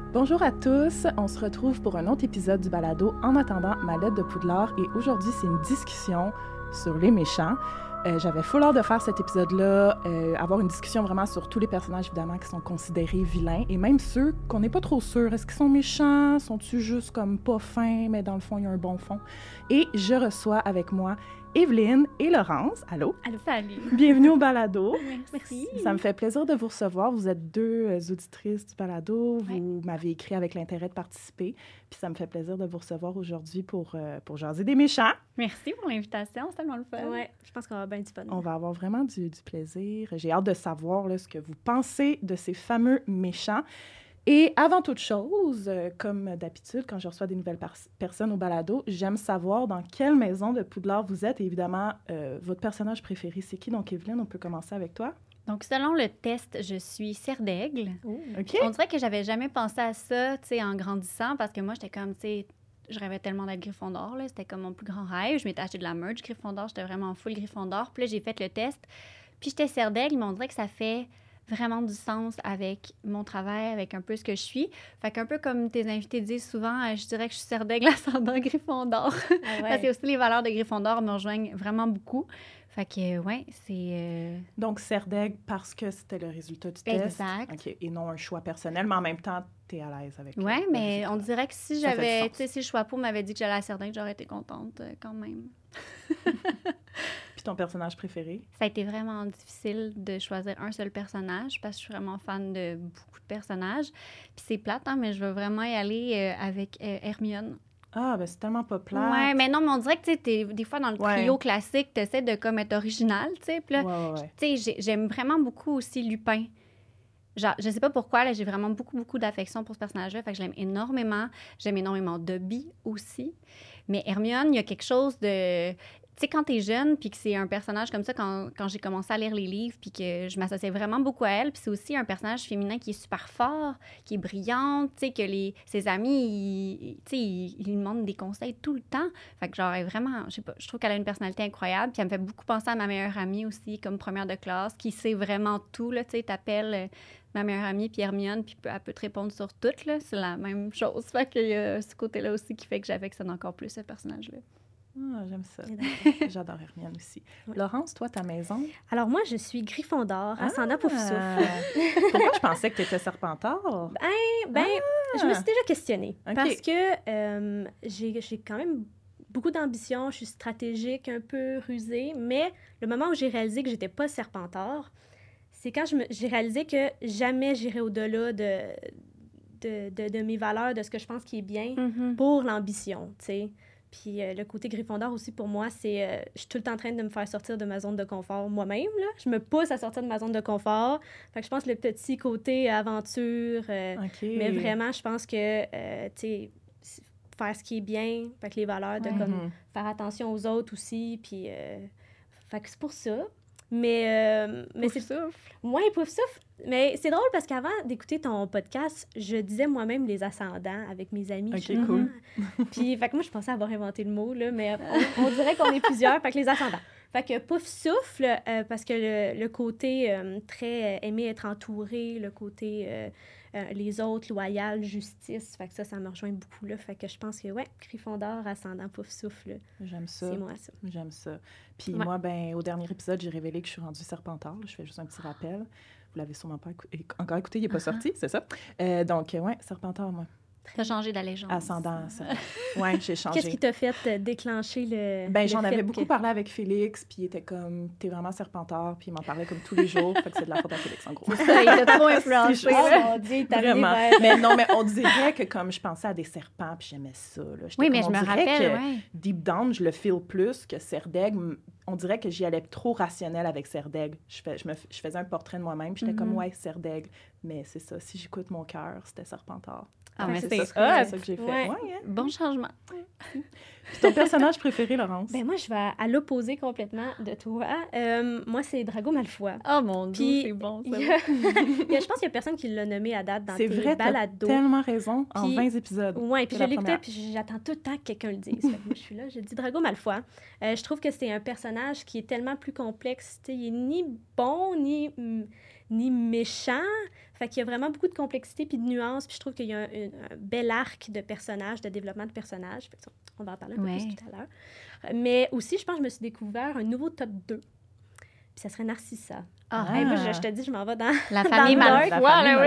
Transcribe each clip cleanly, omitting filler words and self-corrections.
Bonjour à tous, on se retrouve pour un autre épisode du balado En attendant ma lettre de Poudlard et aujourd'hui c'est une discussion sur les méchants. J'avais full hâte de faire cet épisode-là, avoir une discussion vraiment sur tous les personnages évidemment qui sont considérés vilains et même ceux qu'on n'est pas trop sûr. Est-ce qu'ils sont méchants? Sont-ils juste comme pas fins, mais dans le fond il y a un bon fond? Et je reçois avec moi Evelyne et Laurence. Allô? Allô, salut. Bienvenue au balado. Merci. Ça me fait plaisir de vous recevoir. Vous êtes deux auditrices du balado. Vous m'avez écrit avec l'intérêt de participer. Puis ça me fait plaisir de vous recevoir aujourd'hui pour jaser des méchants. Merci pour l'invitation, c'est tellement le fun. Ouais, je pense qu'on va avoir bien du fun. On va avoir vraiment du plaisir. J'ai hâte de savoir là, ce que vous pensez de ces fameux méchants. Et avant toute chose, comme d'habitude, quand je reçois des nouvelles personnes au balado, j'aime savoir dans quelle maison de Poudlard vous êtes. Et évidemment, votre personnage préféré, c'est qui? Donc, Evelyne, on peut commencer avec toi. Donc, selon le test, je suis Serre d'Aigle. OK. On dirait que j'avais jamais pensé à ça, tu sais, en grandissant, parce que moi, j'étais comme, tu sais, je rêvais tellement d'être Gryffondor, là. C'était comme mon plus grand rêve. Je m'étais acheté de la merch Gryffondor, j'étais vraiment full Gryffondor. Puis là, j'ai fait le test, puis j'étais Serre d'Aigle, mais on dirait que ça fait vraiment du sens avec mon travail, avec un peu ce que je suis. Fait qu'un peu comme tes invités disent souvent, je dirais que je suis Serre d'Aigle ascendant Gryffondor. Ah ouais. Parce que aussi les valeurs de Gryffondor me rejoignent vraiment beaucoup. Fait que, ouais, c'est... Donc, Serre d'Aigle parce que c'était le résultat du test. Exact. OK. Et non un choix personnel, mais en même temps, tu es à l'aise avec Ouais, le mais résultat. on dirait que si Ça fait du j'avais... sens. Tu sais, si le choix pour m'avait dit que j'allais à Serre d'Aigle, j'aurais été contente quand même. Puis ton personnage préféré? Ça a été vraiment difficile de choisir un seul personnage parce que je suis vraiment fan de beaucoup de personnages. Puis c'est plate, hein, mais je veux vraiment y aller avec Hermione. Ah, ben c'est tellement pas plate. Ouais, mais non, mais on dirait que, tu sais, des fois, dans le trio Ouais. classique, tu essaies de comme être original, tu sais. Puis là, Ouais. tu sais, j'aime vraiment beaucoup aussi Lupin. Genre, je sais pas pourquoi, là, j'ai vraiment beaucoup d'affection pour ce personnage-là. Fait que je l'aime énormément. J'aime énormément Dobby aussi. Mais Hermione, il y a quelque chose de... Tu sais, quand t'es jeune, puis que c'est un personnage comme ça, quand j'ai commencé à lire les livres, puis que je m'associais vraiment beaucoup à elle, puis c'est aussi un personnage féminin qui est super fort, qui est brillante, tu sais, que ses amis, tu sais, ils lui demandent des conseils tout le temps. Fait que genre, elle est vraiment, je sais pas, je trouve qu'elle a une personnalité incroyable, puis elle me fait beaucoup penser à ma meilleure amie aussi, comme première de classe, qui sait vraiment tout, là, tu sais, t'appelles ma meilleure amie, puis Hermione, puis elle peut te répondre sur tout, là, c'est la même chose. Fait qu'il y a ce côté-là aussi qui fait que j'affectionne encore plus ce personnage-là. Ah, j'aime ça. J'adore Hermione aussi. Ouais. Laurence, toi, ta maison? Alors moi, je suis Gryffondor, ascendant Poufsouffle. Pourquoi je pensais que tu étais Serpentard? Je me suis déjà questionnée OK. parce que j'ai quand même beaucoup d'ambition, je suis stratégique, un peu rusée, mais le moment où j'ai réalisé que j'étais pas Serpentard, c'est quand j'ai réalisé que jamais j'irai au-delà de mes valeurs, de ce que je pense qui est bien pour l'ambition, tu sais. Puis le côté Gryffondor aussi, pour moi, c'est... je suis tout le temps en train de me faire sortir de ma zone de confort moi-même, là. Je me pousse à sortir de ma zone de confort. Fait que je pense que le petit côté aventure... OK. Mais vraiment, je pense que, tu sais, faire ce qui est bien, fait que les valeurs de comme faire attention aux autres aussi, puis... fait que c'est pour ça. Mais c'est... Poufsouffle. Ouais, Poufsouffle. Mais c'est drôle parce qu'avant d'écouter ton podcast, je disais moi-même les ascendants avec mes amis. OK, Je suis cool. Puis, fait que moi, je pensais avoir inventé le mot, là, mais on dirait qu'on est plusieurs, fait que les ascendants. Fait que Poufsouffle, parce que le côté très aimer être entouré, le côté les autres, loyal, justice, fait que ça me rejoint beaucoup, là. Fait que je pense que, ouais, Gryffondor, ascendant Poufsouffle, J'aime ça. c'est moi, ça. J'aime ça. Puis Ouais. moi, ben, au dernier épisode, j'ai révélé que je suis rendue Serpentard. Là. Je fais juste un petit rappel. Vous l'avez sûrement pas encore écouté, il n'est pas sorti, c'est ça? Donc, ouais, Serpentard, moi. T'as changé d'allégeance. Ascendant, ça. Ouais, j'ai changé. Qu'est-ce qui t'a fait déclencher le Ben, le j'en fait avais beaucoup que- parlé avec Félix, puis il était comme, t'es vraiment Serpentard, puis il m'en parlait comme tous les jours, fait que c'est de la faute à Félix, en gros. Ça, il t'a trop influencé. C'est Oh juste- mon Dieu, t'as Vraiment. amené vers... Mais non, mais on dirait que comme je pensais à des serpents, puis j'aimais ça. Là. J'étais Oui, mais comme, je on me dirait rappelle, que ouais. Deep Down, je le feel plus que Serre d'Aigle. On dirait que j'y allais trop rationnel avec Serre d'Aigle. Je faisais un portrait de moi-même, puis j'étais comme, ouais, Serre d'Aigle. Mais c'est ça, si j'écoute mon cœur, c'était Serpentard. Ah, mais c'est c'est ça, c'est ça que j'ai fait. Ouais. Ouais, hein. Bon changement. Puis ton personnage préféré, Laurence? Ben moi, je vais à l'opposé complètement de toi. Moi, c'est Drago Malfoy. Oh mon Dieu, Puis, c'est bon, ça. je pense qu'il y a personne qui l'a nommé à date dans C'est tes vrai, t'as balados. tellement raison, en Puis- 20 épisodes. Oui, puis C'est je la l'écoutais, première. puis j'attends tout le temps que quelqu'un le dise. Fait que moi, je suis là, je dis Drago Malfoy. Je trouve que c'est un personnage qui est tellement plus complexe. Tu sais, il est ni bon, ni méchant. Fait qu'il y a vraiment beaucoup de complexité puis de nuances. Puis je trouve qu'il y a un bel arc de personnages, de développement de personnages. Fait que on va en parler un peu plus tout à l'heure. Mais aussi, je pense que je me suis découvert un nouveau top 2. Puis ça serait Narcissa. Hey, moi, je te dis, je m'en vais dans la famille Malfoy.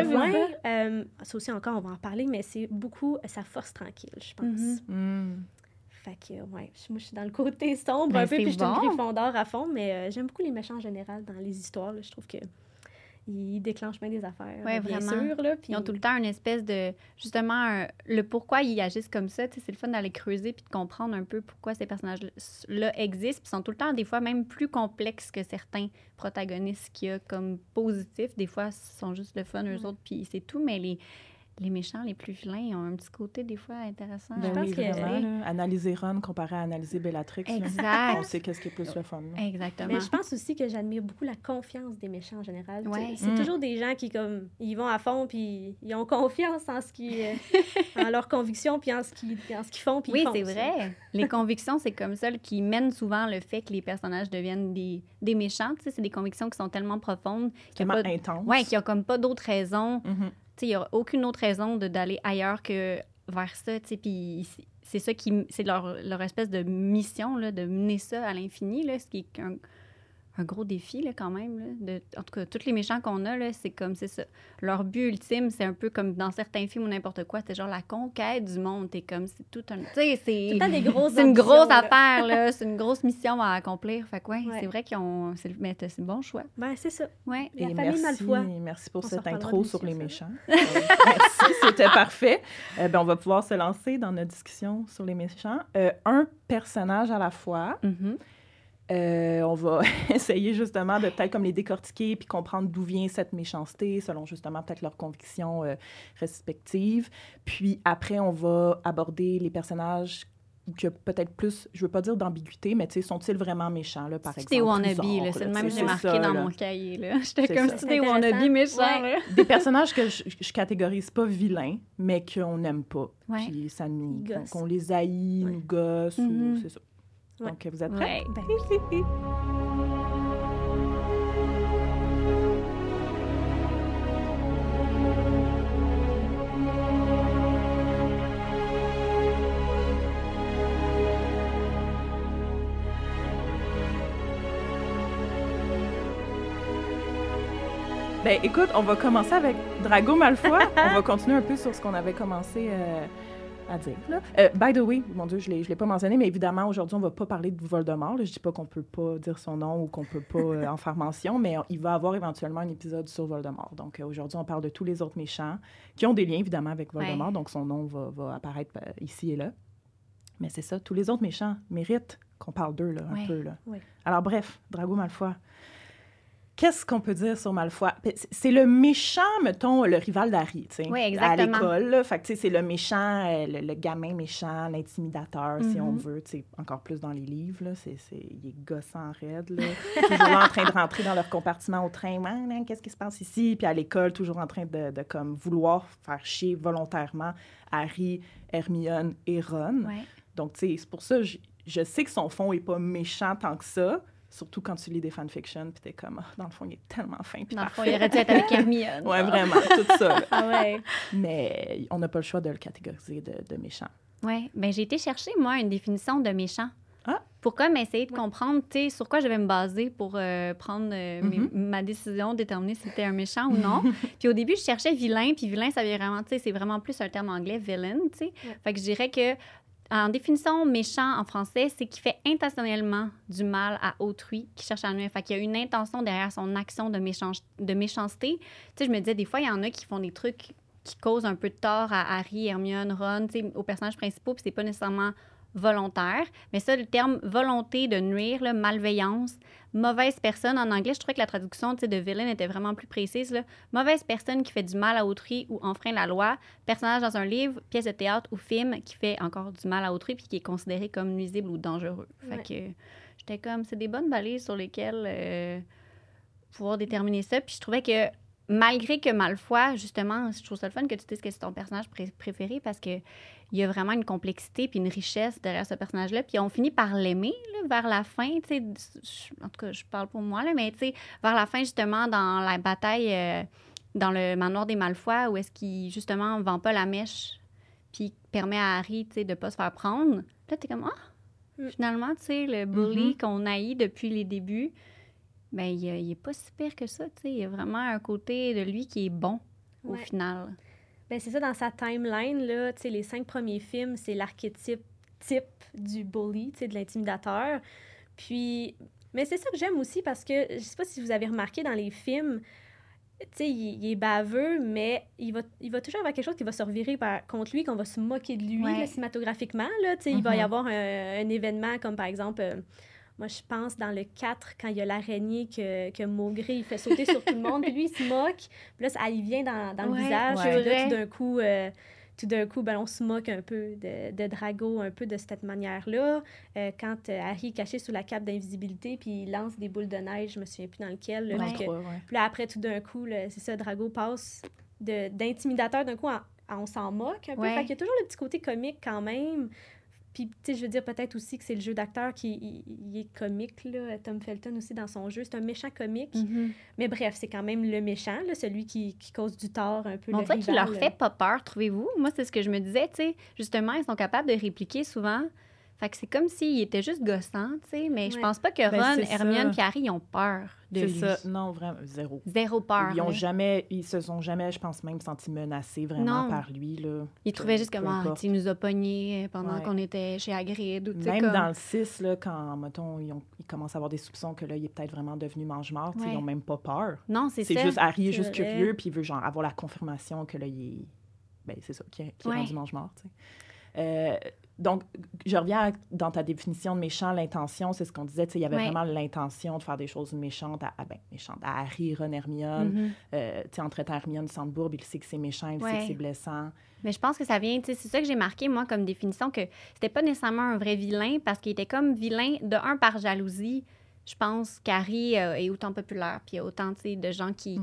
Ça aussi, encore, on va en parler, mais c'est beaucoup sa force tranquille, je pense. Fait que, ouais, moi, je suis dans le côté sombre un peu, puis je suis une Gryffondor à fond, mais j'aime beaucoup les méchants en général dans les histoires. Là, je trouve que ils déclenchent bien des affaires, bien vraiment. sûr. Là, puis... Ils ont tout le temps une espèce de... Justement, le pourquoi ils agissent comme ça. C'est le fun d'aller creuser puis de comprendre un peu pourquoi ces personnages-là existent. Puis sont tout le temps, des fois, même plus complexes que certains protagonistes qu'il y a comme positifs. Des fois, ils sont juste le fun, eux autres, puis c'est tout. Mais les méchants, les plus vilains, ils ont un petit côté, des fois, intéressant. Ben oui, vraiment. Analyser Ron comparé à analyser Bellatrix. Exact. Là. On sait qu'est-ce qui est plus le fun. Là. Exactement. Mais je pense aussi que j'admire beaucoup la confiance des méchants en général. Ouais. C'est toujours des gens qui, comme, ils vont à fond, puis ils ont confiance en ce qui... en leurs convictions, puis en ce qu'ils font, puis ils font. Oui, c'est vrai. Les convictions, c'est comme ça qui mènent souvent le fait que les personnages deviennent des méchants. Tu sais, c'est des convictions qui sont tellement profondes. Tellement intenses. Oui, qu'il n'y a comme pas d'autres raisons. Il n'y a aucune autre raison d'aller ailleurs que vers ça. Puis c'est ça c'est leur espèce de mission, là, de mener ça à l'infini, là, ce qui est un gros défi là, quand même. Là, en tout cas, tous les méchants qu'on a, là, c'est ça. Leur but ultime, c'est un peu comme dans certains films ou n'importe quoi, c'est genre la conquête du monde. C'est tout un... C'est une grosse affaire, là. C'est une grosse mission à accomplir. Fait que, ouais. C'est vrai qu'ils ont... C'est le bon choix. Ben, c'est ça. Ouais. La famille Malfoy. Merci pour cette intro sur les méchants. Merci, c'était parfait. On va pouvoir se lancer dans notre discussion sur les méchants. Un personnage à la fois. On va essayer justement de peut-être comme les décortiquer puis comprendre d'où vient cette méchanceté selon justement peut-être leurs convictions respectives. Puis après, on va aborder les personnages qui ont peut-être plus, je veux pas dire d'ambiguïté, mais tu sais, sont-ils vraiment méchants, là, par exemple? C'est wannabe, là. C'est le même que j'ai marqué dans mon cahier, là. J'étais comme si c'était wannabe méchants, là. Des personnages que je catégorise pas vilains, mais qu'on n'aime pas. Puis ça nous... qu'on les haït, nous gosse, ou c'est ça. Donc, vous êtes prêts? Ben oui. Ben, écoute, on va commencer avec Drago Malfoy. On va continuer un peu sur ce qu'on avait commencé... à dire. Là. By the way, mon Dieu, je l'ai pas mentionné, mais évidemment, aujourd'hui, on va pas parler de Voldemort. Là. Je dis pas qu'on peut pas dire son nom ou qu'on peut pas en faire mention, mais il va y avoir éventuellement un épisode sur Voldemort. Donc, aujourd'hui, on parle de tous les autres méchants qui ont des liens, évidemment, avec Voldemort. Donc, son nom va apparaître ici et là. Mais c'est ça, tous les autres méchants méritent qu'on parle d'eux, là, un peu. Là. Alors, bref, Drago Malfoy. Qu'est-ce qu'on peut dire sur Malfoy? C'est le méchant, mettons, le rival d'Harry, tu sais, à l'école. Là. Fait que, tu sais, c'est le méchant, le gamin méchant, l'intimidateur, si on veut, tu sais, encore plus dans les livres, là. Il est gossant raide, là. Toujours là en train de rentrer dans leur compartiment au train. Qu'est-ce qui se passe ici? Puis à l'école, toujours en train de comme, vouloir faire chier volontairement Harry, Hermione et Ron. Ouais. Donc, tu sais, c'est pour ça, je sais que son fond n'est pas méchant tant que ça. Surtout quand tu lis des fanfictions, puis t'es comme, dans le fond, il est tellement fin, puis parfait. Dans le fond, il aurait dû être avec Hermione. Ouais, vraiment, tout ça. Ah ouais. Mais on n'a pas le choix de le catégoriser de méchant. Oui, bien, j'ai été chercher, moi, une définition de méchant. Ah! Pour comme essayer de comprendre, tu sais, sur quoi je vais me baser pour prendre ma décision, déterminer si c'était un méchant ou non. Puis au début, je cherchais vilain, puis vilain, ça vient vraiment, tu sais, c'est vraiment plus un terme anglais, villain, tu sais. Fait que je dirais que en définition, méchant en français, c'est qui fait intentionnellement du mal à autrui, qui cherche à nuire. Fait qu'il y a une intention derrière son action de méchanceté. Tu sais, je me disais, des fois, il y en a qui font des trucs qui causent un peu de tort à Harry, Hermione, Ron, tu sais, aux personnages principaux, puis c'est pas nécessairement volontaire. Mais ça, le terme volonté de nuire, là, malveillance, mauvaise personne, en anglais, je trouvais que la traduction de villain était vraiment plus précise. Là. Mauvaise personne qui fait du mal à autrui ou enfreint la loi. Personnage dans un livre, pièce de théâtre ou film qui fait encore du mal à autrui puis qui est considéré comme nuisible ou dangereux. Fait que j'étais comme, c'est des bonnes balises sur lesquelles pouvoir déterminer ça. Puis je trouvais que malgré que Malfoy, justement, je trouve ça le fun que tu dises que c'est ton personnage préféré parce que il y a vraiment une complexité puis une richesse derrière ce personnage-là. Puis on finit par l'aimer là, vers la fin. En tout cas, je parle pour moi, là, mais vers la fin, justement, dans la bataille dans le manoir des Malfoy, où est-ce qu'il, justement, vend pas la mèche puis permet à Harry de ne pas se faire prendre. Là, t'es comme, finalement, le bully qu'on haït depuis les débuts, ben il est pas si pire que ça. Il y a vraiment un côté de lui qui est bon au final. Ben c'est ça, dans sa timeline, là, les 5 premiers films, c'est l'archétype du bully, de l'intimidateur. Puis, mais c'est ça que j'aime aussi parce que, je sais pas si vous avez remarqué dans les films, il est baveux, mais il va toujours avoir quelque chose qui va se revirer contre lui, qu'on va se moquer de lui là, cinématographiquement. Là, il va y avoir un événement comme, par exemple, moi, je pense, dans le 4, quand il y a l'araignée que Maugré, il fait sauter sur tout le monde, puis lui, il se moque, puis là, ça lui vient dans le visage, puis là, tout d'un coup, ben, on se moque un peu de Drago, un peu de cette manière-là. Quand Harry est caché sous la cape d'invisibilité, puis il lance des boules de neige, je me souviens plus dans lequel. Là, puis là, après, tout d'un coup, là, c'est ça, Drago passe d'intimidateur d'un coup, on s'en moque un peu. Fait qu'il y a toujours le petit côté comique quand même. Puis, tu sais, je veux dire peut-être aussi que c'est le jeu d'acteur qui est comique, là. Tom Felton aussi, dans son jeu, c'est un méchant comique. Mais bref, c'est quand même le méchant, là, celui qui cause du tort un peu. On dirait qu'il leur fait pas peur, trouvez-vous? Moi, c'est ce que je me disais, tu sais. Justement, ils sont capables de répliquer souvent. Fait que c'est comme s'il était juste gossant, tu sais. Mais je pense pas que Ron, Hermione et Harry, ils ont peur de lui. C'est ça. Non, vraiment, zéro. Zéro peur. Ils se sont jamais, je pense, même sentis menacés vraiment par lui, là. Ils trouvaient juste comme, il nous a pognés pendant qu'on était chez Hagrid. Ou, même dans le 6, là, quand, mettons, ils commencent à avoir des soupçons que là, il est peut-être vraiment devenu mange-mort, ils n'ont même pas peur. Non, c'est ça. C'est juste, Harry est juste curieux, puis il veut genre avoir la confirmation que là, il est... Ben, c'est ça, qu'il est rendu mange-mort, tu sais. Donc, je reviens dans ta définition de méchant, l'intention, c'est ce qu'on disait, il y avait vraiment l'intention de faire des choses méchantes à Harry, Ron, Hermione. En traitant Hermione Sandbourg, il sait que c'est méchant, il sait que c'est blessant. Mais je pense que ça vient, c'est ça que j'ai marqué, moi, comme définition, que c'était pas nécessairement un vrai vilain, parce qu'il était comme vilain, de un, par jalousie. Je pense qu'Harry est autant populaire, puis il y a autant de gens qui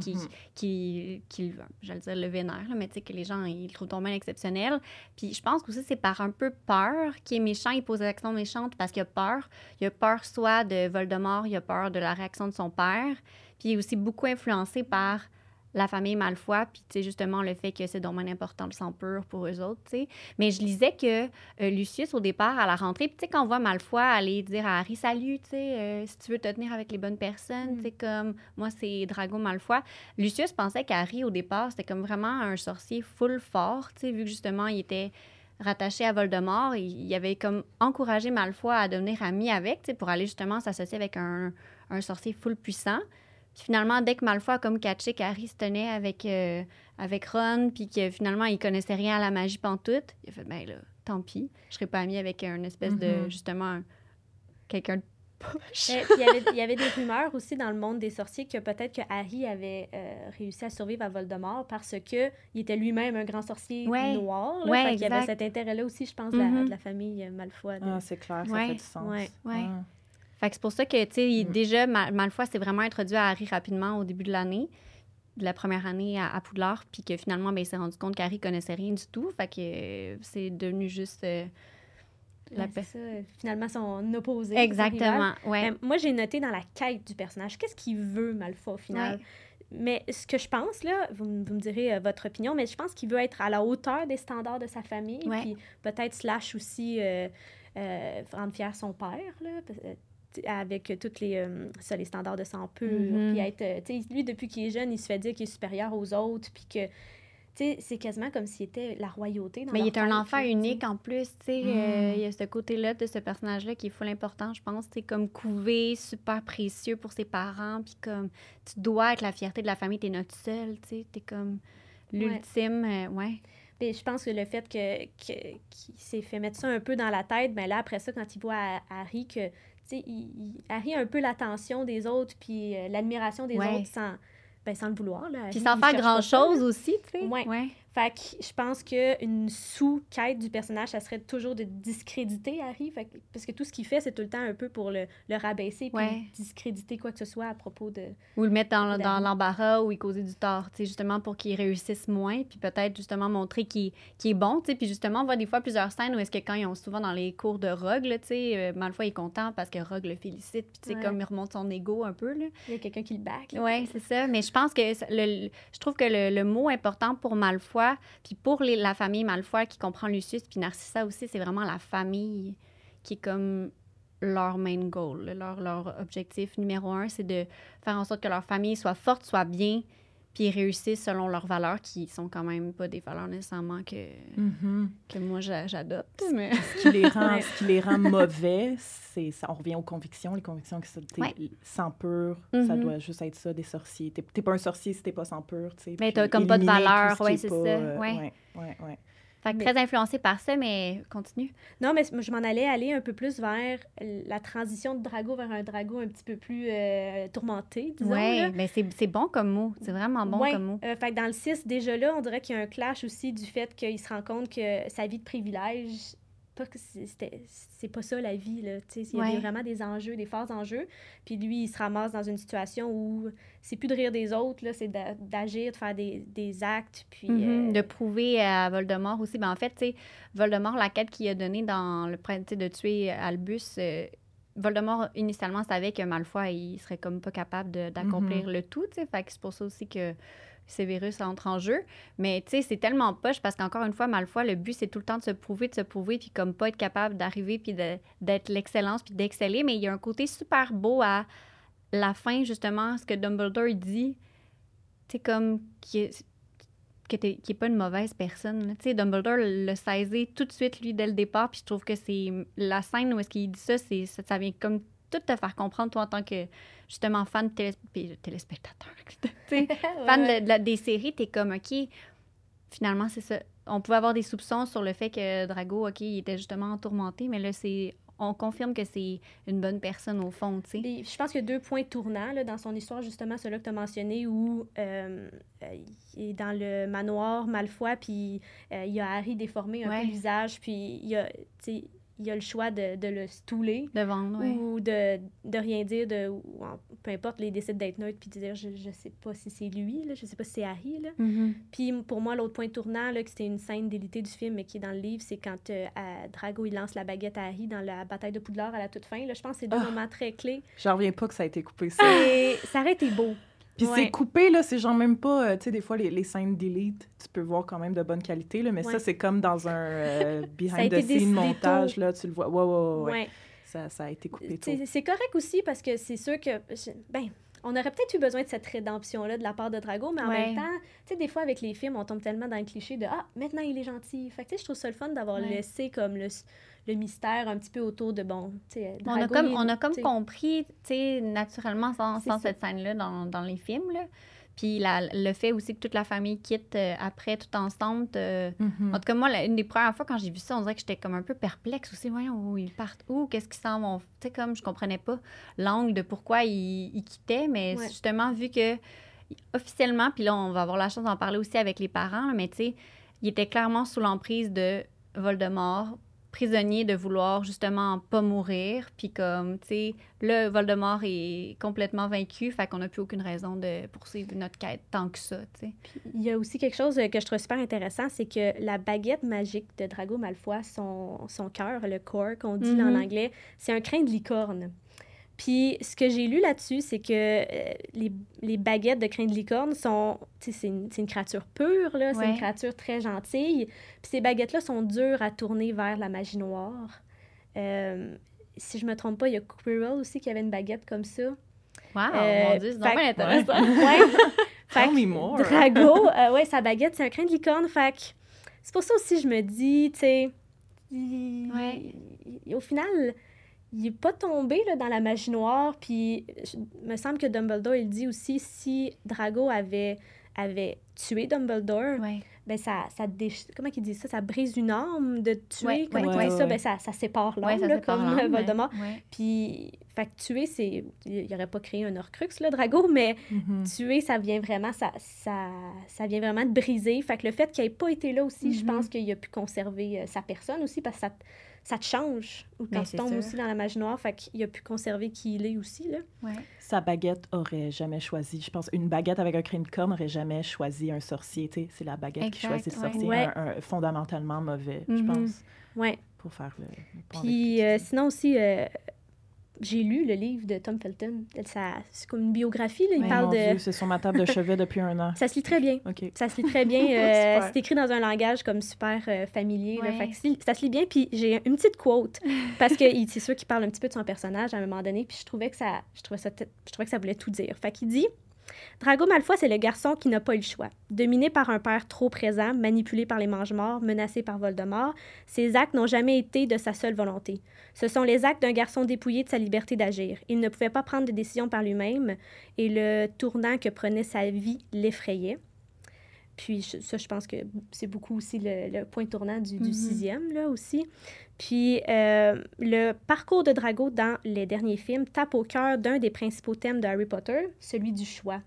j'allais dire le vénèrent, mais que les gens, ils le trouvent totalement exceptionnel. Puis je pense aussi c'est par un peu peur qu'il est méchant, il pose des actions méchantes parce qu'il a peur. Il a peur soit de Voldemort, il a peur de la réaction de son père, puis il est aussi beaucoup influencé par la famille Malfoy, puis justement le fait que c'est dommage important le sang pur pour eux autres, t'sais. Mais je lisais que Lucius, au départ, à la rentrée, puis quand on voit Malfoy aller dire à Harry « Salut, si tu veux te tenir avec les bonnes personnes, comme moi, c'est Drago Malfoy », Lucius pensait qu'Harry, au départ, c'était comme vraiment un sorcier full fort, vu que justement, il était rattaché à Voldemort, il avait comme encouragé Malfoy à devenir ami avec, pour aller justement s'associer avec un sorcier full puissant. Puis finalement, dès que Malfoy a comme catché qu'Harry se tenait avec Ron, puis que finalement, il connaissait rien à la magie pantoute, il a fait, ben là, tant pis, je serais pas amie avec un espèce de, justement, quelqu'un de poche. Il y avait des rumeurs aussi dans le monde des sorciers que peut-être que Harry avait réussi à survivre à Voldemort parce que il était lui-même un grand sorcier noir. Là, fait qu'il y avait cet intérêt-là aussi, je pense, de la famille Malfoy. C'est clair, ça fait du sens. Fait que c'est pour ça que, tu sais, déjà, Malfoy s'est vraiment introduit à Harry rapidement au début de l'année, de la première année à Poudlard, puis que finalement, ben, il s'est rendu compte qu'Harry connaissait rien du tout. Fait que c'est devenu juste c'est ça, finalement, son opposé. Exactement, moi, j'ai noté dans la quête du personnage, qu'est-ce qu'il veut, Malfoy, au final? Mais ce que je pense, là, vous me direz votre opinion, mais je pense qu'il veut être à la hauteur des standards de sa famille, puis peut-être / aussi rendre fier son père, là, avec tous les standards de sang pur, puis être, lui, depuis qu'il est jeune, il se fait dire qu'il est supérieur aux autres, puis que, c'est quasiment comme s'il était la royauté dans mais il est un enfant unique, t'sais. en plus, il y a ce côté-là de ce personnage-là qui est full important, je pense, comme couvé, super précieux pour ses parents, puis comme, tu dois être la fierté de la famille, t'es notre seul, t'es comme l'ultime, Puis je pense que le fait qu'il s'est fait mettre ça un peu dans la tête, ben là, après ça, quand il voit Harry que, Harry a un peu l'attention des autres, puis l'admiration des autres sans le vouloir. Là, puis sans faire grand-chose aussi, tu sais. Ouais. Fait que je pense qu'une sous-quête du personnage, ça serait toujours de discréditer Harry. Parce que tout ce qu'il fait, c'est tout le temps un peu pour le rabaisser puis discréditer quoi que ce soit à propos de... Ou le mettre dans l'embarras ou y causer du tort, tu sais, justement pour qu'il réussisse moins, puis peut-être justement montrer qu'il est bon, tu sais. Puis justement, on voit des fois plusieurs scènes où est-ce que quand ils ont souvent dans les cours de Rogue, là, tu sais, Malfoy est content parce que Rogue le félicite, puis tu sais, comme il remonte son ego un peu, là. Il y a quelqu'un qui le back. Oui, c'est ça. Mais je pense que je trouve que le mot important pour Malfoy, puis pour la famille Malfoy qui comprend Lucius puis Narcissa aussi, c'est vraiment la famille qui est comme leur main goal. Leur objectif numéro 1, c'est de faire en sorte que leur famille soit forte, soit bien, puis réussissent selon leurs valeurs, qui sont quand même pas des valeurs nécessairement que moi j'adopte. Mais... Ce qui les rend mauvais, c'est ça, on revient aux convictions. Les convictions que t'es sang pur, ça doit juste être ça, des sorciers. T'es pas un sorcier si t'es pas sang pur, tu sais. Mais t'as comme pas de valeur, c'est ça. Ouais. Fait que très influencé par ça, mais continue. Non, mais je m'en allais aller un peu plus vers la transition de Drago vers un Drago un petit peu plus tourmenté, disons. Oui, mais c'est bon comme mot. C'est vraiment bon comme mot. Fait que dans le 6, déjà là, on dirait qu'il y a un clash aussi du fait qu'il se rend compte que sa vie de privilège, pas que c'est pas ça la vie, là. Il y a vraiment des enjeux, des forts enjeux. Puis lui, il se ramasse dans une situation où c'est plus de rire des autres, là, c'est d'agir, de faire des actes. Puis, de prouver à Voldemort aussi. Ben, en fait, tu sais, Voldemort, la quête qu'il a donnée dans le principe de tuer Albus, Voldemort, initialement, savait que Malfoy, il serait comme pas capable d'accomplir le tout, tu sais. Fait que c'est pour ça aussi que Severus entre en jeu. Mais, tu sais, c'est tellement poche parce qu'encore une fois, Malfoy, le but, c'est tout le temps de se prouver, puis comme pas être capable d'arriver, puis d'être l'excellence, puis d'exceller. Mais il y a un côté super beau à la fin, justement, ce que Dumbledore dit, tu sais, comme qui est pas une mauvaise personne. Tu sais, Dumbledore le saisait tout de suite, lui, dès le départ, puis je trouve que c'est la scène où est-ce qu'il dit ça, ça vient comme tout te faire comprendre, toi, en tant que, justement, fan téléspectateur, tu sais, fan des séries, t'es comme, OK, finalement, c'est ça. On pouvait avoir des soupçons sur le fait que Drago, OK, il était justement tourmenté, mais là, on confirme que c'est une bonne personne, au fond, tu sais. Je pense qu'il y a 2 points tournants là, dans son histoire, justement, celui-là que tu as mentionné, où il est dans le manoir Malfoy, puis il y a Harry déformé un peu le visage, puis il y a le choix de le stouler. De vendre, ou de rien dire, peu importe, il décide d'être neutre puis de dire je sais pas si c'est lui, là, je sais pas si c'est Harry. Là. Puis pour moi, l'autre point tournant, là, que c'était une scène délitée du film, mais qui est dans le livre, c'est quand Drago il lance la baguette à Harry dans la bataille de Poudlard à la toute fin. Là, je pense que c'est 2 moments très clés. J'en reviens pas que ça a été coupé, ça. Et ça aurait été beau. Puis c'est coupé, là, c'est genre même pas... tu sais, des fois, les scènes d'élite, tu peux voir quand même de bonne qualité, là, mais ça, c'est comme dans un behind-the-scene montage, là, tu le vois. Ouais. Ça a été coupé tôt. C'est correct aussi, parce que c'est sûr que... on aurait peut-être eu besoin de cette rédemption-là de la part de Drago, mais en même temps, tu sais, des fois, avec les films, on tombe tellement dans le cliché de « Ah, maintenant, il est gentil ». Fait que, tu sais, je trouve ça le fun d'avoir laissé comme le mystère un petit peu autour de, bon, tu sais, Drago... On a comme compris, tu sais, naturellement, sans cette scène-là dans les films, là. Puis le fait aussi que toute la famille quitte après, tout ensemble. En tout cas, moi, une des premières fois quand j'ai vu ça, on dirait que j'étais comme un peu perplexe aussi. Voyons, où ils partent où? Qu'est-ce qu'ils s'en vont? Tu sais, comme je comprenais pas l'angle de pourquoi ils quittaient, mais justement, vu que officiellement, puis là, on va avoir la chance d'en parler aussi avec les parents, là, mais tu sais, ils étaient clairement sous l'emprise de Voldemort, prisonnier de vouloir justement pas mourir, puis comme, tu sais, là, Voldemort est complètement vaincu, fait qu'on n'a plus aucune raison de poursuivre notre quête tant que ça, tu sais. Il y a aussi quelque chose que je trouve super intéressant, c'est que la baguette magique de Drago Malfoy, son cœur, le core qu'on dit en anglais, c'est un crin de licorne. Puis, ce que j'ai lu là-dessus, c'est que les baguettes de crin de licorne sont... Tu sais, c'est une créature pure, là. C'est une créature très gentille. Puis ces baguettes-là sont dures à tourner vers la magie noire. Si je me trompe pas, il y a Quirrell aussi qui avait une baguette comme ça. Wow, mon Dieu, c'est vraiment intéressant. Tell me more. Drago, sa baguette, c'est un crin de licorne. Fait que c'est pour ça aussi, je me dis, tu sais... Au final... Il n'est pas tombé là, dans la magie noire, puis il me semble que Dumbledore, il dit aussi, si Drago avait avait tué Dumbledore, Ouais. ben comment il dit ça? Ça brise une âme de tuer. Ouais, Comment il dit ça? Ben ça sépare l'âme, là, comme Voldemort. Ouais. Puis, fait que tuer, c'est... Il n'aurait pas créé un Horcrux, là, Drago, mais tuer, ça vient vraiment... Ça vient vraiment de briser. Fait que le fait qu'il n'ait pas été là aussi, je pense qu'il a pu conserver sa personne aussi, parce que ça te change quand tu tombes aussi dans la magie noire. Fait qu'il a pu conserver qui il est aussi, là. Ouais. Sa baguette aurait jamais choisi. Je pense une baguette avec un crin de corne n'aurait jamais choisi un sorcier. Tu sais, c'est la baguette qui choisit le sorcier, un fondamentalement mauvais, je pense. Ouais. Pour faire le Puis sinon aussi, j'ai lu le livre de Tom Felton. C'est comme une biographie. Là. Il parle de... Dieu, c'est sur ma table de chevet depuis un an. Ça se lit très bien. Okay. Ça se lit très bien. C'est écrit dans un langage comme super familier. Là. Fait que ça se lit bien. Puis j'ai une petite quote. Parce que c'est sûr qu'il parle un petit peu de son personnage à un moment donné. Puis je trouvais que ça voulait tout dire. Fait qu'il dit... Drago Malfoy, c'est le garçon qui n'a pas eu le choix. Dominé par un père trop présent, manipulé par les Mange-Morts, menacé par Voldemort, ses actes n'ont jamais été de sa seule volonté. Ce sont les actes d'un garçon dépouillé de sa liberté d'agir. Il ne pouvait pas prendre de décisions par lui-même et le tournant que prenait sa vie l'effrayait. Puis ça, je pense que c'est beaucoup aussi le point tournant du 6e, là, aussi. Puis le parcours de Drago dans les derniers films tape au cœur d'un des principaux thèmes de Harry Potter, celui du choix.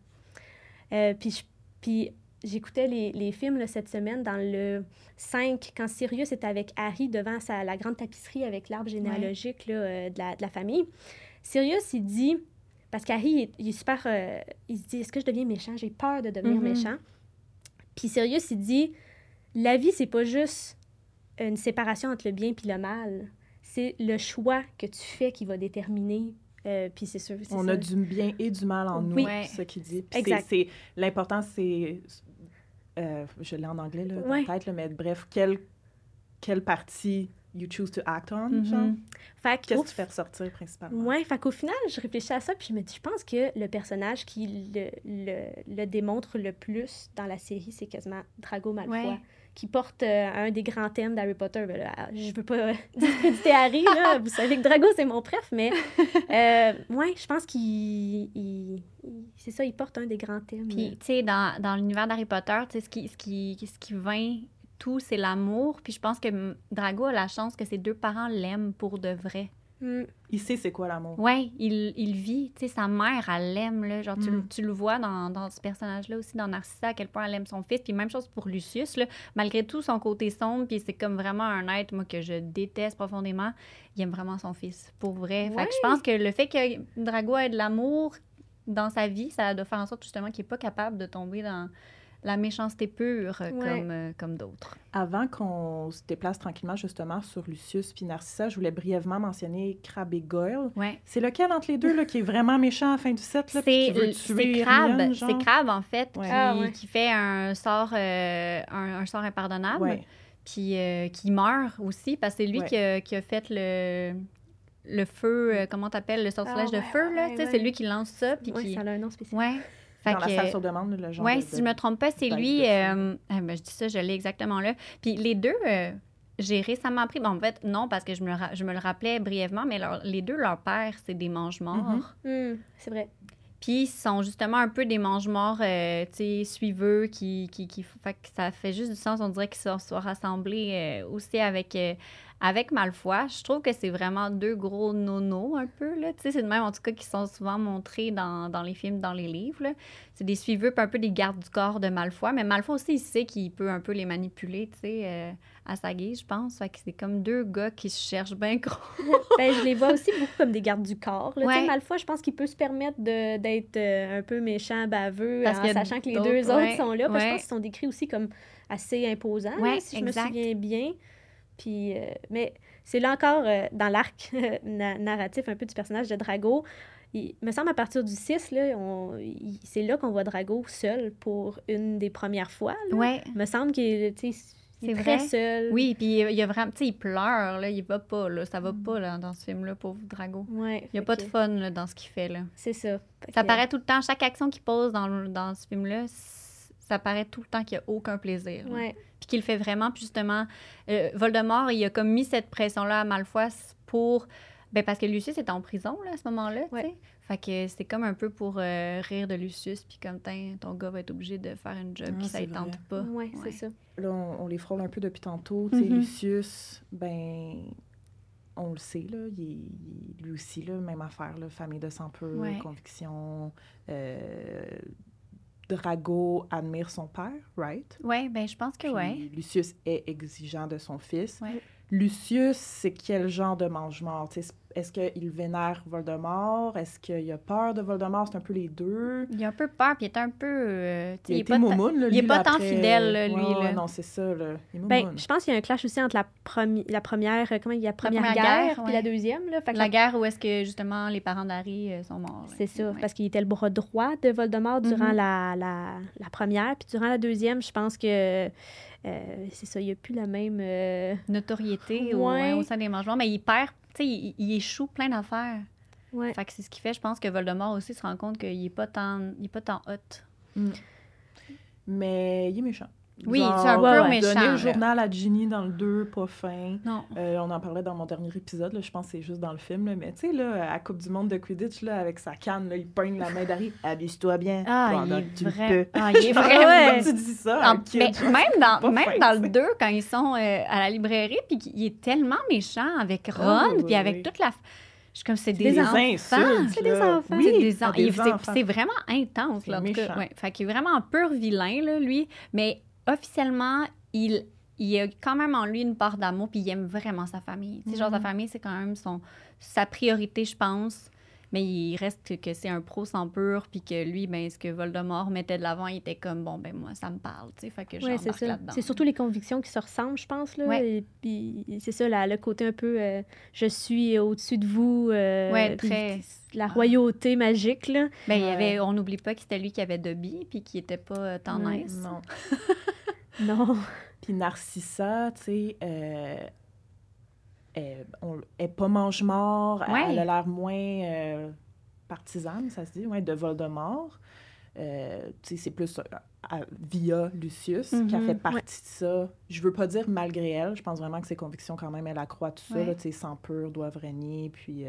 Puis j'écoutais les films là, cette semaine, dans le 5, quand Sirius est avec Harry devant la grande tapisserie avec l'arbre généalogique là, de la famille. Sirius, il dit, parce qu'Harry, il est super... il se dit, est-ce que je deviens méchant? J'ai peur de devenir méchant. Puis Sirius, il dit, la vie, c'est pas juste une séparation entre le bien puis le mal. C'est le choix que tu fais qui va déterminer. Puis c'est sûr. On a du bien et du mal en nous, c'est ce qu'il dit. Puis exact. L'important, c'est... je l'ai en anglais, là, dans la tête, là, mais bref, quelle partie you choose to act on, genre? Qu'est-ce que tu fais ressortir, principalement? Oui, fait qu'au final, je réfléchis à ça, puis je me dis, je pense que le personnage qui le démontre le plus dans la série, c'est quasiment Drago Malfoy, qui porte un des grands thèmes d'Harry Potter. Ben là, je veux pas discréditer Harry, là. Vous savez que Drago, c'est mon préf, mais je pense c'est ça, il porte un des grands thèmes. Puis, tu sais, dans l'univers d'Harry Potter, tu sais, ce qui vainc tout, c'est l'amour. Puis je pense que Drago a la chance que ses deux parents l'aiment pour de vrai. Il sait c'est quoi l'amour. Oui, il vit. Tu sais, sa mère, elle l'aime, là. Genre, tu le vois dans ce personnage-là aussi, dans Narcissa, à quel point elle aime son fils. Puis même chose pour Lucius, là. Malgré tout son côté sombre, puis c'est comme vraiment un être, moi, que je déteste profondément. Il aime vraiment son fils, pour vrai. Fait que je pense que le fait que Drago ait de l'amour dans sa vie, ça doit faire en sorte, justement, qu'il n'est pas capable de tomber dans la méchanceté pure comme d'autres. Avant qu'on se déplace tranquillement, justement, sur Lucius puis Narcissa, je voulais brièvement mentionner Crabbe et Goyle. Ouais. C'est lequel entre les deux là, qui est vraiment méchant à la fin du set? Là, qui veut tuer Crabbe. Hermione, genre? C'est Crabbe, en fait, qui fait un sort impardonnable, puis qui meurt aussi, parce que c'est lui qui a fait le feu, comment t'appelles, le sortilège de feu, là. C'est lui qui lance ça. Puis ça a un nom spécial. Dans la salle sur demande, le genre. Oui, si je ne me trompe pas, c'est lui. Je dis ça, je l'ai exactement là. Puis les deux, j'ai récemment appris. Bon, en fait, non, parce que je me le rappelais brièvement, mais les deux, leur père, c'est des mange-morts. C'est vrai. Puis ils sont justement un peu des mange-morts, tu sais, suiveux, qui fait que ça fait juste du sens. On dirait qu'ils se soient rassemblés aussi avec Malfoy. Je trouve que c'est vraiment deux gros nonos un peu, là. Tu sais, c'est de même, en tout cas, qui sont souvent montrés dans les films, dans les livres, là. C'est des suiveux, puis un peu des gardes du corps de Malfoy. Mais Malfoy aussi, il sait qu'il peut un peu les manipuler, tu sais, à sa guise, je pense. Fait que c'est comme deux gars qui se cherchent bien gros. Je les vois aussi beaucoup comme des gardes du corps. Tu sais, Malfoy, je pense qu'il peut se permettre d'être un peu méchant, baveux, en sachant que les deux autres sont là. Parce que je pense qu'ils sont décrits aussi comme assez imposants, si je me souviens bien. Puis, mais c'est là encore dans l'arc narratif un peu du personnage de Drago. Il me semble à partir du 6, là, c'est là qu'on voit Drago seul pour une des premières fois. Il me semble qu'il est très seul. Oui, puis il y a vraiment, tu sais, il pleure, là, il va pas, là, ça va pas là, dans ce film-là, pauvre Drago. Il n'y a pas de fun là, dans ce qu'il fait. Là. C'est ça. Ça paraît tout le temps, chaque action qu'il pose dans ce film-là, ça paraît tout le temps qu'il n'y a aucun plaisir. Puis qu'il le fait vraiment, puis justement, Voldemort, il a comme mis cette pression-là à Malfoy pour Ben parce que Lucius était en prison, là, à ce moment-là, tu Ouais. sais. Fait que c'est comme un peu pour rire de Lucius, puis comme, ton gars va être obligé de faire une job Ah, qui ça c'est ne tente vrai. pas. Ouais, c'est ça. Là, on les frôle un peu depuis tantôt. Tu sais, Mhm. Lucius, ben, on le sait, là, lui aussi, là, même affaire, là, famille de sang pur, Ouais. conviction. Drago admire son père, right? Ouais, ben je pense que Puis ouais. Lucius est exigeant de son fils. Ouais. Lucius, c'est quel genre de mange-mort? Tu sais, est-ce qu'il vénère Voldemort? Est-ce qu'il a peur de Voldemort? C'est un peu les deux. Il a un peu peur, puis il est un peu... tu sais, Il a est été pas moumoune, là, il est lui, pas là, tant après. fidèle, là, lui, Ouais, là. non, c'est ça, là. Il est Ben, moumoune. je pense qu'il y a un clash aussi entre la première, comment il y a première première guerre, guerre, puis ouais. la deuxième, là. Fait que La guerre où est-ce que, justement, les parents d'Harry sont morts. là. c'est ça, Ouais. parce qu'il était le bras droit de Voldemort durant Mhm. la première, puis durant la deuxième, je pense que c'est ça, il n'y a plus la même... Notoriété Ouais. au sein des mangements, mais il perd, tu sais, il échoue plein d'affaires. Ouais. Fait que c'est ce qui fait, je pense, que Voldemort aussi se rend compte qu'il est pas tant hot. Mais il est méchant. Oui, Genre, c'est un peu ouais, méchant. donner le là. journal à Ginny dans le 2, pas fin. Non. On en parlait dans mon dernier épisode, là, je pense que c'est juste dans le film, là, mais tu sais, là, à la Coupe du monde de Quidditch, là, avec sa canne, là, il pogne la main d'Harry. Abuse-toi bien Ah, pendant il que est tu le vrai. peux. Ah, il est Genre, vrai. pourquoi tu dis ça à un kid, Mais genre, même c'est pas même fin, dans tu le sais. 2, quand ils sont à la librairie, puis qu'il est tellement méchant avec Ron, Ah, oui, puis avec oui. toute la... Je suis comme, c'est des des enfants. insultes, C'est des là. enfants. Oui, C'est des à des enfants. c'est vraiment intense, C'est là, en tout cas. méchant. Ouais. Fait qu'il est vraiment un pur vilain, là, lui. Mais officiellement, il a quand même en lui une part d'amour, puis il aime vraiment sa famille. Tu sais, genre, sa famille, c'est quand même sa priorité, je pense. Mais il reste que c'est un pro sang pur, puis que lui, ben, ce que Voldemort mettait de l'avant, il était comme, bon, ben, moi, ça me parle, tu sais. Fait que Ouais, c'est j'embarque ça. là-dedans. C'est surtout les convictions qui se ressemblent, je pense, là. Ouais. Et puis, c'est ça, le côté un peu je suis au-dessus de vous. Ouais, puis très... la royauté magique, là. Ben, il y Ouais. avait, on n'oublie pas que c'était lui qui avait Dobby, puis qui était pas tant nice. Non. Non. Puis Narcissa, tu sais, elle est pas mange-mort, Ouais. elle a l'air moins partisane, ça se dit, ouais, de Voldemort. Tu sais, c'est plus via Lucius qui a Mhm, fait partie de ça. Je veux pas dire malgré elle, je pense vraiment que ses convictions, quand même, elle accroît tout ça, Ouais. là, tu sais, sang pur doivent régner, puis...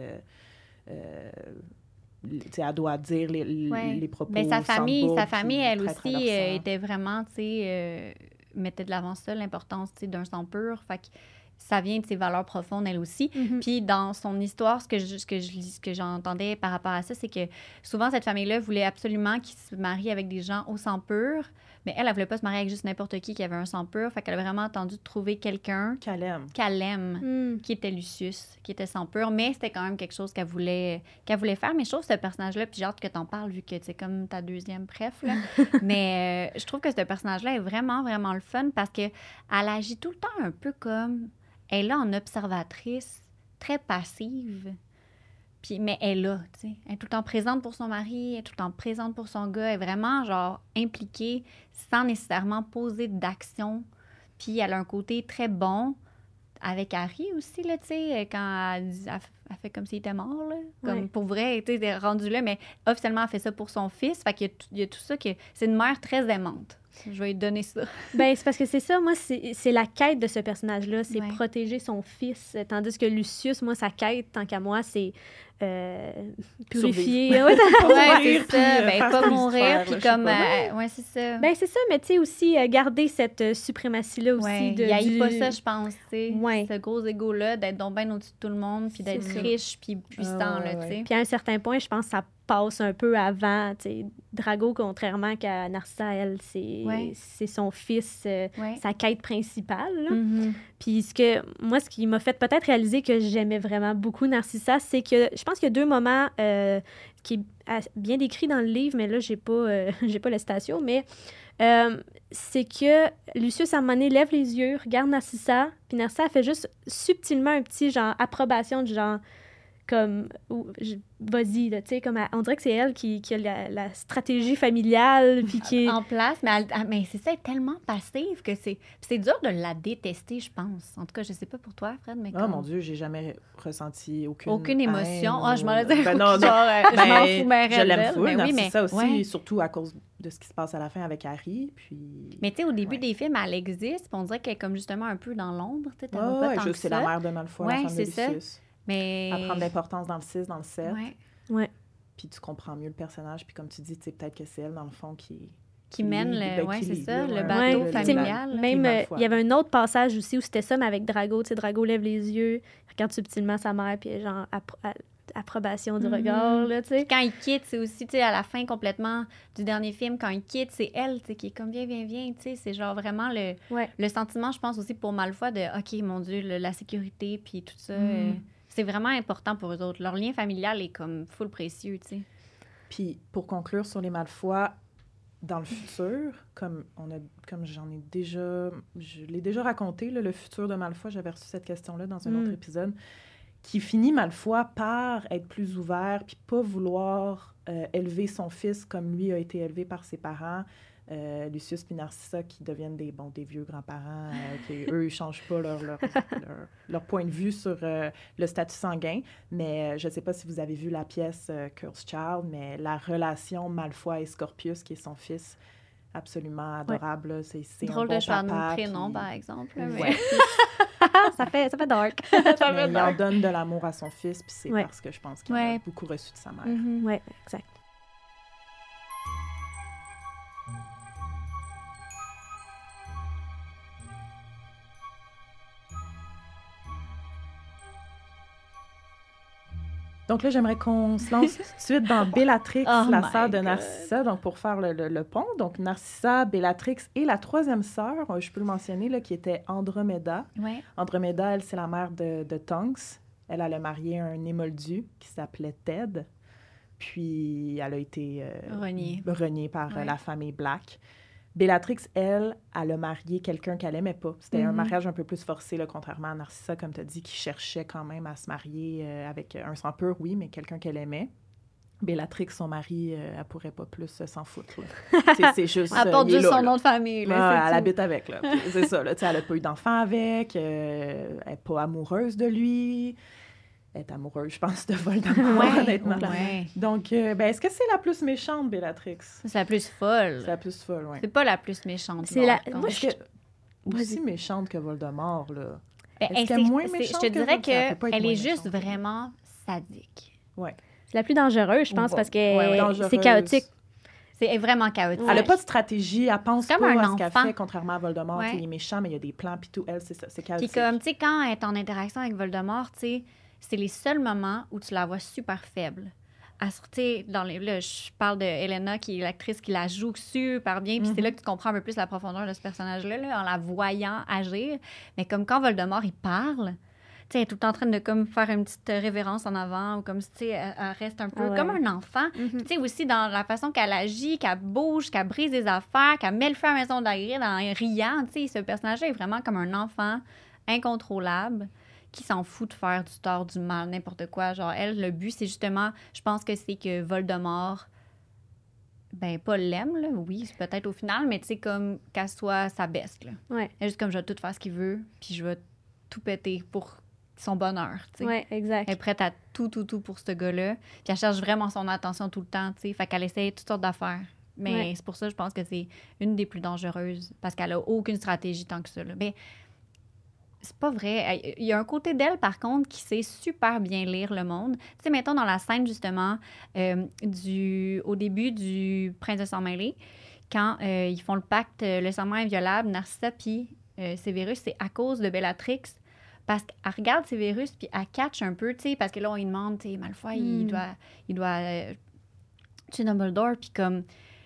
tu sais, elle doit dire Ouais. les propos Ben, sa sans famille, bout, sa puis famille, elle traître à aussi, leur sang. était vraiment, tu sais, mettait de l'avant ça, l'importance, tu sais, d'un sang pur. Fait que ça vient de ses valeurs profondes, elle aussi. Mhm. Puis dans son histoire, ce que j'entendais par rapport à ça, c'est que souvent, cette famille-là voulait absolument qu'il se marie avec des gens au sang pur, mais elle voulait pas se marier avec juste n'importe qui avait un sang pur. Fait qu'elle a vraiment attendu de trouver quelqu'un Qu'elle aime. qu'elle aime, qui était Lucius, qui était sang pur, mais c'était quand même quelque chose qu'elle voulait faire. Mais je trouve ce personnage-là, puis j'ai hâte que t'en parles, vu que c'est comme ta deuxième préf, là. Mais je trouve que ce personnage-là est vraiment, vraiment le fun, parce que elle agit tout le temps un peu comme... Elle est là en observatrice, très passive, puis, mais elle est là, tu sais. Elle est tout le temps présente pour son mari, elle est tout le temps présente pour son gars, elle est vraiment, genre, impliquée, sans nécessairement poser d'action. Puis elle a un côté très bon avec Harry aussi, là, tu sais, quand elle fait comme s'il était mort, là. Comme Ouais. pour vrai, tu sais, elle est rendue là, mais officiellement, elle fait ça pour son fils. Fait qu'il y a tout ça que... C'est une mère très aimante. Je vais lui donner ça. Ben, c'est parce que c'est ça, moi, c'est la quête de ce personnage-là, c'est Ouais. protéger son fils, tandis que Lucius, moi, sa quête, tant qu'à moi, c'est purifier. Ouais, Pas Ouais, mourir, c'est ça. puis, Ben, faire pas ce mourir, mystère, puis là, je sais comme... pas. ouais, c'est ça. ben, c'est ça, mais tu sais, aussi, garder cette suprématie-là aussi. Ouais, de, il haït du- pas ça, je pense, tu sais. Ouais. Ce gros égo-là, d'être donc bien au-dessus de tout le monde, puis d'être C'est ça. riche, puis puissant, Ah, là, ouais, tu sais. ouais. Puis à un certain point, je pense que ça passe un peu avant, tu sais. Drago, contrairement qu'à Narcissa, elle, Ouais. c'est son fils, Ouais. sa quête principale, là. Mhm. Puis ce qui m'a fait peut-être réaliser que j'aimais vraiment beaucoup Narcissa, c'est que je pense qu'il y a deux moments qui est bien décrit dans le livre, mais là, j'ai pas la citation, mais c'est que Lucius, à un moment donné, lève les yeux, regarde Narcissa, puis Narcissa, elle fait juste subtilement un petit genre approbation du genre comme vas-y, là, tu sais, comme on dirait que c'est elle qui a la stratégie familiale, puis qui est... En place, mais c'est ça, elle est tellement passive que c'est dur de la détester, je pense. En tout cas, je sais pas pour toi, Fred, mais Oh comme... mon Dieu, j'ai jamais ressenti aucune Aucune émotion. haine Ah, je m'en allais dire, Ben non, genre, je m'en fous, mais je l'aime full, mais oui, mais ça aussi, ouais. surtout à cause de ce qui se passe à la fin avec Harry, puis... Mais tu sais, au début Ouais. des films, elle existe, puis on dirait qu'elle est comme justement un peu dans l'ombre, tu sais, t'en Ouais, vois pas ouais, tant je que c'est ça. la mère de Malfoy, Ouais, la femme de c'est ça. Lucius. Mais... à prendre l'importance dans le 6, dans le 7. Ouais. Puis tu comprends mieux le personnage. Puis comme tu dis, peut-être que c'est elle, dans le fond, qui mène le... Oui, c'est ça, le bateau familial. Même, il y avait un autre passage aussi où c'était ça, mais avec Drago. Tu sais, Drago lève les yeux, regarde subtilement sa mère, puis genre, approbation du regard, là, tu sais. Quand il quitte, c'est aussi, tu sais, à la fin complètement du dernier film, quand il quitte, c'est elle, tu sais, qui est comme viens, tu sais. C'est genre vraiment le sentiment, je pense aussi pour Malfoy de, OK, mon Dieu, la sécurité, puis tout ça. C'est vraiment important pour eux autres. Leur lien familial est comme full précieux, tu sais. Puis pour conclure sur les Malfoy, dans le futur, comme je l'ai déjà raconté, là, le futur de Malfoy, j'avais reçu cette question-là dans un autre épisode, qui finit Malfoy par être plus ouvert puis pas vouloir élever son fils comme lui a été élevé par ses parents, Lucius puis Narcissa, qui deviennent des vieux grands-parents, qui eux, ils changent pas leur point de vue sur le statut sanguin. Mais je sais pas si vous avez vu la pièce Cursed Child, mais la relation Malfoy et Scorpius, qui est son fils, absolument adorable. Là. C'est drôle un bon de choix de papa, prénom, puis... par exemple. Ouais. ça fait dark. Mais il en donne de l'amour à son fils, puis c'est parce que je pense qu'il a beaucoup reçu de sa mère. Oui, exact. Donc là, j'aimerais qu'on se lance tout de suite dans Bellatrix, la sœur de Narcissa, donc pour faire le pont. Donc Narcissa, Bellatrix et la troisième sœur, je peux le mentionner, là, qui était Andromeda. Ouais. Andromeda, elle, c'est la mère de Tonks. Elle a marié un émoldu qui s'appelait Ted. Puis elle a été reniée par la famille Black. Bellatrix, elle a marié quelqu'un qu'elle aimait pas. C'était un mariage un peu plus forcé, là, contrairement à Narcissa, comme tu as dit, qui cherchait quand même à se marier avec un sang pur, oui, mais quelqu'un qu'elle aimait. Bellatrix, son mari, elle pourrait pas plus s'en foutre. C'est juste... Elle porte juste son nom de famille. Là, elle habite avec, là. C'est ça, là. Elle n'a pas eu d'enfant avec, elle n'est pas amoureuse de lui. Elle est amoureuse, je pense, de Voldemort, honnêtement. Ouais. Donc, est-ce que c'est la plus méchante, Bellatrix? C'est la plus folle. C'est la plus folle, oui. C'est pas la plus méchante. C'est la... Moi, aussi méchante que Voldemort, là. Est-ce qu'elle est moins méchante? Je te dirais qu'elle est juste vraiment sadique. Oui. C'est la plus dangereuse, je pense, parce que c'est chaotique. C'est vraiment chaotique. Elle n'a pas de stratégie, elle pense comme pas un à ce qu'elle enfant. fait, contrairement à Voldemort. Il est méchant, mais il y a des plans, puis tout. Elle, c'est ça, c'est chaotique. Puis comme, tu sais, quand elle est en interaction avec Voldemort, tu sais, c'est les seuls moments où tu la vois super faible. Là, je parle de Helena, qui est l'actrice qui la joue super bien, puis c'est là que tu comprends un peu plus la profondeur de ce personnage-là, là, en la voyant agir. Mais comme quand Voldemort, il parle, tu sais, elle est tout le temps en train de comme, faire une petite révérence en avant, ou comme si, tu sais, elle reste un peu comme un enfant. Tu sais, aussi dans la façon qu'elle agit, qu'elle bouge, qu'elle brise des affaires, qu'elle met le feu à la maison d'Hagrid en riant, tu sais, ce personnage-là est vraiment comme un enfant incontrôlable, qui s'en fout de faire du tort, du mal, n'importe quoi. Genre, elle, le but, c'est justement, je pense que c'est que Voldemort, pas l'aime, là, oui, c'est peut-être au final, mais tu sais, comme qu'elle soit sa best, là. Ouais. Elle est juste comme, je vais tout faire ce qu'il veut, puis je vais tout péter pour son bonheur, tu sais. Oui, exact. Elle est prête à tout pour ce gars-là, puis elle cherche vraiment son attention tout le temps, tu sais, fait qu'elle essaie toutes sortes d'affaires. Mais c'est pour ça, je pense que c'est une des plus dangereuses, parce qu'elle a aucune stratégie tant que ça, là. C'est pas vrai. Il y a un côté d'elle, par contre, qui sait super bien lire le monde. Tu sais, mettons dans la scène, justement, au début du Prince de Sang-Mêlé, quand ils font le pacte, le serment inviolable, Narcissa puis Severus, c'est à cause de Bellatrix. Parce qu'elle regarde Severus, puis elle catch un peu, tu sais, parce que là, on lui demande, tu sais, Malfoy, il doit tuer Dumbledore, puis comme...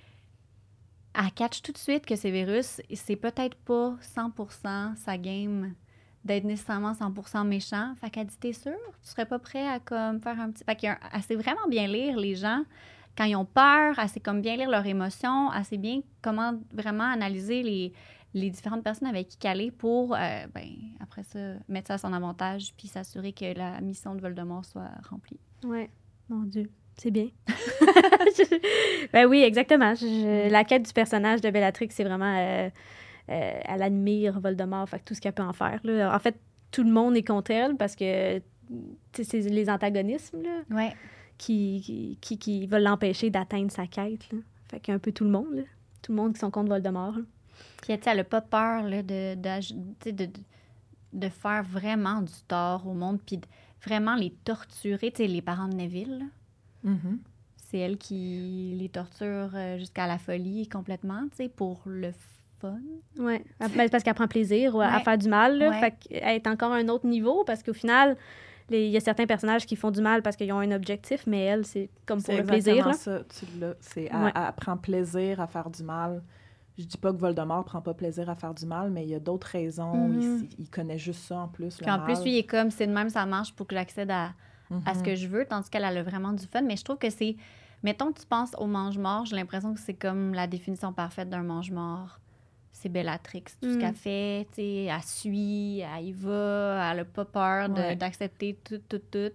Elle catch tout de suite que Severus, c'est peut-être pas 100% sa game d'être nécessairement 100% méchant. Fait qu'elle dit, t'es sûre? Tu serais pas prêt à comme, faire un petit... Fait qu'elle sait vraiment bien lire les gens. Quand ils ont peur, elle sait comme bien lire leurs émotions. Elle sait bien comment vraiment analyser les différentes personnes avec qui elle est pour, après ça, mettre ça à son avantage puis s'assurer que la mission de Voldemort soit remplie. Ouais, mon Dieu. C'est bien. Oui, exactement. La quête du personnage de Bellatrix, c'est vraiment... elle admire Voldemort, fait que tout ce qu'elle peut en faire. Là. En fait, tout le monde est contre elle parce que c'est les antagonismes là, qui veulent l'empêcher d'atteindre sa quête. Là. Fait qu'il y a un peu tout le monde. Là. Tout le monde qui sont contre Voldemort. Là. Puis elle n'a pas peur là, de faire vraiment du tort au monde, puis vraiment les torturer. Tu sais, les parents de Neville, là. Mhm. C'est elle qui les torture jusqu'à la folie complètement, tu sais, pour le fun. Ouais. Ben, parce qu'elle prend plaisir à Ouais. faire du mal. Là. Ouais. Fait qu'elle est encore à un autre niveau parce qu'au final, il y a certains personnages qui font du mal parce qu'ils ont un objectif, mais elle, c'est comme pour C'est le plaisir. exactement Là. ça, tu l'as. C'est Ouais. elle prend plaisir à faire du mal. Je dis pas que Voldemort prend pas plaisir à faire du mal, mais il y a d'autres raisons. Mhm. Il connaît juste ça en plus, Puis le en plus, mal. lui, il est comme, c'est de même, ça marche pour que j'accède à ce que je veux, tandis qu'elle elle a vraiment du fun. Mais je trouve que c'est... Mettons que tu penses au mange-mort, j'ai l'impression que c'est comme la définition parfaite d'un mange-mort. C'est Bellatrix. Tout ce qu'elle fait, tu sais, elle suit, elle y va, elle a pas peur Ouais. d'accepter tout.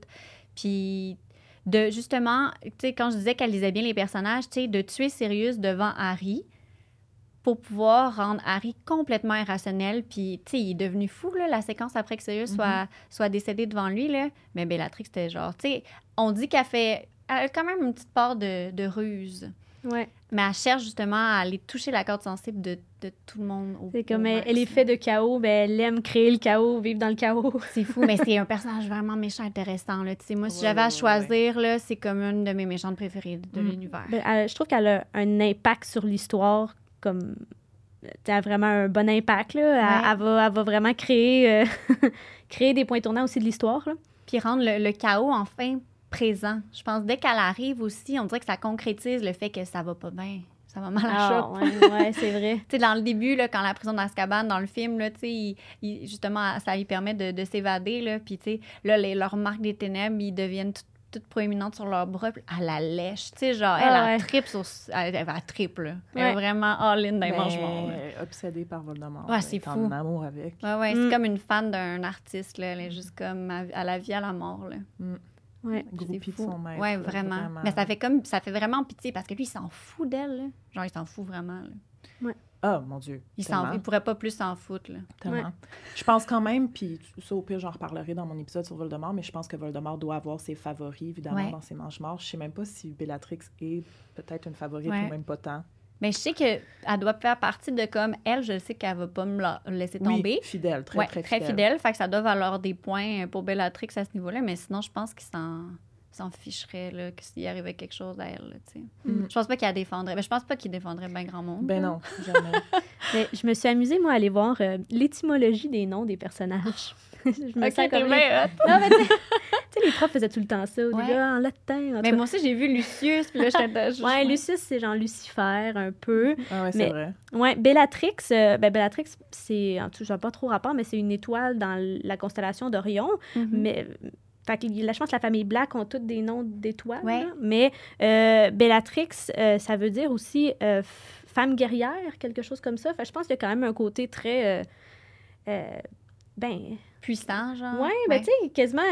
Puis, justement, tu sais, quand je disais qu'elle lisait bien les personnages, tu sais, de tuer Sirius devant Harry pour pouvoir rendre Harry complètement irrationnel. Puis, tu sais, il est devenu fou, là, la séquence après que Sirius soit décédé devant lui, là. Mais Bellatrix, c'était genre, tu sais, on dit elle a quand même une petite part de ruse. Ouais. Mais elle cherche justement à aller toucher la corde sensible de tout le monde. C'est comme elle est faite de chaos, ben elle aime créer le chaos, vivre dans le chaos. C'est fou, mais c'est un personnage vraiment méchant, intéressant. Là. Tu sais, moi, si Ouais, j'avais à ouais. choisir, là, c'est comme une de mes méchantes préférées de l'univers. Ben, je trouve qu'elle a un impact sur l'histoire comme... Elle a vraiment un bon impact. Là. Ouais. Elle va vraiment créer, créer des points tournants aussi de l'histoire. Là. Puis rendre le chaos enfin présent. Je pense dès qu'elle arrive aussi, on dirait que ça concrétise le fait que ça va pas bien. Ça va mal à choc. Ouais, c'est vrai. Tu sais, dans le début, là, quand la prison d'Azkaban, dans le film, là, tu sais, justement, ça lui permet de s'évader, là, puis, tu sais, là, leurs marques des ténèbres, ils deviennent toutes proéminentes sur leurs bras, puis elle la lèche, tu sais, genre, elle tripe sur... Elle tripe, là. Elle est vraiment all-in dans les mangements, là. Obsédée par Voldemort. Ouais, c'est elle est fou. en amour avec. Ouais, c'est comme une fan d'un artiste, là. Elle est juste comme à la vie, à la mort, là. Ouais. Groupie de son maître. Ouais, vraiment. Mais ça fait vraiment pitié parce que lui, il s'en fout d'elle. Là. Genre, il s'en fout vraiment. Là. Ah, mon Dieu. Il pourrait pas plus s'en foutre. Là. Tellement. Ouais. Je pense quand même, puis ça, au pire, j'en reparlerai dans mon épisode sur Voldemort, mais je pense que Voldemort doit avoir ses favoris, évidemment, dans ses mange-morts. Je sais même pas si Bellatrix est peut-être une favorite ou même pas tant. Mais je sais qu'elle doit faire partie de comme elle, je sais qu'elle va pas me la laisser tomber. Oui, fidèle, très fidèle. Fait que ça doit valoir des points pour Bellatrix à ce niveau-là, mais sinon, je pense qu'il s'en ficherait là, que s'il arrivait quelque chose à elle. Là, je pense pas qu'elle défendrait. Mais je pense pas qu'il défendrait bien grand monde. Ben non, jamais. Mais je me suis amusée, moi, à aller voir l'étymologie des noms des personnages. Je me sens comme Non, mais tu sais, les profs faisaient tout le temps ça. Au début, en latin. Mais moi aussi, j'ai vu Lucius, puis là, ouais, Lucius, c'est genre Lucifer, un peu. Ah ouais, c'est vrai. Ouais, Bellatrix, Bellatrix, c'est, en tout cas, pas trop rapport, mais c'est une étoile dans la constellation d'Orion. Mais... Fait que je pense que la famille Black ont tous des noms d'étoiles. Ouais. Mais Bellatrix, ça veut dire aussi femme guerrière, quelque chose comme ça. Fait que je pense qu'il y a quand même un côté très... puissant, genre. Ouais, ben tu sais, quasiment...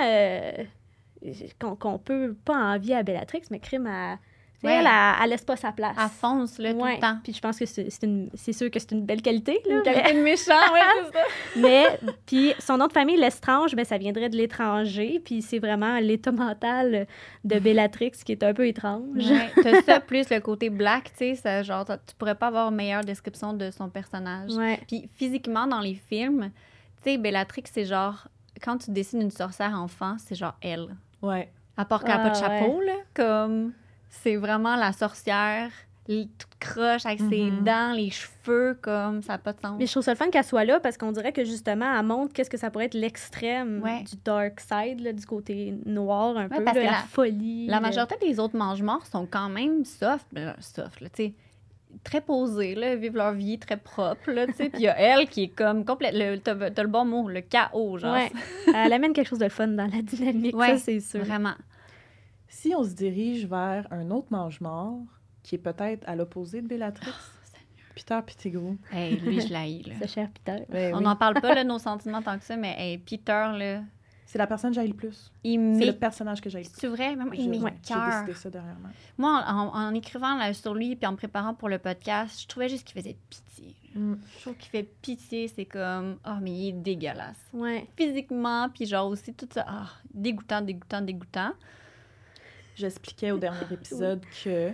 qu'on peut pas envier à Bellatrix, mais crime à... Elle laisse pas sa place. Elle fonce, là, tout le temps. Puis je pense que c'est sûr que c'est une belle qualité, là. Une qualité de méchant, oui, c'est ça. Mais, puis son nom de famille, Lestrange, ben, ça viendrait de l'étranger, puis c'est vraiment l'état mental de Bellatrix qui est un peu étrange. Ouais, t'as ça plus le côté black, tu sais, genre, tu pourrais pas avoir une meilleure description de son personnage. Ouais. Puis physiquement, dans les films, tu sais, Bellatrix, c'est genre, quand tu dessines une sorcière enfant, c'est genre elle. Ouais. À part qu'elle n'a pas de chapeau, là, comme... C'est vraiment la sorcière, toute croche, avec ses dents, les cheveux, comme ça n'a pas de sens. Mais je trouve ça le fun qu'elle soit là parce qu'on dirait que justement, elle montre qu'est-ce que ça pourrait être l'extrême du dark side, là, du côté noir un peu, parce là, que la folie. La majorité des autres mange-morts sont quand même soft, là, tu sais, très posés, là, vivent leur vie très propre, là, tu sais. Puis il y a elle qui est comme complète, t'as le bon mot, le chaos, genre. Ouais. Elle amène quelque chose de fun dans la dynamique, ça, c'est sûr. Vraiment. Si on se dirige vers un autre mange-mort, qui est peut-être à l'opposé de Bellatrix, Peter Pettigrew. Hey, lui, je l'haïs, là. C'est cher, Peter. Ben, on n'en parle pas, là, nos sentiments tant que ça, mais hey, Peter, là... C'est la personne que j'haïs le plus. C'est le personnage que j'haïs le plus. C'est vrai? Même, il m'écoeure. J'ai décidé ça dernièrement. Moi, en écrivant là, sur lui puis en me préparant pour le podcast, je trouvais juste qu'il faisait pitié. Je trouve qu'il fait pitié. C'est comme... Oh, mais il est dégueulasse. Ouais. Physiquement, puis genre aussi tout ça. Dégoûtant. J'expliquais au dernier épisode que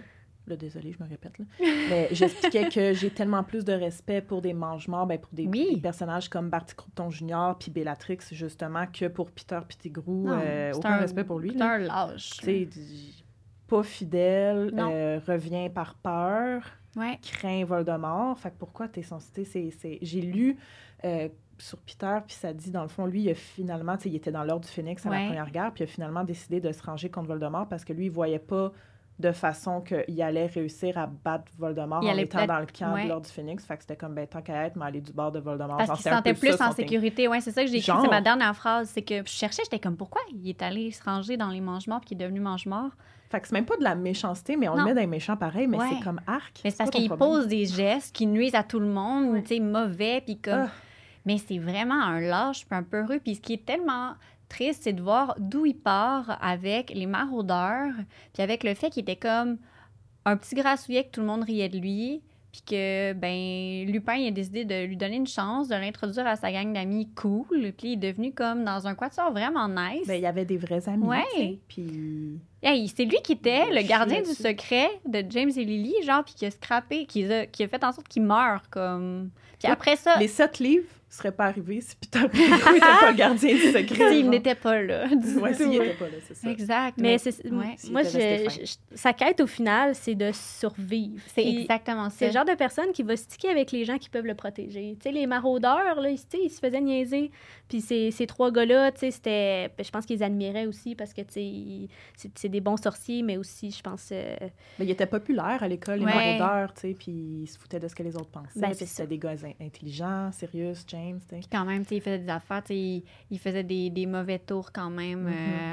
Là, désolée, je me répète, là. Mais j'expliquais que j'ai tellement plus de respect pour des mange-morts, pour des personnages comme Barty Croupton Jr. puis Bellatrix, justement, que pour Peter Pettigrew. Aucun respect pour lui. C'est un lâche. Tu sais, pas fidèle, revient par peur, craint Voldemort. Fait que pourquoi t'es son... J'ai lu sur Peter, puis ça dit, dans le fond, lui, il a finalement... Tu sais, il était dans l'Ordre du Phénix à la Première Guerre, puis il a finalement décidé de se ranger contre Voldemort parce que lui, il voyait pas de façon qu'il allait réussir à battre Voldemort en étant dans le camp de l'Ordre du Phénix. Fait que c'était comme, tant qu'à être, mais aller du bord de Voldemort. Parce qu'il se sentait plus en sécurité. Oui, c'est ça que j'ai écrit. C'est ma dernière phrase. C'est que je cherchais, j'étais comme, pourquoi il est allé se ranger dans les mange-morts puis qu'il est devenu mange-mort? Fait que c'est même pas de la méchanceté, mais on le met dans les méchants pareil, mais c'est comme arc. Mais c'est parce qu'il pose des gestes qui nuisent à tout le monde, tu sais, mauvais, puis comme... Mais c'est vraiment un lâche, puis un peu heureux. Puis ce qui est tellement... triste, c'est de voir d'où il part avec les maraudeurs, puis avec le fait qu'il était comme un petit grassouillet que tout le monde riait de lui, puis que, Lupin, il a décidé de lui donner une chance, de l'introduire à sa gang d'amis cool, puis il est devenu comme dans un quatuor vraiment nice. Il y avait des vrais amis, puis... Hey, c'est lui qui était le gardien du secret de James et Lily, genre, puis qui a scrappé, qui a fait en sorte qu'il meure, comme... Puis après ça... Les 7 livres seraient pas arrivés si Peter Pettigrew n'était pas le gardien du secret. S'il n'était pas là. S'il n'était pas là, c'est ça. Exact. Mais moi, sa quête, au final, c'est de survivre. C'est exactement ça. C'est le genre de personne qui va sticker avec les gens qui peuvent le protéger. Tu sais, les maraudeurs, là, ils se faisaient niaiser. Puis ces 3 gars-là, tu sais, c'était... Je pense qu'ils admiraient aussi parce que, tu sais, c'est des bons sorciers, mais aussi, je pense... Mais ils étaient populaires à l'école, les maraudeurs, tu sais, puis ils se foutaient de ce que les autres pensaient. C'était des gars intelligents, sérieux, James, tu sais. Puis quand même, tu sais, il faisait des affaires, tu sais, il faisait des mauvais tours quand même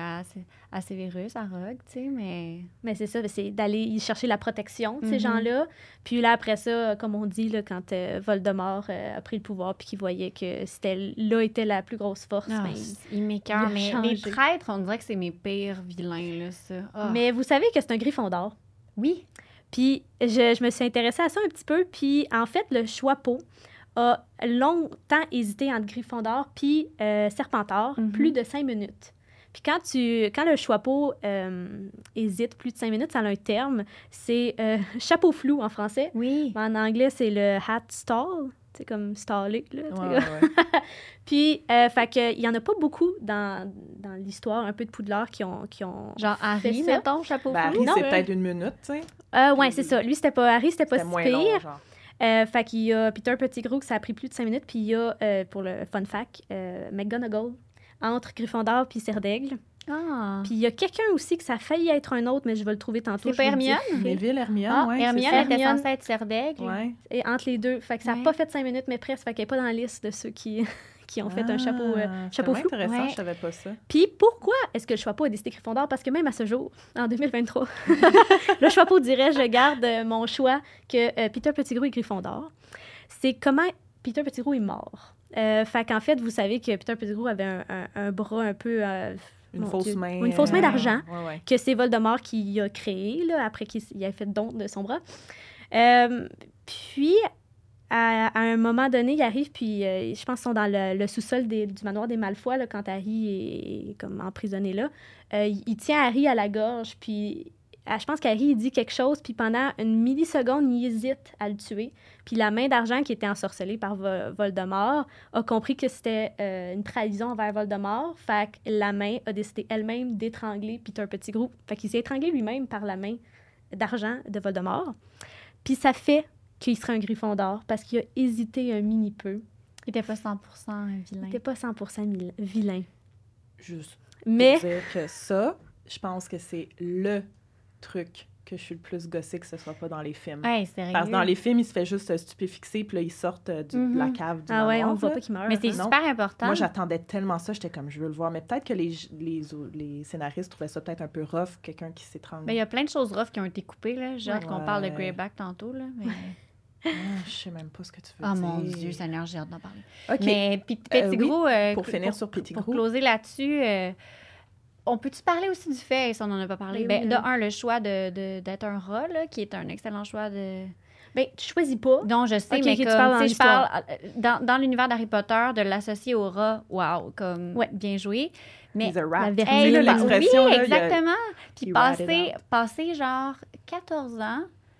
à Severus, à Rogue, tu sais, mais... Mais c'est ça, c'est d'aller chercher la protection de ces gens-là. Puis là, après ça, comme on dit, là, quand Voldemort a pris le pouvoir puis qu'il voyait que là était la plus grosse force, il m'écoeure. Mais les traîtres, on dirait que c'est mes pires vilains, là, ça. Mais vous savez que c'est un Gryffondor. Oui. Puis je me suis intéressée à ça un petit peu. Puis en fait, le Choixpeau a longtemps hésité entre Gryffondor puis Serpentard, plus de 5 minutes. Puis quand le Choixpeau hésite plus de 5 minutes, ça a un terme, c'est chapeau flou en français. Oui. En anglais, c'est le hat stall. C'est comme stallé, là. Ouais. Puis, fait que, il y en a pas beaucoup dans l'histoire, un peu de Poudlard, qui ont genre Harry, mettons, chapeau flou. Harry, c'est peut-être 1 minute, tu sais. Ouais, c'est ça. Lui, c'était pas Harry, c'était pas si moins pire. long, genre. Fait qu'il y a Peter Pettigrew, que ça a pris plus de 5 minutes, puis il y a, pour le fun fact, McGonagall, entre Gryffondor puis Serdaigle. Puis il y a quelqu'un aussi que ça a failli être un autre, mais je vais le trouver tantôt. C'est pas Hermione? Neville, Hermione, oui. Hermione était censée être Serdaigle. Ouais. Et entre les deux. Fait que ça n'a pas fait 5 minutes, mais presque. Fait qu'elle n'est pas dans la liste de ceux qui ont fait un chapeau flou. Intéressant, je savais pas ça. Puis pourquoi est-ce que le Choixpeau a décidé Gryffondor? Parce que même à ce jour, en 2023, le Choixpeau dirait, je garde mon choix que Peter Pettigrew est Gryffondor. C'est comment Peter Pettigrew est mort. Fait qu'en fait, vous savez que Peter Pettigrew avait un bras un peu... une fausse main. Une fausse main d'argent ouais. que c'est Voldemort qui a créé, là, après qu'il a fait don de son bras. Puis, à un moment donné, il arrive, puis je pense qu'ils sont dans le sous-sol du manoir des Malfoy, là, quand Harry est comme emprisonné là. Il tient Harry à la gorge, puis je pense qu'Harry, il dit quelque chose, puis pendant une milliseconde, il hésite à le tuer. Puis la main d'argent qui était ensorcelée par Voldemort a compris que c'était une trahison envers Voldemort. Fait que la main a décidé elle-même d'étrangler Peter Pettigrew. Fait qu'il s'est étranglé lui-même par la main d'argent de Voldemort. Puis ça fait qu'il serait un Gryffondor parce qu'il a hésité un mini-peu. Il n'était pas 100% vilain. Il n'était pas 100% vilain. Juste mais pour dire que ça, je pense que c'est le truc que je suis le plus gossée que ce soit pas dans les films. Ouais, sérieux. Parce que dans les films, il se fait juste stupéfixer, puis là, ils sortent de la cave du manoir. Ouais, on voit pas qu'il meurt. Mais c'est super important. Moi, j'attendais tellement ça, j'étais comme, je veux le voir. Mais peut-être que les scénaristes trouvaient ça peut-être un peu rough, quelqu'un qui s'étrangle. Mais il y a plein de choses rough qui ont été coupées, là. Genre qu'on parle de Greyback tantôt, là. Mais... je sais même pas ce que tu veux dire. Oh mon Dieu, Seigneur, j'ai hâte d'en parler. Okay. Mais Pettigrew... pour finir sur Pettigrew. Pour closer là-dessus... on peut-tu parler aussi du fait, si on n'en a pas parlé, de un, le choix d'être un rat, là, qui est un excellent choix de... Ben, tu choisis pas. Non, je sais, mais comme, je parle dans l'univers d'Harry Potter, de l'associer au rat, wow, comme, bien joué. Mais la vertu, l'expression, oui, là, exactement. Puis passer genre 14 ans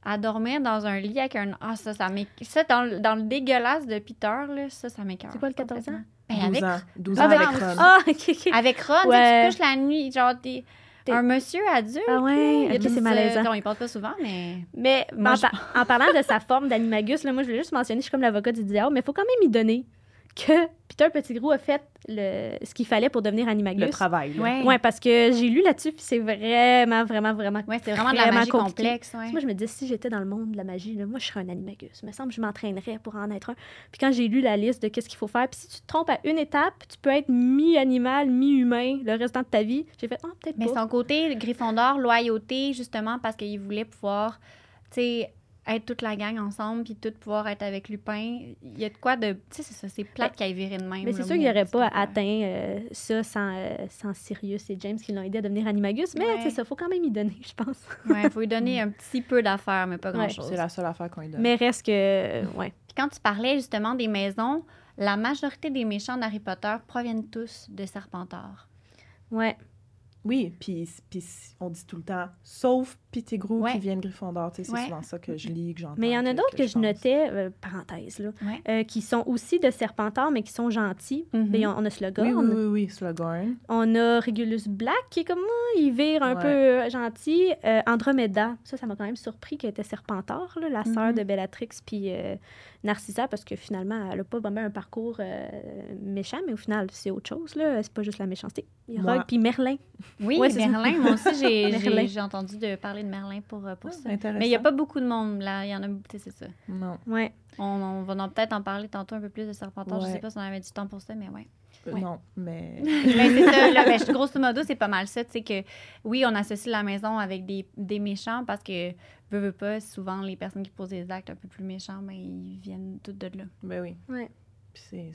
à dormir dans un lit avec un... Ah, ça dans le dégueulasse de Peter, là, ça m'écoeure. C'est quoi, le 14 ans? Ben, 12 avec ans. 12 ans avec avec Ron. Ah, OK. Avec Ron, Ouais. tu couches la nuit, genre, un monsieur adulte. Ah ouais, là, ok, c'est malaisant. Non, il passe pas souvent, mais... Mais Moi, en parlant de sa forme d'animagus, là, moi, je voulais juste mentionner, je suis comme l'avocat du diable, mais il faut quand même y donner que Peter Pettigrew a fait ce qu'il fallait pour devenir animagus. Le travail. Là. Ouais. Ouais, parce que j'ai lu là-dessus, puis c'est vraiment, vraiment, vraiment. Ouais, c'est vraiment de la magie compliqué. complexe. Ouais. Moi, je me dis, si j'étais dans le monde de la magie, là, moi, je serais un animagus. Il me semble que je m'entraînerais pour en être un. Puis quand j'ai lu la liste de qu'est-ce qu'il faut faire, puis si tu te trompes à une étape, tu peux être mi-animal, mi-humain le restant de ta vie. J'ai fait, peut-être Mais pas. son côté Gryffondor, loyauté, justement, parce qu'il voulait pouvoir, tu sais, être toute la gang ensemble, puis tout pouvoir être avec Lupin. Il y a de quoi de... Tu sais, c'est ça, c'est plate qu'il ait viré de même. Mais c'est sûr qu'il n'aurait pas atteint ça sans Sirius et James qui l'ont aidé à devenir animagus. Mais c'est ça, il faut quand même y donner, je pense. Ouais, il faut lui donner un petit peu d'affaires, mais pas grand-chose. C'est la seule affaire qu'on lui donne. Mais reste que... ouais. Puis quand tu parlais justement des maisons, la majorité des méchants d'Harry Potter proviennent tous de Serpentard. Ouais. Oui, puis on dit tout le temps, sauf Pettigrew Ouais. qui vient de Gryffondor. Tu sais, c'est Ouais. souvent ça que je lis, que j'entends. Mais il y en a d'autres que je pense. notais, parenthèse, là, Ouais. qui sont aussi de Serpentard, mais qui sont gentils. Mhm. Mais on a Slughorn. Oui, Slughorn. On a Regulus Black, qui est comme moi, il vire un Ouais. peu gentil. Andromeda, ça m'a quand même surpris qu'elle était Serpentard, là, la sœur Mhm. de Bellatrix puis Narcissa, parce que finalement, elle n'a pas vraiment un parcours méchant, mais au final, c'est autre chose, là. C'est pas juste la méchanceté. Il y a Moi- Rogue puis Merlin. Oui, Ouais, c'est ça. Merlin. Moi aussi, Merlin. j'ai entendu parler de Merlin pour ça. Intéressant. Mais il n'y a pas beaucoup de monde, là. Il y en a, tu sais, c'est ça. Non. Ouais. On va peut-être en parler tantôt un peu plus de Serpentard. Je Ouais. sais pas si on avait du temps pour ça, mais ouais. Ouais. Non, mais... Ben, c'est ça, là. Ben, grosso modo, c'est pas mal ça. Tu sais que, oui, on associe la maison avec des méchants parce que, veux pas, souvent, les personnes qui posent des actes un peu plus méchants, ben, ils viennent toutes de là. Ben oui. Ouais. Puis c'est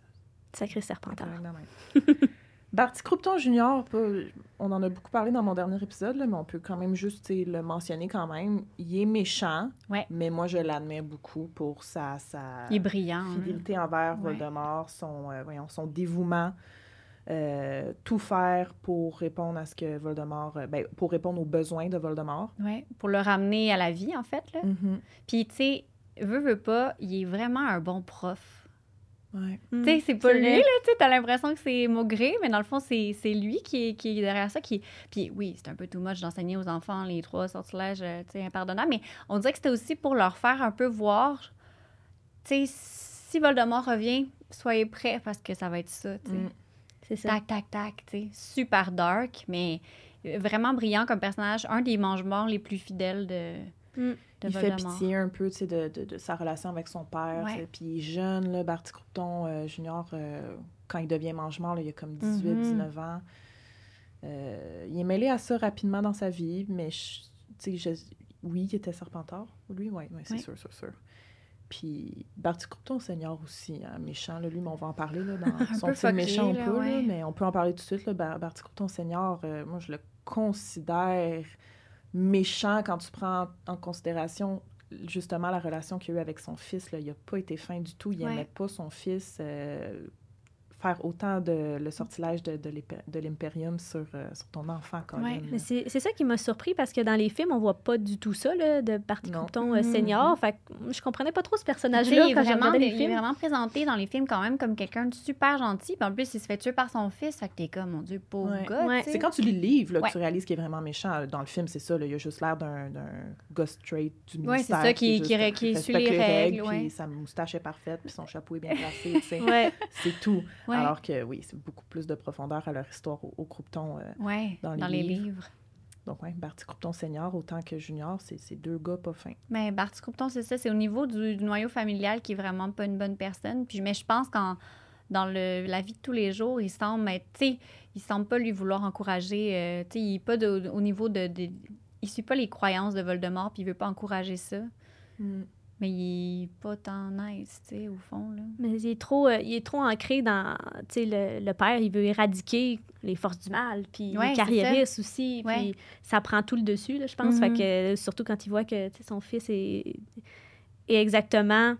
Sacré Serpentard. correct de même. Barty Croupton Junior, on en a beaucoup parlé dans mon dernier épisode, là, mais on peut quand même juste le mentionner quand même. Il est méchant, Ouais. mais moi, je l'admire beaucoup pour sa Il est brillant. hein. fidélité envers Ouais. Voldemort, son dévouement, tout faire pour répondre à ce que Voldemort... pour répondre aux besoins de Voldemort. Ouais, pour le ramener à la vie, en fait, là. Mm-hmm. Puis, tu sais, veut pas, il est vraiment un bon prof. Ouais. Mm, Tu sais, c'est pas c'est lui, vrai. là, tu sais, t'as l'impression que c'est Maugré, mais dans le fond, c'est lui qui est derrière ça. Puis oui, c'est un peu too much d'enseigner aux enfants les 3 sortilèges, tu sais, impardonnables, mais on dirait que c'était aussi pour leur faire un peu voir, tu sais, si Voldemort revient, soyez prêts parce que ça va être ça, tu sais. Mm. C'est ça. Tac, tac, tac, tu sais. Super dark, mais vraiment brillant comme personnage, un des mange-morts les plus fidèles de Il fait Voldemort. pitié un peu, tu sais, de sa relation avec son père. Ouais. tu sais. Puis il est jeune, là, Barty Croupton Junior, quand il devient mange-mort, là, il a comme 18, Mhm. 19 ans. Il est mêlé à ça rapidement dans sa vie, mais, tu sais, oui, il était Serpentard. Lui, oui, c'est Oui. sûr. Puis Barty Croupton Senior aussi, hein, méchant, là, lui, mais on va en parler, là, dans peu son film fucké, méchant là, un peu, ouais. là, mais on peut en parler tout de suite, là, Barty Croupton Senior, moi, je le considère méchant quand tu prends en considération justement la relation qu'il a eue avec son fils. Là. Il n'a pas été fin du tout. Il Ouais. n'aimait pas son fils faire autant le sortilège de l'Imperium sur ton enfant, Colin. Ouais. là. Mais c'est ça qui m'a surpris parce que dans les films, on voit pas du tout ça, là, de Barty Non. Croupton Mhm. senior. Fait que je comprenais pas trop ce Tu sais, personnage-là il est quand j'ai vraiment, regardé les il est films. vraiment présenté dans les films quand même comme quelqu'un de super gentil. Puis en plus, il se fait tuer par son fils. Fait que t'es comme, mon Dieu, pauvre Ouais. gars, Ouais. tu sais. C'est quand tu lis le livre là, Ouais. que tu réalises qu'il est vraiment méchant. Dans le film, c'est ça. Là, il a juste l'air d'un gars straight du Ouais, ministère. c'est ça, qui juste- suit respecte les règles, ouais. Puis sa moustache est parfaite, puis son chapeau est bien placé. tu sais. Ouais. C'est tout. Ouais. Alors que, oui, c'est beaucoup plus de profondeur à leur histoire au Croupton. Ouais, dans dans les les livres. livres. Donc, oui, Barty Croupton Senior, autant que Junior, c'est 2 gars pas fins. Mais Barty Croupton, c'est ça. C'est au niveau du noyau familial qui est vraiment pas une bonne personne. Puis, mais je pense qu'en dans la vie de tous les jours, il semble être, tu sais, il semble pas lui vouloir encourager, tu sais, il est pas au niveau il suit pas les croyances de Voldemort, puis il veut pas encourager ça. Mais il est pas tant nice, tu sais, au fond, là. Mais il est trop ancré dans, tu sais, le père, il veut éradiquer les forces du mal, puis Ouais, il est c'est carriériste aussi, Ouais. puis ça prend tout le dessus, là, je pense. Mhm. Fait que, surtout quand il voit que tu sais, son fils est exactement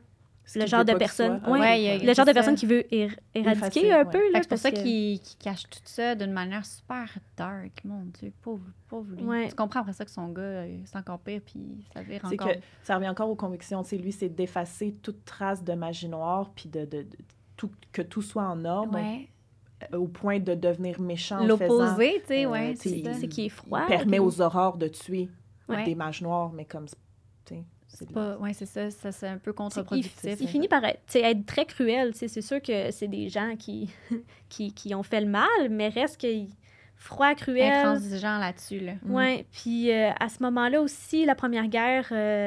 le genre de personne. Le genre de personne qui veut éradiquer un peu. C'est pour ça qu'il cache tout ça d'une manière super dark. Mon Dieu, pauvre lui. Ouais. Tu comprends après ça que son gars, c'est encore pire, puis ça vire encore. C'est que ça revient encore aux convictions. T'sais, lui, c'est d'effacer toute trace de magie noire, puis que tout soit en ordre. Ouais. Au point de devenir méchant. L'opposé, tu sais, c'est qui est froid. Il permet aux aurores de tuer des mages noirs, mais comme, tu sais... c'est ça, c'est un peu contre-productif. Il finit par être très cruel. C'est sûr que c'est des gens qui ont fait le mal, mais reste que froid, cruel. Intransigeant là-dessus, là. Oui, puis à ce moment-là aussi, la première guerre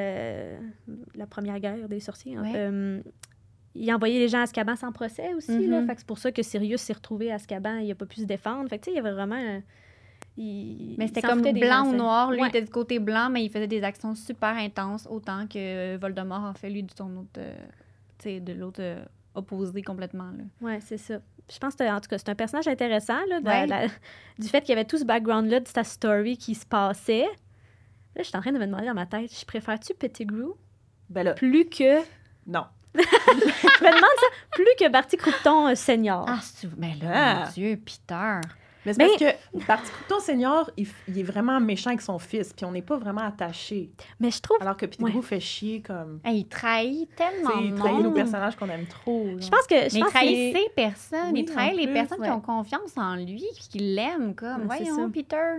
des sorciers, il a envoyé les gens à Azkaban sans procès aussi, là. Fait que c'est pour ça que Sirius s'est retrouvé à Azkaban, il n'a pas pu se défendre. Fait que, tu sais, il y avait vraiment... mais c'était comme blanc ou noir. Lui, il était du côté blanc, mais il faisait des actions super intenses, autant que Voldemort en fait, lui, de l'autre opposé complètement. Oui, c'est ça. Je pense que, en tout cas, c'est un personnage intéressant, là, du fait qu'il y avait tout ce background-là de sa story qui se passait. Là, je suis en train de me demander dans ma tête, je préfère-tu Pettigrew plus que... Non. Je me demande ça, plus que Barty Croughton senior. Mais là, mon Dieu, Peter... Mais c'est parce que Barty Croughton senior, il est vraiment méchant avec son fils, puis on n'est pas vraiment attaché. Mais je trouve... Alors que Pettigrew fait chier comme... Il trahit tellement de monde. Il trahit nos personnages qu'on aime trop. Je pense que... Mais il trahit ses personnes. Il trahit les personnes qui ont confiance en lui, puis qui l'aiment, comme... Voyons, Peter.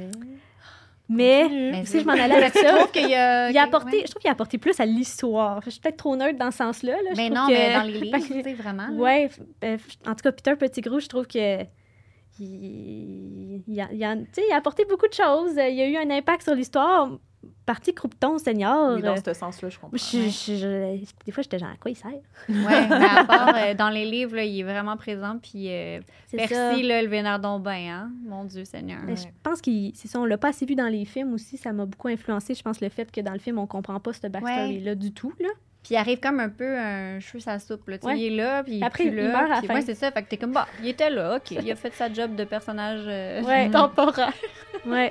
Mais si je m'en allais avec ça, je trouve qu'il a apporté plus à l'histoire. Je suis peut-être trop neutre dans ce sens-là. Mais non, mais dans les livres, tu sais, vraiment. Oui, en tout cas, Peter Pettigrew, je trouve que... Il a apporté beaucoup de choses. Il y a eu un impact sur l'histoire. Barty Croughton senior. Oui, dans ce sens-là, je comprends. Des fois, j'étais genre, à quoi il sert? Oui, mais à part, dans les livres, là, il est vraiment présent. Puis, Percy, là, le vénère donc bien, hein? Mon Dieu Seigneur. Je pense qu'on l'a pas assez vu dans les films aussi. Ça m'a beaucoup influencé. Je pense le fait que dans le film, on comprend pas cette backstory-là du tout, là. Puis il arrive comme un peu un cheveu sa soupe. Là. Il est là, puis après, il meurt à la fin. Ouais, c'est ça. Fait que t'es comme, il était là, OK. Il a fait sa job de personnage temporaire. Ouais.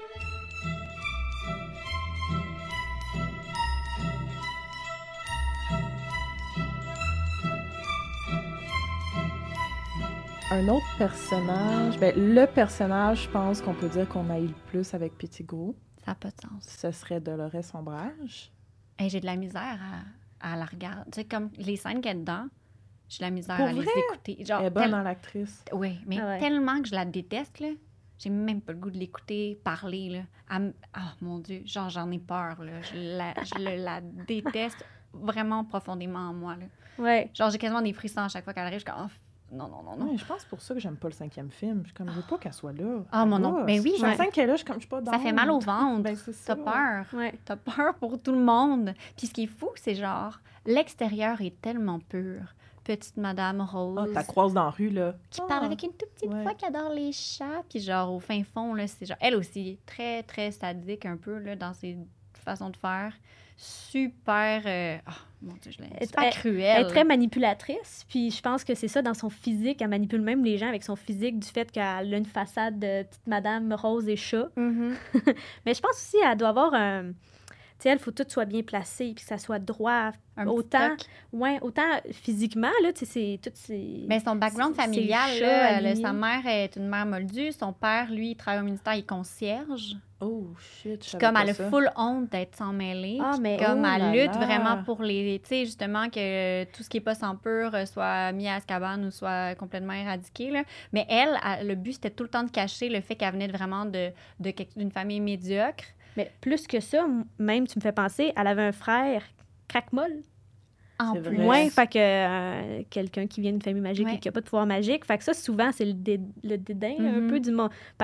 Un autre personnage, le personnage, je pense qu'on peut dire qu'on a eu le plus avec Pettigrew. Ça n'a pas de sens. Ce serait Dolores Sombrage. Hey, j'ai de la misère à la regarder. Tu sais, comme les scènes qu'elle est dedans, j'ai de la misère Pour à vrai? les écouter. Genre, elle est bonne dans l'actrice. Oui, mais tellement que je la déteste, là. J'ai même pas le goût de l'écouter parler, là. Mon Dieu, genre, j'en ai peur, là. Je la déteste vraiment profondément en moi, là. Ouais. Genre, j'ai quasiment des frissons à chaque fois qu'elle arrive. Je suis comme, non. Ouais, je pense pour ça que j'aime pas le 5e film. Je veux pas qu'elle soit là. Mon nom. Mais oui, chaque scène qu'elle est là, je suis pas dans. Ça fait mal au ventre. C'est ça. T'as peur. Ouais. T'as peur pour tout le monde. Puis ce qui est fou, c'est genre, l'extérieur est tellement pur. Petite Madame Rose. Ta croise dans la rue, là. Qui parle avec une toute petite voix qui adore les chats. Puis genre, au fin fond, là, c'est genre... Elle aussi, très, très sadique un peu, là, dans ses façons de faire. Super... mon Dieu, je l'aime. Super cruelle. Elle est très manipulatrice. Puis je pense que c'est ça, dans son physique. Elle manipule même les gens avec son physique, du fait qu'elle a une façade de petite Madame Rose et chat. Mm-hmm. Mais je pense aussi qu'elle doit avoir un... Tu sais, il faut que tout soit bien placé, puis que ça soit droit. Autant physiquement, là, tu sais, mais son background familial, là, sa mère est une mère moldue. Son père, lui, il travaille au ministère, il est concierge. Oh, shit, je savais comme pas elle a ça. full honte d'être sans mêler. Mais comme elle lutte là. vraiment pour les... Tu sais, justement, que tout ce qui est pas sans pur soit mis à Azkaban ou soit complètement éradiqué, là. Mais elle, le but, c'était tout le temps de cacher le fait qu'elle venait vraiment d'une famille médiocre. Mais plus que ça, même, tu me fais penser, elle avait un frère craque-molle. En C'est plus. vrai. Ouais, fait que quelqu'un qui vient d'une famille magique et qui n'a pas de pouvoir magique. Fait que ça, souvent, c'est le dédain un peu du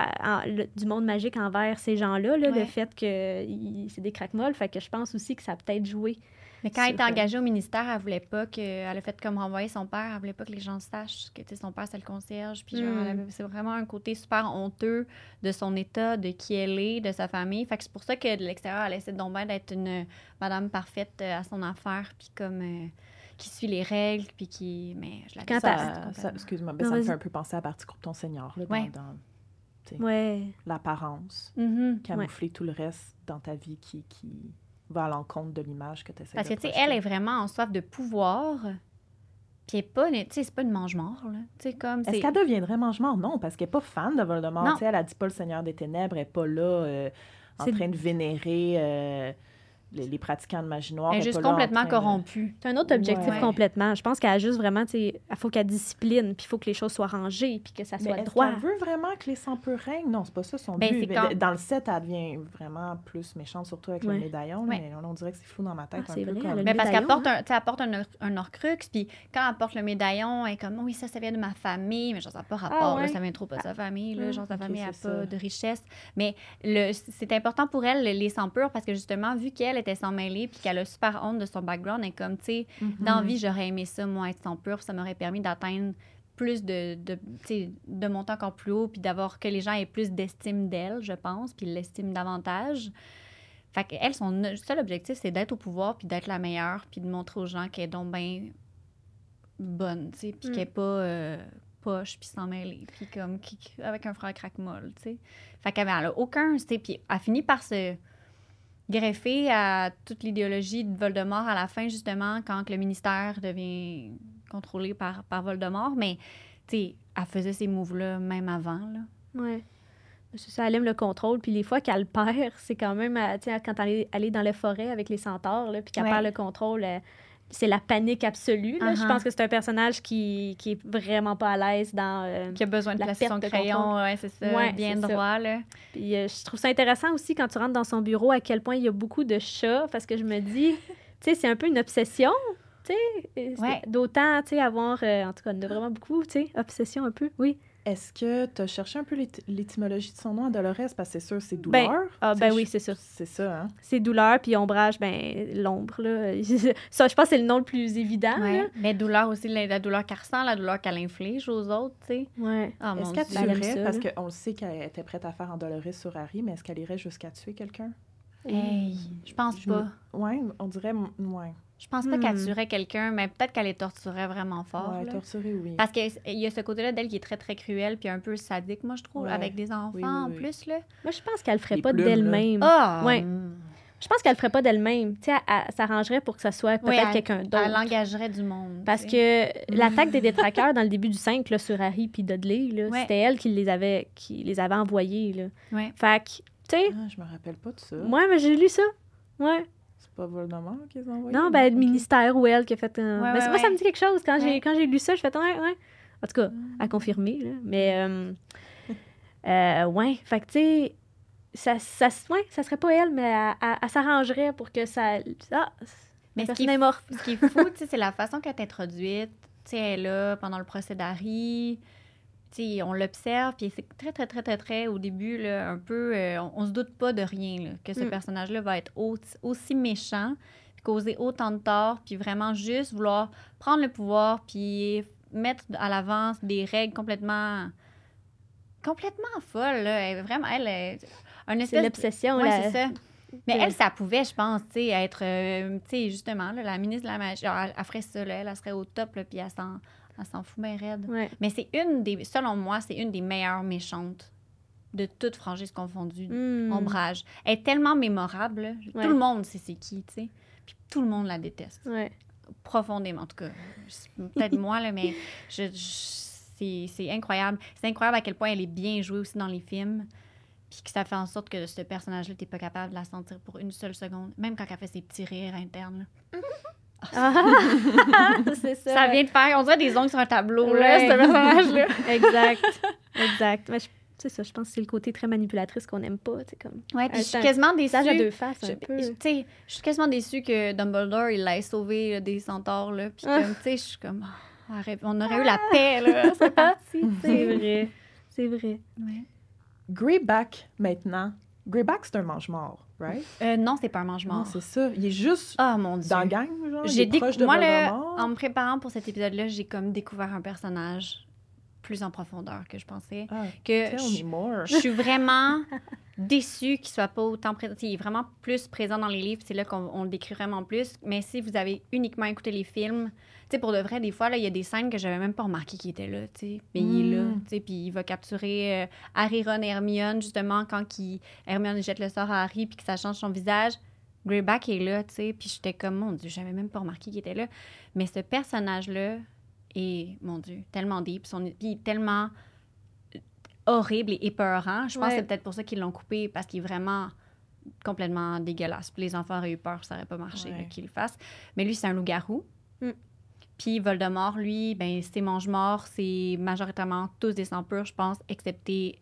monde magique envers ces gens-là, là, le fait que c'est des craque-molles. Fait que je pense aussi que ça a peut-être joué. Mais quand elle était engagée au ministère, elle voulait pas que... Elle a fait comme renvoyer son père. Elle voulait pas que les gens sachent que son père, c'est le concierge. Puis genre, c'est vraiment un côté super honteux de son état, de qui elle est, de sa famille. Fait que c'est pour ça que de l'extérieur, elle essaie donc bien d'être une madame parfaite à son affaire. Puis comme... qui suit les règles, puis qui... Mais je la déteste. Excuse-moi, mais ça me fait un peu penser à Barty Croughton senior, là, dans l'apparence. Mm-hmm. Camoufler tout le reste dans ta vie qui va à l'encontre de l'image que tu essaies de Parce que, tu sais, projeter. elle est vraiment en soif de pouvoir, puis elle est pas, tu sais, c'est pas une mange-mort, là. Tu sais, comme, Est-ce qu'elle deviendrait mange-mort? Non, parce qu'elle n'est pas fan de Voldemort. Non. Tu sais, elle a dit pas le Seigneur des Ténèbres, elle n'est pas là en train de vénérer les pratiquants de magie noire. Elle est juste complètement corrompue. C'est un autre objectif Ouais. complètement. Je pense qu'elle a juste vraiment, tu sais, il faut qu'elle discipline, puis il faut que les choses soient rangées, puis que ça soit Mais est-ce droit. qu'elle veut vraiment que les sans-peu règnent? Non, c'est pas ça son Ben, but. c'est Mais quand- dans le 7, elle devient vraiment plus méchante, surtout avec le Ouais. médaillon. Ouais. Mais on dirait que c'est flou dans ma tête Ah, un c'est peu vrai, comme... elle a Mais parce qu'elle médaillon, porte, elle porte un Horcrux, puis quand elle porte le médaillon, elle est comme, oui, ça vient de ma famille, mais genre, ça n'a pas rapport, ouais. là, ça vient trop pas de sa famille, là, genre, sa ok, famille n'a c'est pas ça. de richesse. Mais c'est important pour elle, les sangs purs, parce que justement, vu qu'elle était sans mêler, puis qu'elle a super honte de son background, elle est comme, tu sais, dans la vie, j'aurais aimé ça, moi, être sans pur, puis ça m'aurait permis d'atteindre plus de monter encore plus haut, puis d'avoir que les gens aient plus d'estime d'elle, je pense, puis l'estiment davantage. Fait qu'elle, son seul objectif, c'est d'être au pouvoir, puis d'être la meilleure, puis de montrer aux gens qu'elle est donc bien bonne, tu sais, puis qu'elle est pas poche, puis sans mêler, puis comme avec un frère craque-molle, tu sais. Fait qu'elle a aucun, tu sais, puis elle finit par se greffer à toute l'idéologie de Voldemort à la fin, justement, quand le ministère devient contrôlé par Voldemort, mais, tu sais, elle faisait ces moves-là même avant, là. Ouais. C'est ça, elle aime le contrôle, puis les fois qu'elle le perd, c'est quand même, tu sais, quand elle est dans les forêts avec les centaures, là, puis qu'elle Ouais. perd le contrôle, c'est la panique absolue, là. Je Uh-huh. pense que c'est un personnage qui est vraiment pas à l'aise dans... Qui a besoin de la placer perte son de crayon, contrôle. ouais, c'est ça, Ouais, bien c'est ça. droit, là. Puis je trouve ça intéressant aussi quand tu rentres dans son bureau à quel point il y a beaucoup de chats, parce que je me dis, tu sais, c'est un peu une obsession, tu sais, Ouais. d'autant, tu sais, avoir, en tout cas, il y en a vraiment beaucoup, tu sais, obsession un peu, oui. Est-ce que tu as cherché un peu l'étymologie de son nom à Dolores? Parce que c'est sûr, c'est Ben, douleur. ah, Tu sais, ben oui, c'est ça. C'est ça, hein? C'est douleur, puis ombrage, ben l'ombre, là. Ça, je pense que c'est le nom le plus évident, Ouais. là. Mais douleur aussi, la douleur qu'elle ressent, la douleur qu'elle inflige aux autres, tu sais. Ouais. Ah, mon Est-ce Dieu. qu'elle Elle aime tuerait? ça, Parce là. qu'on le sait qu'elle était prête à faire en Dolores sur Harry, mais est-ce qu'elle irait jusqu'à tuer quelqu'un? Hey, je pense Je pas. Oui, on dirait... Ouais, Je pense pas qu'elle tuerait quelqu'un, mais peut-être qu'elle les torturerait vraiment fort. ouais là. torturée, oui. Parce qu'il y a ce côté-là d'elle qui est très, très cruel puis un peu sadique, moi, je trouve, Ouais. avec des enfants Oui, oui, en oui. plus, là. Moi, je pense qu'elle ferait Les pas plumes, d'elle-même. Ah! Ouais. Je pense qu'elle ferait pas d'elle-même. Tu sais, elle s'arrangerait pour que ça soit peut-être quelqu'un d'autre. Elle engagerait du monde. Parce tu sais. que l'attaque des détraqueurs dans le début du 5, là, sur Harry puis Dudley, là, Ouais. c'était elle qui les avait envoyés, là. Ouais. Fait que, tu sais, Ah, je me rappelle pas de ça. moi, mais j'ai lu ça. Ouais. C'est pas Voldemort qu'ils ont envoyé? Non, ben, le Ok. ministère ou elle qui a fait un... Ouais, Ben, ouais, moi, ça ouais. me dit quelque chose. Quand Ouais. j'ai lu ça, je fais ouais. En tout cas, à confirmer, là. Mais, ouais. Fait que, tu sais, ça serait pas elle, mais elle s'arrangerait pour que ça... Ah, Mais la ce qui personne est morte. Ce qui est fou, tu sais, c'est la façon qu'elle est introduite. Tu sais, elle est là pendant le procès d'Harry. Tu sais, on l'observe, puis c'est très, très, très, très, très, au début, là, un peu... on se doute pas de rien, là, que ce personnage-là va être aussi méchant, puis causer autant de tort, puis vraiment juste vouloir prendre le pouvoir, puis mettre à l'avance des règles complètement folles, là. Elle, vraiment, elle est... Un C'est espèce l'obsession, Ouais, là. c'est ça. Mais que- elle, ça pouvait, je pense, tu sais, être, tu sais, justement, là, la ministre de la magie, genre, elle ferait ça, là, elle serait au top, là, puis elle s'en fout bien raide. Ouais. Mais c'est selon moi, c'est une des meilleures méchantes de toutes franchises confondues. Ombrage. Elle est tellement mémorable, là. Ouais. Tout le monde sait c'est qui, tu sais. Puis tout le monde la déteste. Ouais. Profondément, en tout cas. Peut-être moi, là, mais c'est incroyable. C'est incroyable à quel point elle est bien jouée aussi dans les films. Puis que ça fait en sorte que ce personnage-là, t'es pas capable de la sentir pour une seule seconde. Même quand elle fait ses petits rires internes, là. C'est ça. Ça vient de faire, on dirait des ongles sur un tableau, là, Ouais. ce personnage-là. Exact. Mais c'est ça, je pense que c'est le côté très manipulatrice qu'on n'aime pas, tu sais, comme... Ouais, puis je suis Un quasiment déçue. visage à deux faces, un peu. Tu sais, je suis quasiment déçue que Dumbledore, il l'ait sauvé là, des centaures, là. Puis comme, tu sais, je suis comme... on aurait eu la paix, là. C'est parti, tu C'est sais. vrai. C'est vrai. Ouais. Greyback, maintenant. Greyback, c'est un mange-mort, right? Non, c'est pas un Non, mange-mort. c'est ça. Il est juste Oh mon Dieu. dans la gang, genre. Il J'ai est proche de moi, là, Voldemort. en me préparant pour cet épisode-là, j'ai comme découvert un personnage plus en profondeur que je pensais. Ah, Que tell me more. je suis vraiment déçue qu'il soit pas autant présent. Il est vraiment plus présent dans les livres. C'est là qu'on le décrit vraiment plus. Mais si vous avez uniquement écouté les films, tu sais, pour de vrai, des fois, là, il y a des scènes que j'avais même pas remarqué qu'il était là, tu sais. Mais il est là, tu sais. Puis il va capturer Harry, Ron et Hermione, justement, quand Hermione jette le sort à Harry puis que ça change son visage. Greyback est là, tu sais, puis j'étais comme, mon Dieu, j'avais même pas remarqué qu'il était là. Mais ce personnage-là est, mon Dieu, tellement deep, puis tellement horrible et épeurant. Je pense que c'est peut-être pour ça qu'ils l'ont coupé, parce qu'il est vraiment complètement dégueulasse. Puis les enfants auraient eu peur, ça n'aurait pas marché qu'il le fasse. Mais lui, c'est un loup-garou. Puis Voldemort, lui, ben c'est mange-morts, c'est majoritairement tous des sang-purs, je pense, excepté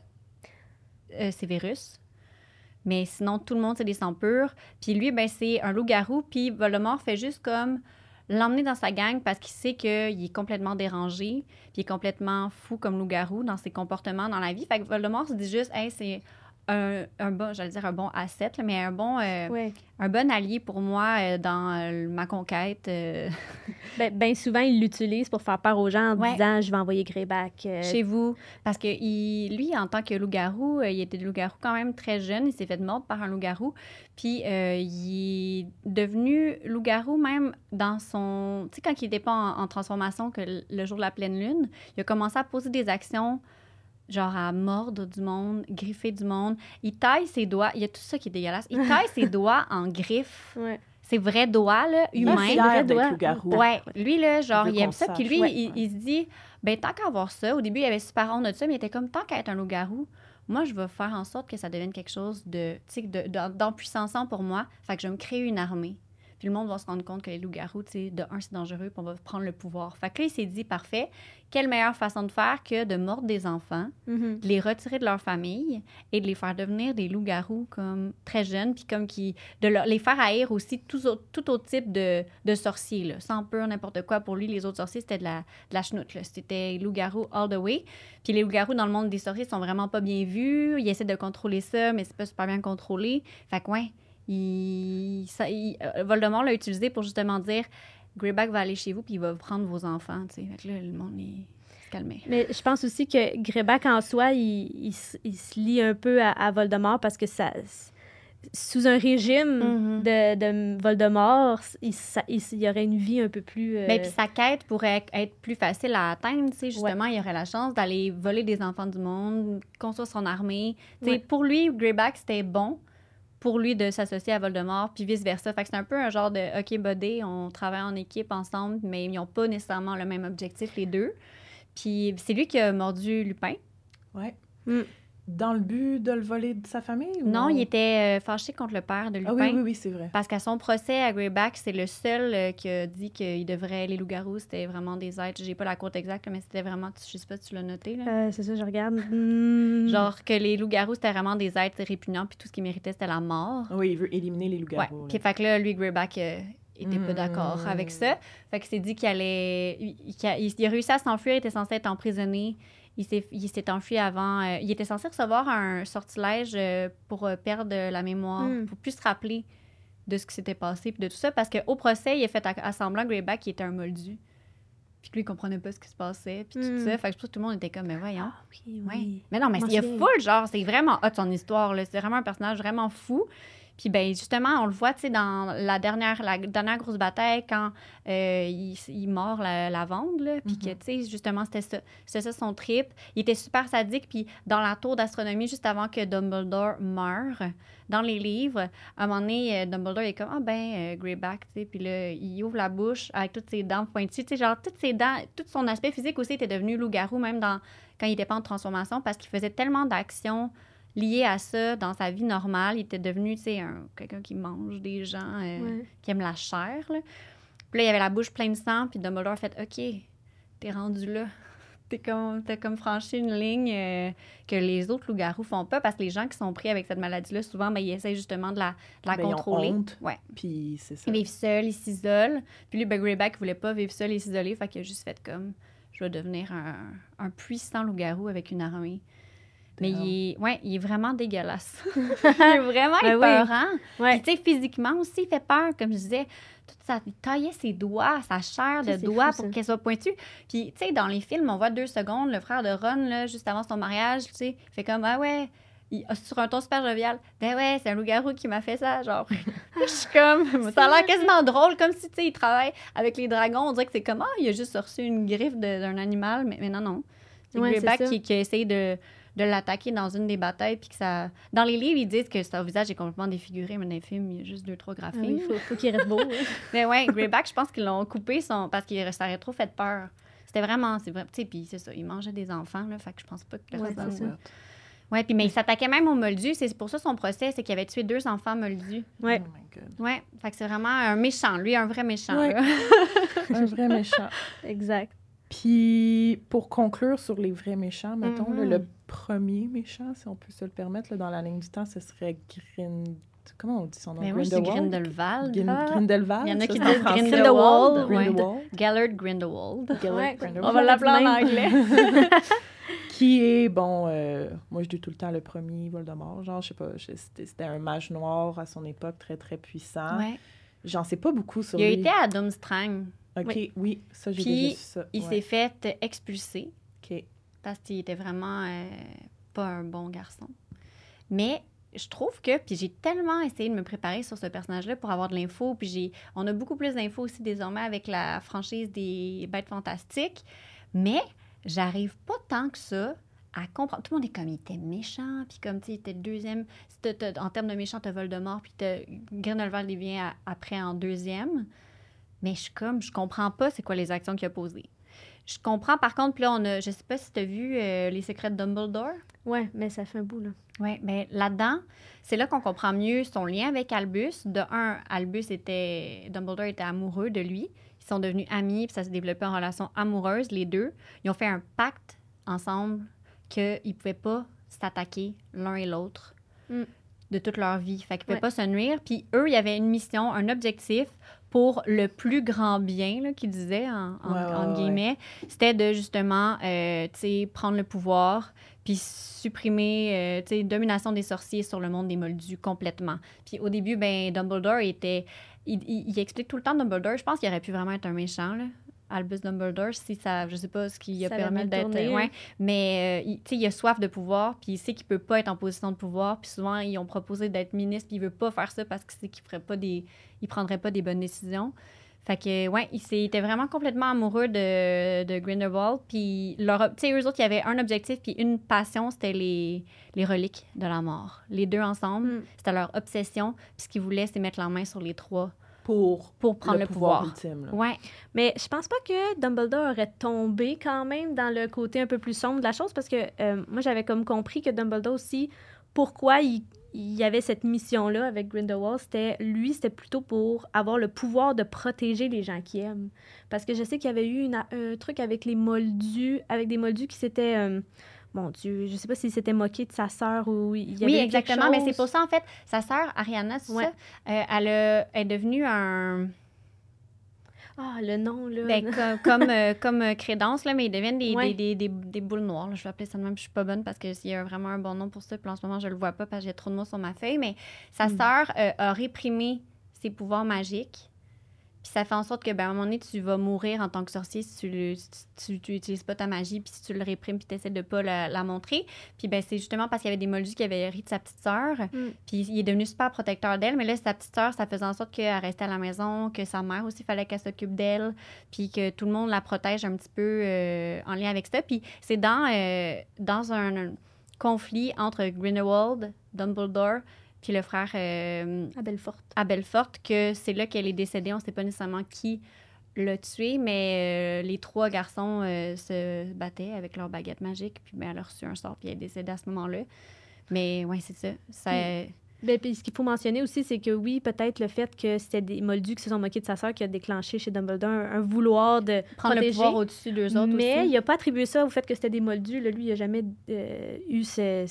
Severus. Mais sinon, tout le monde, c'est des sang-purs. Puis lui, ben c'est un loup-garou, puis Voldemort fait juste comme l'emmener dans sa gang parce qu'il sait qu'il est complètement dérangé, puis il est complètement fou comme loup-garou dans ses comportements dans la vie. Fait que Voldemort se dit juste, hey, c'est un bon, j'allais dire un bon asset, là, mais un bon allié pour moi dans ma conquête. Ben souvent, il l'utilise pour faire peur aux gens en disant « Je vais envoyer Greyback chez vous ». Parce que lui, en tant que loup-garou, il était loup-garou quand même très jeune. Il s'est fait mordre par un loup-garou. Puis il est devenu loup-garou même dans son... Tu sais, quand il n'était pas en transformation, que le jour de la pleine lune, il a commencé à poser des actions genre à mordre du monde, griffer du monde. Il taille ses doigts. Il y a tout ça qui est dégueulasse. Il taille ses doigts en griffes. Ses vrais doigts, là, humains. Il a fier d'être loup-garou. Ouais. Lui, là, genre, il aime ça. sache. Puis lui, il se dit, ben tant qu'à avoir ça, au début, il avait super honte de ça, mais il était comme, tant qu'à être un loup-garou, moi, je vais faire en sorte que ça devienne quelque chose d'empuissant pour moi. Fait que je vais me créer une armée. Puis le monde va se rendre compte que les loups-garous, tu sais, de un, c'est dangereux, puis on va prendre le pouvoir. Fait que là, il s'est dit, parfait, quelle meilleure façon de faire que de mordre des enfants, de les retirer de leur famille et de les faire devenir des loups-garous comme très jeunes, puis comme les faire haïr aussi tout autre type de sorciers, là, sans peur, n'importe quoi. Pour lui, les autres sorciers, c'était de la chenoute, là. C'était loups-garous all the way. Puis les loups-garous dans le monde des sorciers sont vraiment pas bien vus. Ils essaient de contrôler ça, mais c'est pas super bien contrôlé. Fait que, ouais. Voldemort l'a utilisé pour justement dire Greyback va aller chez vous puis il va prendre vos enfants, tu sais. Fait que là, le monde se calmait. Mais je pense aussi que Greyback en soi, il se lie un peu à Voldemort parce que ça, sous un régime de Voldemort, il y aurait une vie un peu plus... Mais puis sa quête pourrait être plus facile à atteindre, tu sais. Justement, il aurait la chance d'aller voler des enfants du monde, construire son armée. Tu sais, pour lui, Greyback, c'était bon pour lui de s'associer à Voldemort, puis vice-versa. Fait que c'est un peu un genre de « OK, buddy, on travaille en équipe ensemble », mais ils n'ont pas nécessairement le même objectif, les deux. Puis c'est lui qui a mordu Lupin. Ouais. Dans le but de le voler de sa famille? Ou non, il était fâché contre le père de Lupin. Ah oui, c'est vrai. Parce qu'à son procès à Greyback, c'est le seul qui a dit qu'il devrait... Les loups-garous, c'était vraiment des êtres... J'ai pas la quote exacte, mais c'était vraiment... Je sais pas si tu l'as noté, là. C'est ça, je regarde. Genre que les loups-garous, c'était vraiment des êtres répugnants, puis tout ce qu'ils méritaient, c'était la mort. Oui, il veut éliminer les loups-garous. Ouais. Fait que là, lui, Greyback... était pas d'accord avec ça. Fait qu'il s'est dit qu'il allait... Il a réussi à s'enfuir, il était censé être emprisonné. Il s'est enfui avant. Il était censé recevoir un sortilège pour perdre la mémoire, pour plus se rappeler de ce qui s'était passé puis de tout ça. Parce qu'au procès, il a fait à semblant Greyback qui était un moldu. Puis que lui, il comprenait pas ce qui se passait puis tout ça. Fait que tout le monde était comme, mais voyons. Ah, oui. Ouais. Mais non, mais il y a full, genre, c'est vraiment hot son histoire, là. C'est vraiment un personnage vraiment fou. Puis, ben justement, on le voit, tu sais, dans la dernière grosse bataille, quand il mord la lavande, là, puis que, tu sais, justement, c'était ça son trip. Il était super sadique, puis dans la tour d'astronomie, juste avant que Dumbledore meure, dans les livres, à un moment donné, Dumbledore, il est comme, Greyback, tu sais, puis là, il ouvre la bouche avec toutes ses dents pointues, tu sais, genre, toutes ses dents, tout son aspect physique aussi était devenu loup-garou, même quand il était pas en transformation, parce qu'il faisait tellement d'actions lié à ça dans sa vie normale. Il était devenu, tu sais, quelqu'un qui mange des gens, qui aime la chair, là. Puis là, il avait la bouche pleine de sang, puis Dumbledore a fait « OK, t'es rendu là. T'as comme franchi une ligne que les autres loups-garous font pas, parce que les gens qui sont pris avec cette maladie-là, souvent, ben, ils essaient justement de la contrôler. Ils ont honte, ouais. Puis c'est ça. Ils vivent seuls, ils s'isolent. Puis lui, ben, Greyback voulait pas vivre seul et s'isoler, fait qu'il a juste fait comme « Je vais devenir un puissant loup-garou avec une armée. » Mais il est vraiment dégueulasse. Il est vraiment épeurant. Oui. Puis, tu sais, physiquement aussi, il fait peur. Comme je disais, il taillait ses doigts, sa chair de doigts pour qu'elle soit pointue. Puis, tu sais, dans les films, on voit 2 secondes, le frère de Ron, là, juste avant son mariage, tu sais, il fait comme, sur un ton super jovial, ben ouais, c'est un loup-garou qui m'a fait ça, genre. Je suis comme, ça a l'air quasiment drôle, comme si, tu sais, il travaille avec les dragons. On dirait que c'est comme, il a juste reçu une griffe d'un animal, mais non. C'est Greyback qui a essayé de de l'attaquer dans une des batailles, puis que ça... Dans les livres, ils disent que son visage est complètement défiguré, mais dans les films, il y a juste 2-3 graphismes. Oui, faut qu'il reste beau. Mais ouais, Greyback, je pense qu'ils l'ont coupé parce que ça aurait trop fait peur. C'était vraiment... C'est vrai, tu sais, puis c'est ça, il mangeait des enfants, là, fait que je pense pas que... Ouais, c'est ça. Ouais, puis mais il s'attaquait même aux Moldus. C'est pour ça son procès, c'est qu'il avait tué 2 enfants Moldus. Ouais. Oh my God. Ouais, fait que c'est vraiment un méchant. Lui, un vrai méchant. Ouais. Là. Un vrai méchant. Exact. Puis, pour conclure sur les vrais méchants, mettons, là, Mhm. le premier méchant, si on peut se le permettre, là, dans la ligne du temps, ce serait Comment on dit son nom? Mais moi, je dis Grindelwald. Grindelwald? Il y en a ça, qui c'est en disent français. Grindelwald. Grindelwald. Gellert Grindelwald. Gellert Ouais, Grindelwald. On va l'appeler en anglais. Qui est, bon, moi je dis tout le temps le premier Voldemort, genre, je sais pas, c'était un mage noir à son époque, très très puissant. Ouais. J'en sais pas beaucoup sur Il a lui. été à Durmstrang. Ok, oui, ça j'ai Puis, déjà su ça. Il ouais. s'est fait expulser Ok. parce qu'il était vraiment pas un bon garçon. Mais je trouve que, puis j'ai tellement essayé de me préparer sur ce personnage-là pour avoir de l'info, puis on a beaucoup plus d'infos aussi désormais avec la franchise des Bêtes Fantastiques, mais j'arrive pas tant que ça à comprendre. Tout le monde est comme, il était méchant, puis comme, tu sais, il était le deuxième. En termes de méchant, t'as Voldemort, puis Grindelwald, il vient après en deuxième. Mais je comprends pas c'est quoi les actions qu'il a posées. Je comprends, par contre, puis là, je sais pas si t'as vu Les Secrets de Dumbledore. Ouais, mais ça fait un bout, là. Oui, mais là-dedans, c'est là qu'on comprend mieux son lien avec Albus. De un, Dumbledore était amoureux de lui. Ils sont devenus amis, puis ça s'est développé en relation amoureuse, les deux. Ils ont fait un pacte ensemble qu'ils ne pouvaient pas s'attaquer l'un et l'autre de toute leur vie. Fait qu'ils ne pouvaient pas se nuire. Puis eux, il y avait une mission, un objectif pour le plus grand bien, là, qu'ils disaient, en guillemets. C'était de, justement, prendre le pouvoir puis supprimer, domination des sorciers sur le monde des Moldus complètement. Puis au début, Dumbledore il explique tout le temps Dumbledore. Je pense qu'il aurait pu vraiment être un méchant, là. Albus Dumbledore, si ça, je sais pas ce qui a permis d'être... mais il a soif de pouvoir, puis il sait qu'il peut pas être en position de pouvoir, puis souvent, ils ont proposé d'être ministre, puis il veut pas faire ça parce qu'il sait qu'il prendrait pas des bonnes décisions. Fait que, ouais, il était vraiment complètement amoureux de Grindelwald, puis eux autres, il y avait un objectif, puis une passion, c'était les reliques de la mort. Les deux ensemble, c'était leur obsession, puis ce qu'ils voulaient, c'est mettre la main sur les 3 pour prendre le pouvoir ultime. Ouais. Mais je pense pas que Dumbledore aurait tombé quand même dans le côté un peu plus sombre de la chose, parce que moi, j'avais comme compris que Dumbledore aussi, pourquoi il y avait cette mission-là avec Grindelwald, c'était plutôt pour avoir le pouvoir de protéger les gens qu'il aime. Parce que je sais qu'il y avait eu un truc avec les Moldus, avec des Moldus qui s'étaient... mon Dieu, je sais pas s'il s'était moqué de sa sœur ou il y avait exactement, quelque chose. mais c'est pour ça, en fait, sa sœur, Ariana, c'est ça? Elle est devenue un... Ah, le nom, là. Comme Crédence, là, mais ils deviennent des boules noires. Là. Je vais appeler ça de même, je suis pas bonne parce qu'il y a vraiment un bon nom pour ça. Puis en ce moment, je le vois pas parce que j'ai trop de mots sur ma feuille. Mais sa sœur a réprimé ses pouvoirs magiques. Puis ça fait en sorte que, à un moment donné, tu vas mourir en tant que sorcier si tu n'utilises pas ta magie, puis si tu le réprimes, puis tu essaies de pas la montrer. Puis c'est justement parce qu'il y avait des Moldus qui avaient ri de sa petite sœur. Puis il est devenu super protecteur d'elle. Mais là, sa petite sœur, ça faisait en sorte qu'elle restait à la maison, que sa mère aussi, il fallait qu'elle s'occupe d'elle, puis que tout le monde la protège un petit peu en lien avec ça. Puis c'est dans un conflit entre Grindelwald, Dumbledore, puis le frère à Belfort, que c'est là qu'elle est décédée. On ne sait pas nécessairement qui l'a tuée, mais les 3 garçons se battaient avec leur baguette magique, puis elle a reçu un sort, puis elle est décédée à ce moment-là. Mais oui, c'est ça. Puis ce qu'il faut mentionner aussi, c'est que oui, peut-être le fait que c'était des Moldus qui se sont moqués de sa sœur qui a déclenché chez Dumbledore un vouloir de prendre protéger. Le pouvoir au-dessus d'eux autres aussi. Mais il n'a pas attribué ça au fait que c'était des Moldus. Là, lui, il n'a jamais eu ce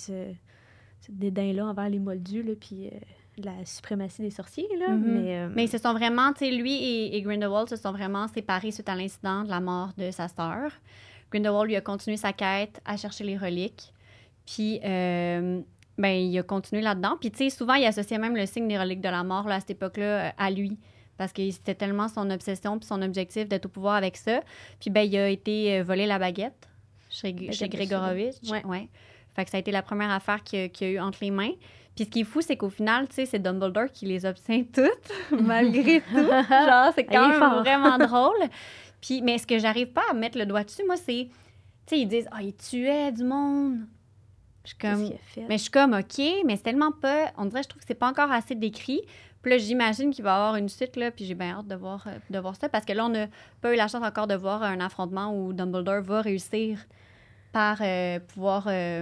dédain-là envers les Moldus, là, puis la suprématie des sorciers. Là, mais ils se sont vraiment, tu sais, lui et Grindelwald se sont vraiment séparés suite à l'incident de la mort de sa sœur. Grindelwald, lui, a continué sa quête à chercher les reliques. Puis, il a continué là-dedans. Puis, tu sais, souvent, il associait même le signe des reliques de la mort, là, à cette époque-là, à lui. Parce que c'était tellement son obsession puis son objectif d'être au pouvoir avec ça. Puis, il a été volé la baguette chez Gregorovitch. Ouais. Fait que ça a été la première affaire qu'il y a eu entre les mains. Puis ce qui est fou, c'est qu'au final, tu sais, c'est Dumbledore qui les obtient toutes, malgré tout. Genre, c'est quand même vraiment drôle. Puis, mais ce que j'arrive pas à mettre le doigt dessus, moi, c'est... Tu sais, ils disent « Ah, il tuait du monde. » Je suis comme, Qu'est-ce qu'il a fait? mais je suis comme, OK, mais c'est tellement pas... On dirait, je trouve que c'est pas encore assez décrit. Puis là, j'imagine qu'il va y avoir une suite, là, puis j'ai bien hâte de voir ça, parce que là, on n'a pas eu la chance encore de voir un affrontement où Dumbledore va réussir par pouvoir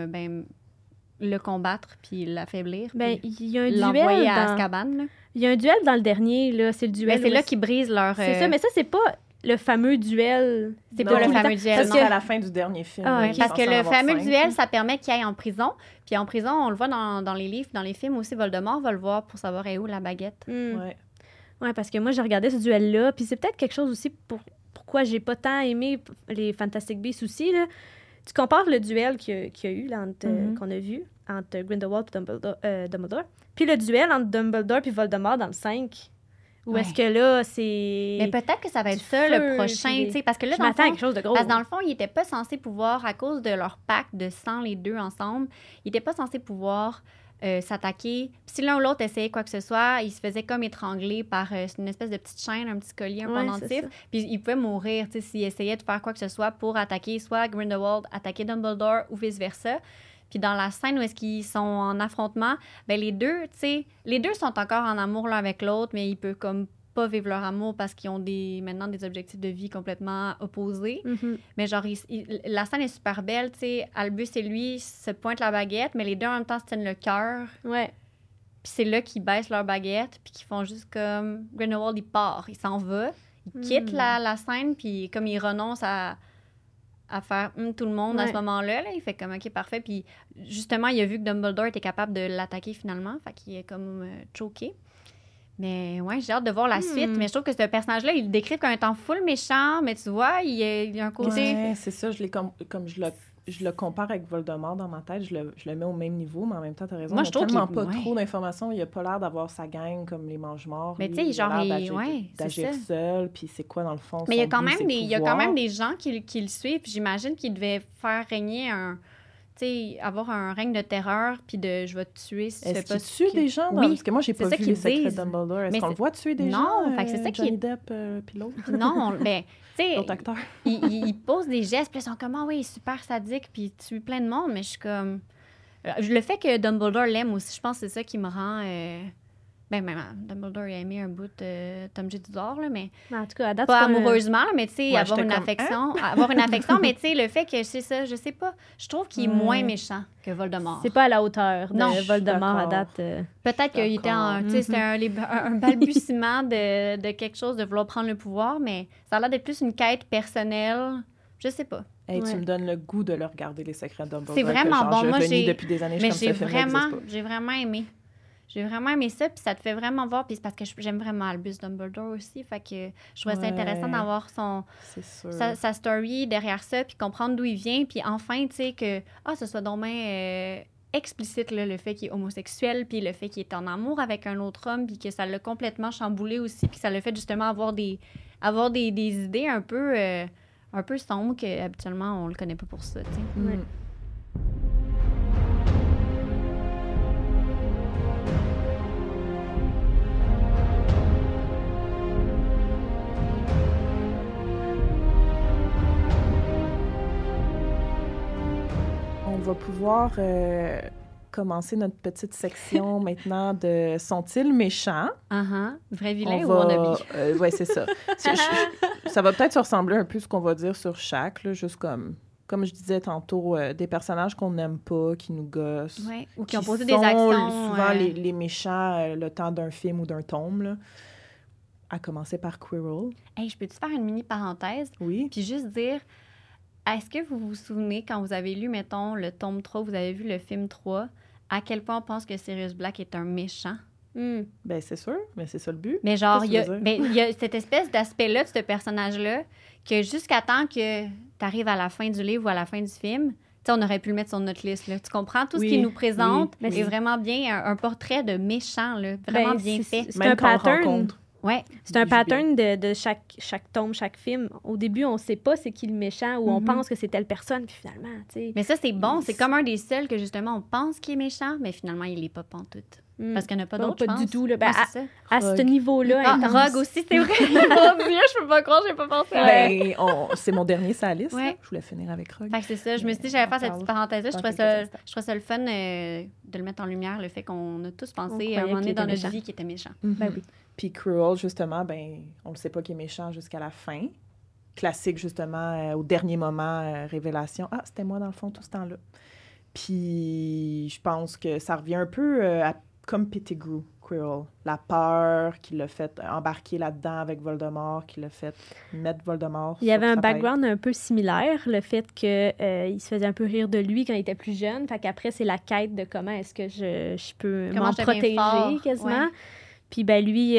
le combattre puis l'affaiblir. Ben, puis il y a un l'envoyer duel à dans... Azkaban, là. Il y a un duel dans le dernier, là. C'est le duel... Mais c'est où là est-ce- qu'ils brisent leur... C'est ça, mais ça, c'est pas le fameux duel. C'est Non, pas le tout le fameux temps. duel, Ça, non. c'est à la fin du dernier film. Ah, là, ok. il est Parce censé que en le avoir fameux 5. duel, ça permet qu'il aille en prison. Puis en prison, on le voit dans les livres, dans les films aussi, Voldemort va le voir pour savoir est où la baguette. Ouais. Ouais, parce que moi, j'ai regardé ce duel-là, puis c'est peut-être quelque chose aussi pourquoi j'ai pas tant aimé les Fantastic Beasts aussi, là. Tu compares le duel qu'il y a eu, là, qu'on a vu, entre Grindelwald et Dumbledore, puis le duel entre Dumbledore et Voldemort dans le 5, où est-ce que là, c'est... Mais peut-être que ça va être du ça, feu, le prochain, puis tu sais, parce que là, Je dans le m'attends à fond, quelque chose de gros. parce que dans le fond, ils n'étaient pas censés pouvoir, à cause de leur pacte de sang, les deux ensemble, ils n'étaient pas censés pouvoir s'attaquer. Puis si l'un ou l'autre essayait quoi que ce soit, ils se faisaient comme étrangler par une espèce de petite chaîne, un petit collier, un Ouais, pendentif. c'est ça. Puis ils pouvaient mourir, tu sais, s'ils essayaient de faire quoi que ce soit pour attaquer soit Grindelwald, attaquer Dumbledore ou vice-versa. Puis dans la scène où est-ce qu'ils sont en affrontement, ben les deux, tu sais, les deux sont encore en amour l'un avec l'autre, mais ils peuvent comme pas vivre leur amour parce qu'ils ont maintenant des objectifs de vie complètement opposés. Mhm. Mais genre, la scène est super belle, tu sais. Albus et lui se pointent la baguette, mais les deux en même temps se tiennent le cœur. Ouais. Puis c'est là qu'ils baissent leur baguette, puis qu'ils font juste comme... Grindelwald, il part, il s'en va, il quitte la scène, puis comme il renonce à faire tout le monde à ce moment-là, là, il fait comme OK, parfait. Puis justement, il a vu que Dumbledore était capable de l'attaquer finalement, fait qu'il est comme choqué. Mais ouais, j'ai hâte de voir la suite. Mais je trouve que ce personnage-là, il le décrit comme étant full méchant, mais tu vois, il y a un côté... Ouais, c'est ça. Comme je le compare avec Voldemort dans ma tête, je le mets au même niveau, mais en même temps, t'as raison. Moi, il je y a trouve tellement qu'il- pas ouais. trop d'informations. Il a pas l'air d'avoir sa gang comme les Mange-Morts. Mais Lui, tu sais, il a genre, l'air c'est d'agir ça. seul, puis c'est quoi, dans le fond, Mais il y a son quand but, même ses il y a quand pouvoirs. même des gens qui le suivent. Puis j'imagine qu'il devait faire régner avoir un règne de terreur, puis de je vais te tuer si tu fais Est-ce pas qu'il tue des gens? Oui, Parce que moi, j'ai c'est pas ça vu qu'ils les secrets de disent. Dumbledore. Est-ce Mais qu'on le c'est- voit tuer des Non, gens? fait que c'est ça qui Johnny est- Depp, puis l'autre. Non, ben, tu sais, L'autre acteur. il pose des gestes, puis ils sont comme, ah oui, il est super sadique, puis il tue plein de monde, mais je suis comme... Le fait que Dumbledore l'aime aussi, je pense que c'est ça qui me rend... Dumbledore il a aimé un bout de Tom Jedusor, là, mais En tout cas, à date, pas c'est amoureusement, là, mais tu sais, Ouais, avoir j'étais une comme, affection. Avoir une affection, mais tu sais, le fait que c'est ça, je sais pas, je trouve qu'il est moins méchant que Voldemort. C'est pas à la hauteur de Non, je suis Voldemort à d'accord. date. Peut-être qu'il était tu sais, c'était un balbutiement de quelque chose, de vouloir prendre le pouvoir, mais ça a l'air d'être plus une quête personnelle. Je sais pas. Hey, Ouais. tu me donnes le goût de le regarder, les secrets de Dumbledore. C'est vraiment que, genre, bon. Moi, je renie j'ai- depuis des années. Je Mais suis comme ce film n'existe pas. j'ai vraiment aimé. J'ai vraiment aimé ça, puis ça te fait vraiment voir. Puis c'est parce que j'aime vraiment Albus Dumbledore aussi. Fait que je trouvais ça Ouais. intéressant d'avoir C'est sûr. sa story derrière ça, puis comprendre d'où il vient. Puis enfin, tu sais, que ce soit donc bien explicite, là, le fait qu'il est homosexuel, puis le fait qu'il est en amour avec un autre homme, puis que ça l'a complètement chamboulé aussi, puis ça l'a fait justement avoir des idées un peu sombres qu'habituellement, on le connaît pas pour ça, tu sais. Ouais. On va pouvoir commencer notre petite section maintenant de Sont-ils méchants? Vrai vilain On ou va... wannabe? Oui, c'est ça. Ça va peut-être se ressembler un peu à ce qu'on va dire sur chaque, là, juste comme je disais tantôt, des personnages qu'on n'aime pas, qui nous gossent. Ouais, ou qui ont posé sont des actions. souvent les méchants le temps d'un film ou d'un tome, là. À commencer par Quirrell. Hey, je peux-tu faire une mini parenthèse? Oui. Puis juste dire, est-ce que vous vous souvenez, quand vous avez lu, mettons, le tome 3, vous avez vu le film 3, à quel point on pense que Sirius Black est un méchant? Ben c'est sûr, mais c'est ça le but. Mais genre, Qu'est-ce que tu veux dire? il y a cette espèce d'aspect-là de ce personnage-là que jusqu'à temps que tu arrives à la fin du livre ou à la fin du film, tu sais, on aurait pu le mettre sur notre liste. Là. Tu comprends? Tout ce Oui, qu'il nous présente oui, est oui. vraiment bien un portrait de méchant, là, vraiment Ben, bien fait. C'est Même un quand on le pattern. rencontre. Ouais. C'est un Il joue bien. pattern de chaque tome, chaque film. Au début, on sait pas c'est qui le méchant ou on pense que c'est telle personne, puis finalement, tu sais. Mais ça, c'est bon. C'est comme un des seuls que, justement, on pense qu'il est méchant, mais finalement, il est pas pantoute. Parce qu'il n'y en a pas d'autres, je Pas pense. du tout. Là. Ouais, c'est ça. À ce niveau-là, intense. Rogue aussi, c'est vrai. Mon Dieu, je peux pas croire, j'ai pas pensé à Ben, c'est mon dernier sur la liste. Ouais. Je voulais finir avec Rogue. Fait que c'est ça. Je me suis dit, j'allais faire cette On petite parle parenthèse-là. Je dans trouvais quelques instants. ça le fun de le mettre en lumière, le fait qu'on a tous On pensé croyait à un moment qu'il donné dans était notre méchant. vie qu'il était méchant. Ben oui. Puis Cruel, justement, ben, on ne sait pas qu'il est méchant jusqu'à la fin. Classique, justement, au dernier moment, révélation. Ah, c'était moi, dans le fond, tout ce temps-là. Puis je pense que ça revient un peu comme Pettigrew, Cruel. La peur qui l'a fait embarquer là-dedans avec Voldemort, qui l'a fait mettre Voldemort. Il y avait sur un sa background un peu similaire, le fait qu'il se faisait un peu rire de lui quand il était plus jeune. Fait qu'après, c'est la quête de comment est-ce que je peux Comment m'en je deviens protéger fort, quasiment. ouais. Puis ben lui,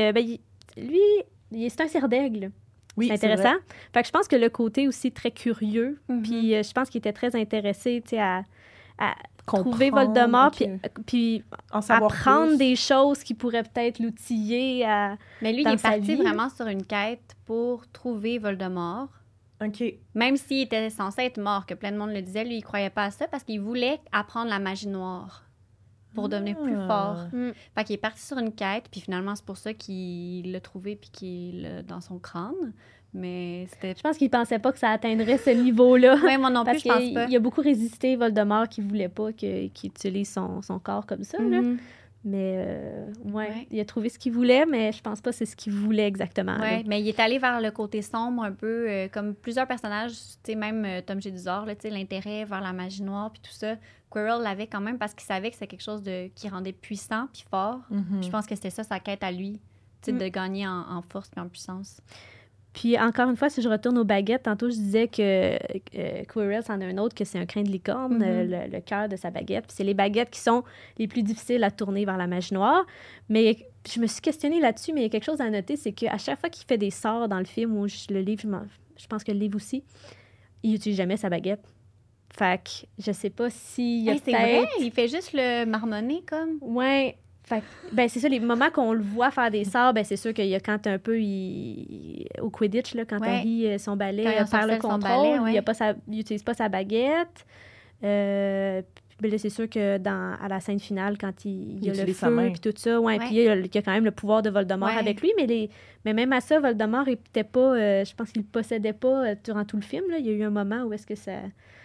c'est un cerf d'aigle. Oui, C'est c'est vrai. intéressant. Fait que je pense que le côté aussi très curieux, Mhm. puis je pense qu'il était très intéressé, tu sais, à trouver Comprendre, Voldemort, ok. puis En savoir apprendre plus. des choses qui pourraient peut-être l'outiller à... Mais lui, il dans est sa parti vie. vraiment sur une quête pour trouver Voldemort. OK. Même s'il était censé être mort, que plein de monde le disait, lui, il croyait pas à ça parce qu'il voulait apprendre la magie noire pour devenir plus fort. Fait qu'il est parti sur une quête, puis finalement, c'est pour ça qu'il l'a trouvé puis qu'il l'a dans son crâne. Mais c'était... Je pense qu'il pensait pas que ça atteindrait ce niveau-là. Ouais, moi non plus, Parce je pense qu'il pas. il a beaucoup résisté, Voldemort, qui voulait pas qu'il utilise son corps comme ça, là. Mhm. Mais, Ouais. il a trouvé ce qu'il voulait, mais je pense pas que c'est ce qu'il voulait exactement. Ouais, là. mais il est allé vers le côté sombre un peu, comme plusieurs personnages, tu sais, même Tom Jedusor, là, tu sais, l'intérêt vers la magie noire puis tout ça. Quirrell l'avait quand même parce qu'il savait que c'est quelque chose qui rendait puissant puis fort. Mhm. Je pense que c'était ça sa quête à lui, tu sais, de gagner en force puis en puissance. Puis encore une fois, si je retourne aux baguettes, tantôt je disais que Quirrell, c'en a un autre, que c'est un crin de licorne, le cœur de sa baguette. Puis c'est les baguettes qui sont les plus difficiles à tourner vers la magie noire. Mais je me suis questionnée là-dessus, mais il y a quelque chose à noter, c'est qu'à chaque fois qu'il fait des sorts dans le film, ou le livre, je pense que le livre aussi, il n'utilise jamais sa baguette. Fait que je sais pas s'il y a Hey, c'est vrai, peut-être... il fait juste le marmonner comme. Ouais. Fait que, ben c'est ça, les moments qu'on le voit faire des sorts, ben c'est sûr qu'il y a quand un peu au Quidditch, là, quand Ouais. Harry, son Quand balai, il perd le ensorcelle son contrôle, balai, ouais. il utilise pas sa baguette. Puis là, c'est sûr que à la scène finale, quand il y a le utilise sa feu main. puis tout ça, ouais, Ouais. puis il y a quand même le pouvoir de Voldemort Ouais. avec lui, mais même à ça, Voldemort était pas, je pense qu'il le possédait pas durant tout le film, là. Il y a eu un moment où est-ce que ça...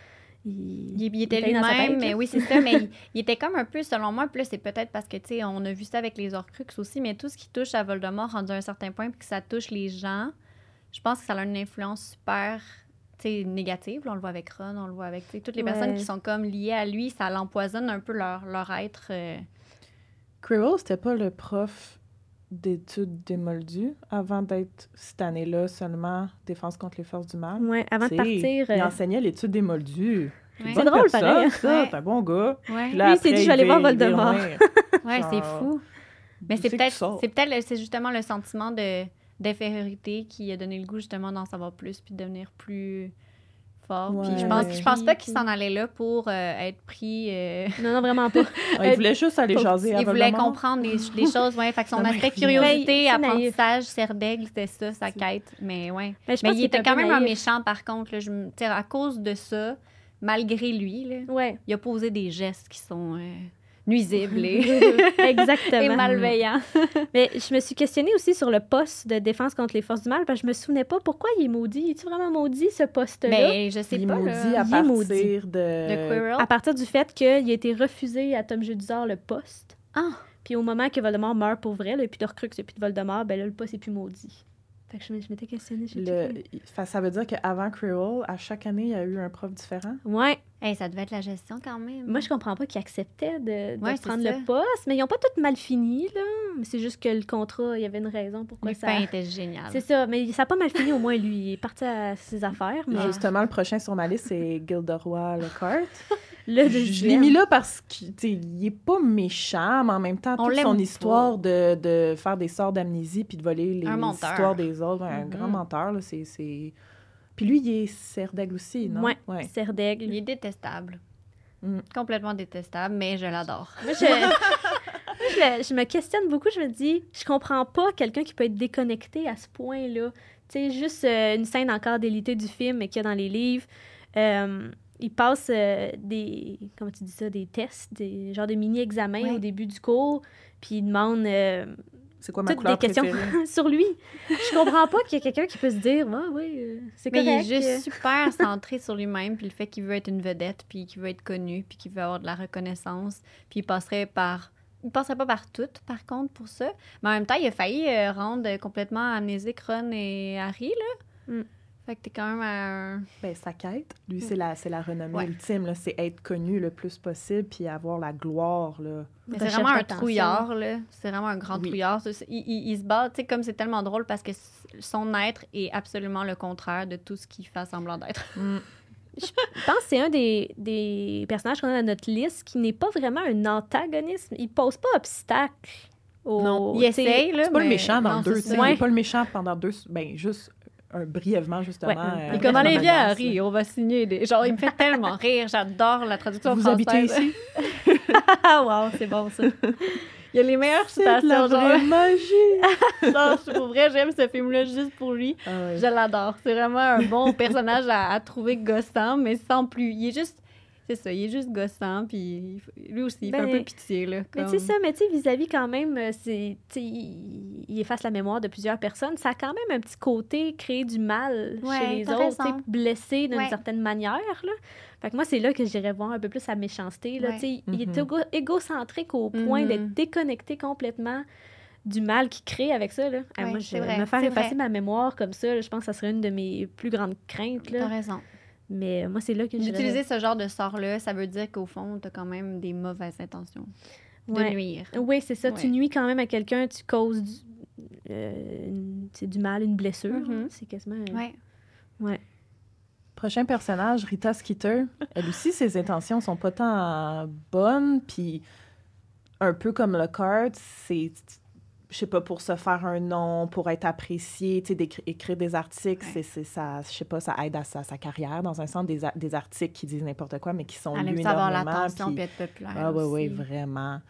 Il était dans sa lui-même, tête, mais là. oui, c'est ça. Mais il était comme un peu, selon moi, puis là, c'est peut-être parce que, tu sais, on a vu ça avec les Horcruxes aussi, mais tout ce qui touche à Voldemort, rendu à un certain point, puis que ça touche les gens, je pense que ça a une influence super, tu sais, négative. Là, on le voit avec Ron, on le voit avec, tu sais, toutes les personnes Ouais. qui sont comme liées à lui, ça l'empoisonne un peu leur être. Quirrell, c'était pas le prof d'études des Moldus avant d'être cette année-là seulement défense contre les forces du mal. Ouais, avant de T'sais, partir... Il enseignait l'étude des Moldus. Ouais. C'est drôle, pareil, hein. Ça, Ouais. t'es un bon gars. Ouais, Puis là, Lui, il s'est après, dit, je vais aller voir il va Voldemort. loin. ouais, c'est genre, fou. Mais d'où c'est c'est que peut-être, tu sors? c'est justement le sentiment d'infériorité qui a donné le goût justement d'en savoir plus puis de devenir plus fort. Puis je Ouais. pense pas qu'il s'en allait là pour être pris. Non, vraiment pas. Il voulait juste aller Pauvre jaser à Il voulait Voldemort. comprendre des choses, ouais. Fait que son Non, mais aspect rien. curiosité, Ouais, c'est apprentissage, cerf d'aigle, c'était ça, sa quête. Mais ouais. Mais je Mais pense il qu'il était un quand peu même un naïf. méchant, par contre. Là, tu sais, à cause de ça, malgré lui, là, Ouais, il a posé des gestes qui sont nuisibles et, exactement. et malveillants. Mais je me suis questionnée aussi sur le poste de défense contre les forces du mal, parce que je me souvenais pas pourquoi il est maudit. Es-tu vraiment maudit, ce poste-là? Mais je sais Il est pas. maudit Là. à Il est maudit. partir De de... Quirrell. À partir du fait qu'il a été refusé à Tom Jedusor le poste. Ah! Puis au moment que Voldemort meurt pour vrai, là, puis de Horcrux et puis de Voldemort, ben là, le poste est plus maudit. Fait que je m'étais questionnée. Ça veut dire qu'avant Quirrell, à chaque année, il y a eu un prof différent. Ouais. Hey, ça devait être la gestion quand même. Moi, je comprends pas qu'ils acceptaient de Ouais, c'est prendre ça. le poste, mais ils ont pas tout mal fini, là. Mais c'est juste que le contrat, il y avait une raison pourquoi ça... Lupin était génial. C'est ça, mais ça a pas mal fini au moins, lui. Il est parti à ses affaires, mais... Justement, le prochain sur ma liste, c'est Gilderoy Lockhart. Le Je l'ai mis là parce qu'il est pas méchant, mais en même temps, On toute l'aime son pas. histoire de faire des sorts d'amnésie puis de voler les Un menteur. histoires des autres, un Mhm. grand menteur, là, c'est... Puis lui, il est cerf d'aigle aussi, non? Ouais, cerf d'aigle. Il est détestable. Mm. Complètement détestable, mais je l'adore. Moi, je me questionne beaucoup. Je me dis, je comprends pas quelqu'un qui peut être déconnecté à ce point-là. Tu sais, juste une scène encore d'élité du film, mais qu'il y a dans les livres. Il passe des, comment tu dis ça, des tests, des genres de mini-examens Ouais. au début du cours. puis il demande C'est quoi ma toutes couleur des questions préférée? sur lui. Je comprends pas qu'il y ait quelqu'un qui peut se dire « oui, c'est Mais correct. » il est juste super centré sur lui-même, puis le fait qu'il veut être une vedette, puis qu'il veut être connu, puis qu'il veut avoir de la reconnaissance, puis il passerait pas par tout, par contre, pour ça. Mais en même temps, il a failli rendre complètement amnésique Ron et Harry, là. Mm. Fait que t'es quand même à un... Ben, sa quête, lui, c'est la renommée Ouais. ultime, là. C'est être connu le plus possible puis avoir la gloire, là. Mais c'est Recherche vraiment un d'attention. trouillard, là. C'est vraiment un grand Oui. trouillard. Il se bat, tu sais, comme c'est tellement drôle parce que son être est absolument le contraire de tout ce qu'il fait semblant d'être. Je pense que c'est un des personnages qu'on a dans notre liste qui n'est pas vraiment un antagonisme. Il pose pas obstacle. Non. Il essaye, là, C'est pas le mais méchant dans non, le 2, c'est tu ça. sais. Il Ouais. est pas le méchant pendant 2... Ben, juste brièvement, justement. Ouais. Et Euh, comme Vraiment allez, viens, menace, Harry, là. on va signer des... Genre, il me fait tellement rire. J'adore la traduction Vous française. habitez ici? Ah, wow, c'est bon ça. Il y a les meilleures C'est de la citations, genre... vraie magie! Non, pour vrai, j'aime ce film-là juste pour lui. Ah ouais. Je l'adore. C'est vraiment un bon personnage à trouver gossant, mais sans plus. Il est juste... C'est ça, il est juste gossant, puis lui aussi, il fait un Ben, peu pitié, là. Mais tu sais ça, mais tu sais, vis-à-vis quand même, il efface la mémoire de plusieurs personnes. Ça a quand même un petit côté créer du mal Ouais, chez les t'as autres, tu sais, raison. blesser d'une Ouais. certaine manière, là. Fait que moi, c'est là que j'irais voir un peu plus sa méchanceté, là. Ouais. Tu sais, il est Mhm. égocentrique au point Mhm. d'être déconnecté complètement du mal qu'il crée avec ça, là. Ouais, moi, c'est je vrai, me faire c'est effacer vrai. ma mémoire comme ça, là, je pense que ça serait une de mes plus grandes craintes, T'as là. raison. Mais moi, c'est là que j'irais. D'utiliser ce genre de sort-là, ça veut dire qu'au fond, t'as quand même des mauvaises intentions de Ouais. nuire. Oui, c'est ça. Tu Ouais. nuis quand même à quelqu'un, tu causes du mal, une blessure. Mhm. C'est quasiment... Ouais. Ouais. Prochain personnage, Rita Skeeter. Elle aussi, ses intentions sont pas tant bonnes, puis un peu comme Lockhart, c'est, je sais pas, pour se faire un nom, pour être apprécié, tu sais, écrire des articles, Ouais. c'est ça, je sais pas, ça aide à sa carrière, dans un sens, des articles qui disent n'importe quoi, mais qui sont Elle lus aime ça avoir énormément. l'attention puis- puis être populaire. Ah oui, oui, aussi. vraiment.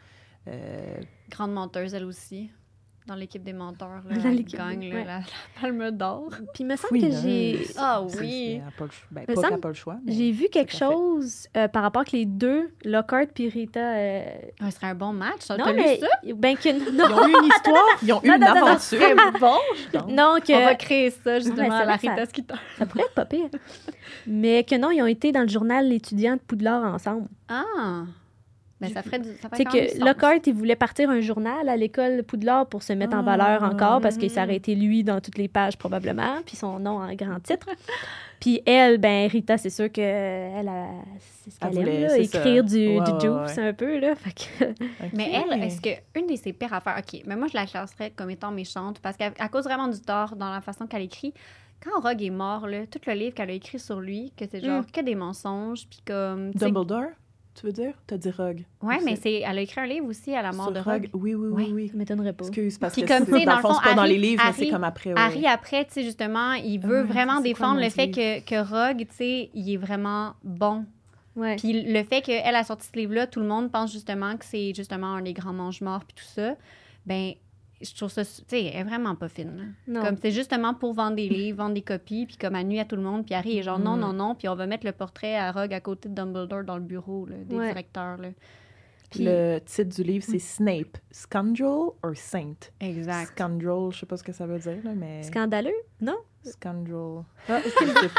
Grande menteuse, elle aussi. Dans l'équipe des menteurs, là, Dans elle l'équipe, gagne là, ouais. la palme d'or. Puis il me semble que j'ai... Ah C'est- oui! elle a pas le choix. Ben, Me pas qu'elle semble- a pas le choix, mais J'ai vu quelque c'est parfait. chose par rapport que les deux, Lockhart puis Rita... Ce serait un bon match. T'as non, lu mais... ça? Ben que... Ils Non, ont eu une histoire, ils ont eu Non, une non, non, non, aventure. C'est bon! Donc, non, que... On va créer ça, justement, Ouais, c'est à la vrai, ça- Rita Skeeter. Ça pourrait être pas pire. Mais que non, ils ont été dans le journal étudiant de Poudlard ensemble. Ah! Ben, ça ferait du... Ça Tu fait sais quand même du que sens. Lockhart, il voulait partir un journal à l'école Poudlard pour se mettre en valeur encore, parce que ça aurait été lui dans toutes les pages probablement, puis son nom en grand titre. Puis elle, ben Rita, c'est sûr que elle c'est ce qu'elle Elle aime, voulait, là, c'est écrire ça. du Ouais, juice ouais. un peu, là. Fait que... OK. Mais elle, est-ce qu'une de ses pires affaires... OK, mais moi, je la classerais comme étant méchante parce qu'à cause vraiment du tort dans la façon qu'elle écrit, quand Rogue est mort, là, tout le livre qu'elle a écrit sur lui, que c'est genre que des mensonges, puis comme... tu sais- Dumbledore, tu veux dire? T'as dit Rogue. Ouais, mais elle a écrit un livre aussi à la mort Sur de Rogue. Oui, oui, Ouais. oui, oui. Ça m'étonnerait pas. Excuse, parce Puis que comme, tu sais, dans le dans fond, le c'est pas dans fond, les livres, mais c'est Harry- comme après. Harry, après, tu sais, justement, il veut Ah, vraiment c'est quoi défendre le le nom fait du que Rogue, tu sais, il est vraiment bon. Ouais. Puis le fait qu'elle a sorti ce livre-là, tout le monde pense justement que c'est justement un des grands mange-morts puis tout ça. Ben, je trouve ça, tu sais, elle est vraiment pas fine. Là. Non. Comme c'est justement pour vendre des livres, vendre des copies, puis comme elle nuit à tout le monde. Puis Harry est genre non, non, non. Puis on va mettre le portrait à Rogue à côté de Dumbledore dans le bureau là, des Ouais. directeurs. Là. Puis, Le titre du livre, c'est Snape. Scoundrel or Saint? exact. Scoundrel, je sais pas ce que ça veut dire, là, mais... Scandaleux, non? Scoundrel. Ah, je sais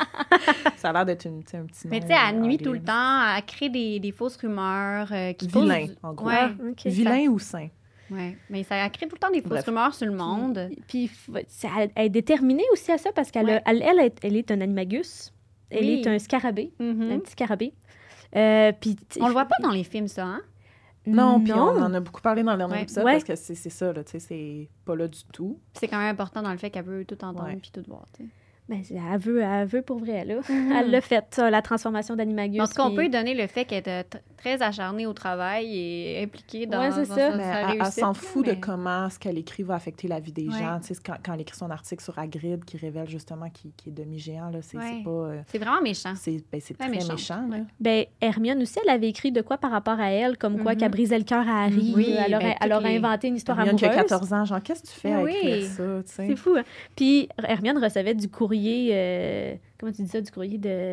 pas. Ça a l'air d'être un petit nom. Mais tu sais, elle nuit tout le anglais. temps, elle crée des fausses rumeurs. Qui Vilain, posent en gros. Ouais, Ah, OK. Vilain ou saint? ouais. Mais ça elle crée tout le temps des fausses Bref. rumeurs sur le monde. Puis elle est déterminée aussi à ça parce qu'elle Ouais. elle est un animagus. Elle Oui. est un scarabée, Mhm. un petit scarabée. Puis, On le voit pas dans les films, ça, hein? Non, puis on en a beaucoup parlé dans le dernier Ouais. épisode Ouais. parce que c'est ça, là, tu sais, c'est pas là du tout. C'est quand même important dans le fait qu'elle veut tout entendre Ouais. puis tout voir, tu sais. Ben, elle veut pour vrai, là. Mhm. Elle l'a fait, ça, la transformation d'animagus. En tout cas, on puis- peut lui donner le fait qu'elle est très acharnée au travail et impliquée dans, Ouais, c'est dans ça. sa Mais elle réussite. s'en fout mais- de comment ce qu'elle écrit va affecter la vie des Ouais. gens. Tu sais, quand elle écrit son article sur Hagrid qui révèle justement qu'il est demi-géant, là, c'est Ouais. pas... C'est vraiment méchant. c'est Ouais, très méchante. méchant, là. Ben, Hermione aussi, elle avait écrit de quoi par rapport à elle, comme quoi Mhm. qu'elle brisait le cœur à Harry. Oui, elle aurait, ben, elle toutes aurait les- inventé une histoire Hermione qui a amoureuse. 14 ans, genre, qu'est-ce que tu fais à Oui. écrire ça, tu sais? C'est fou, hein? Puis Hermione recevait du courrier comment tu dis ça, du courrier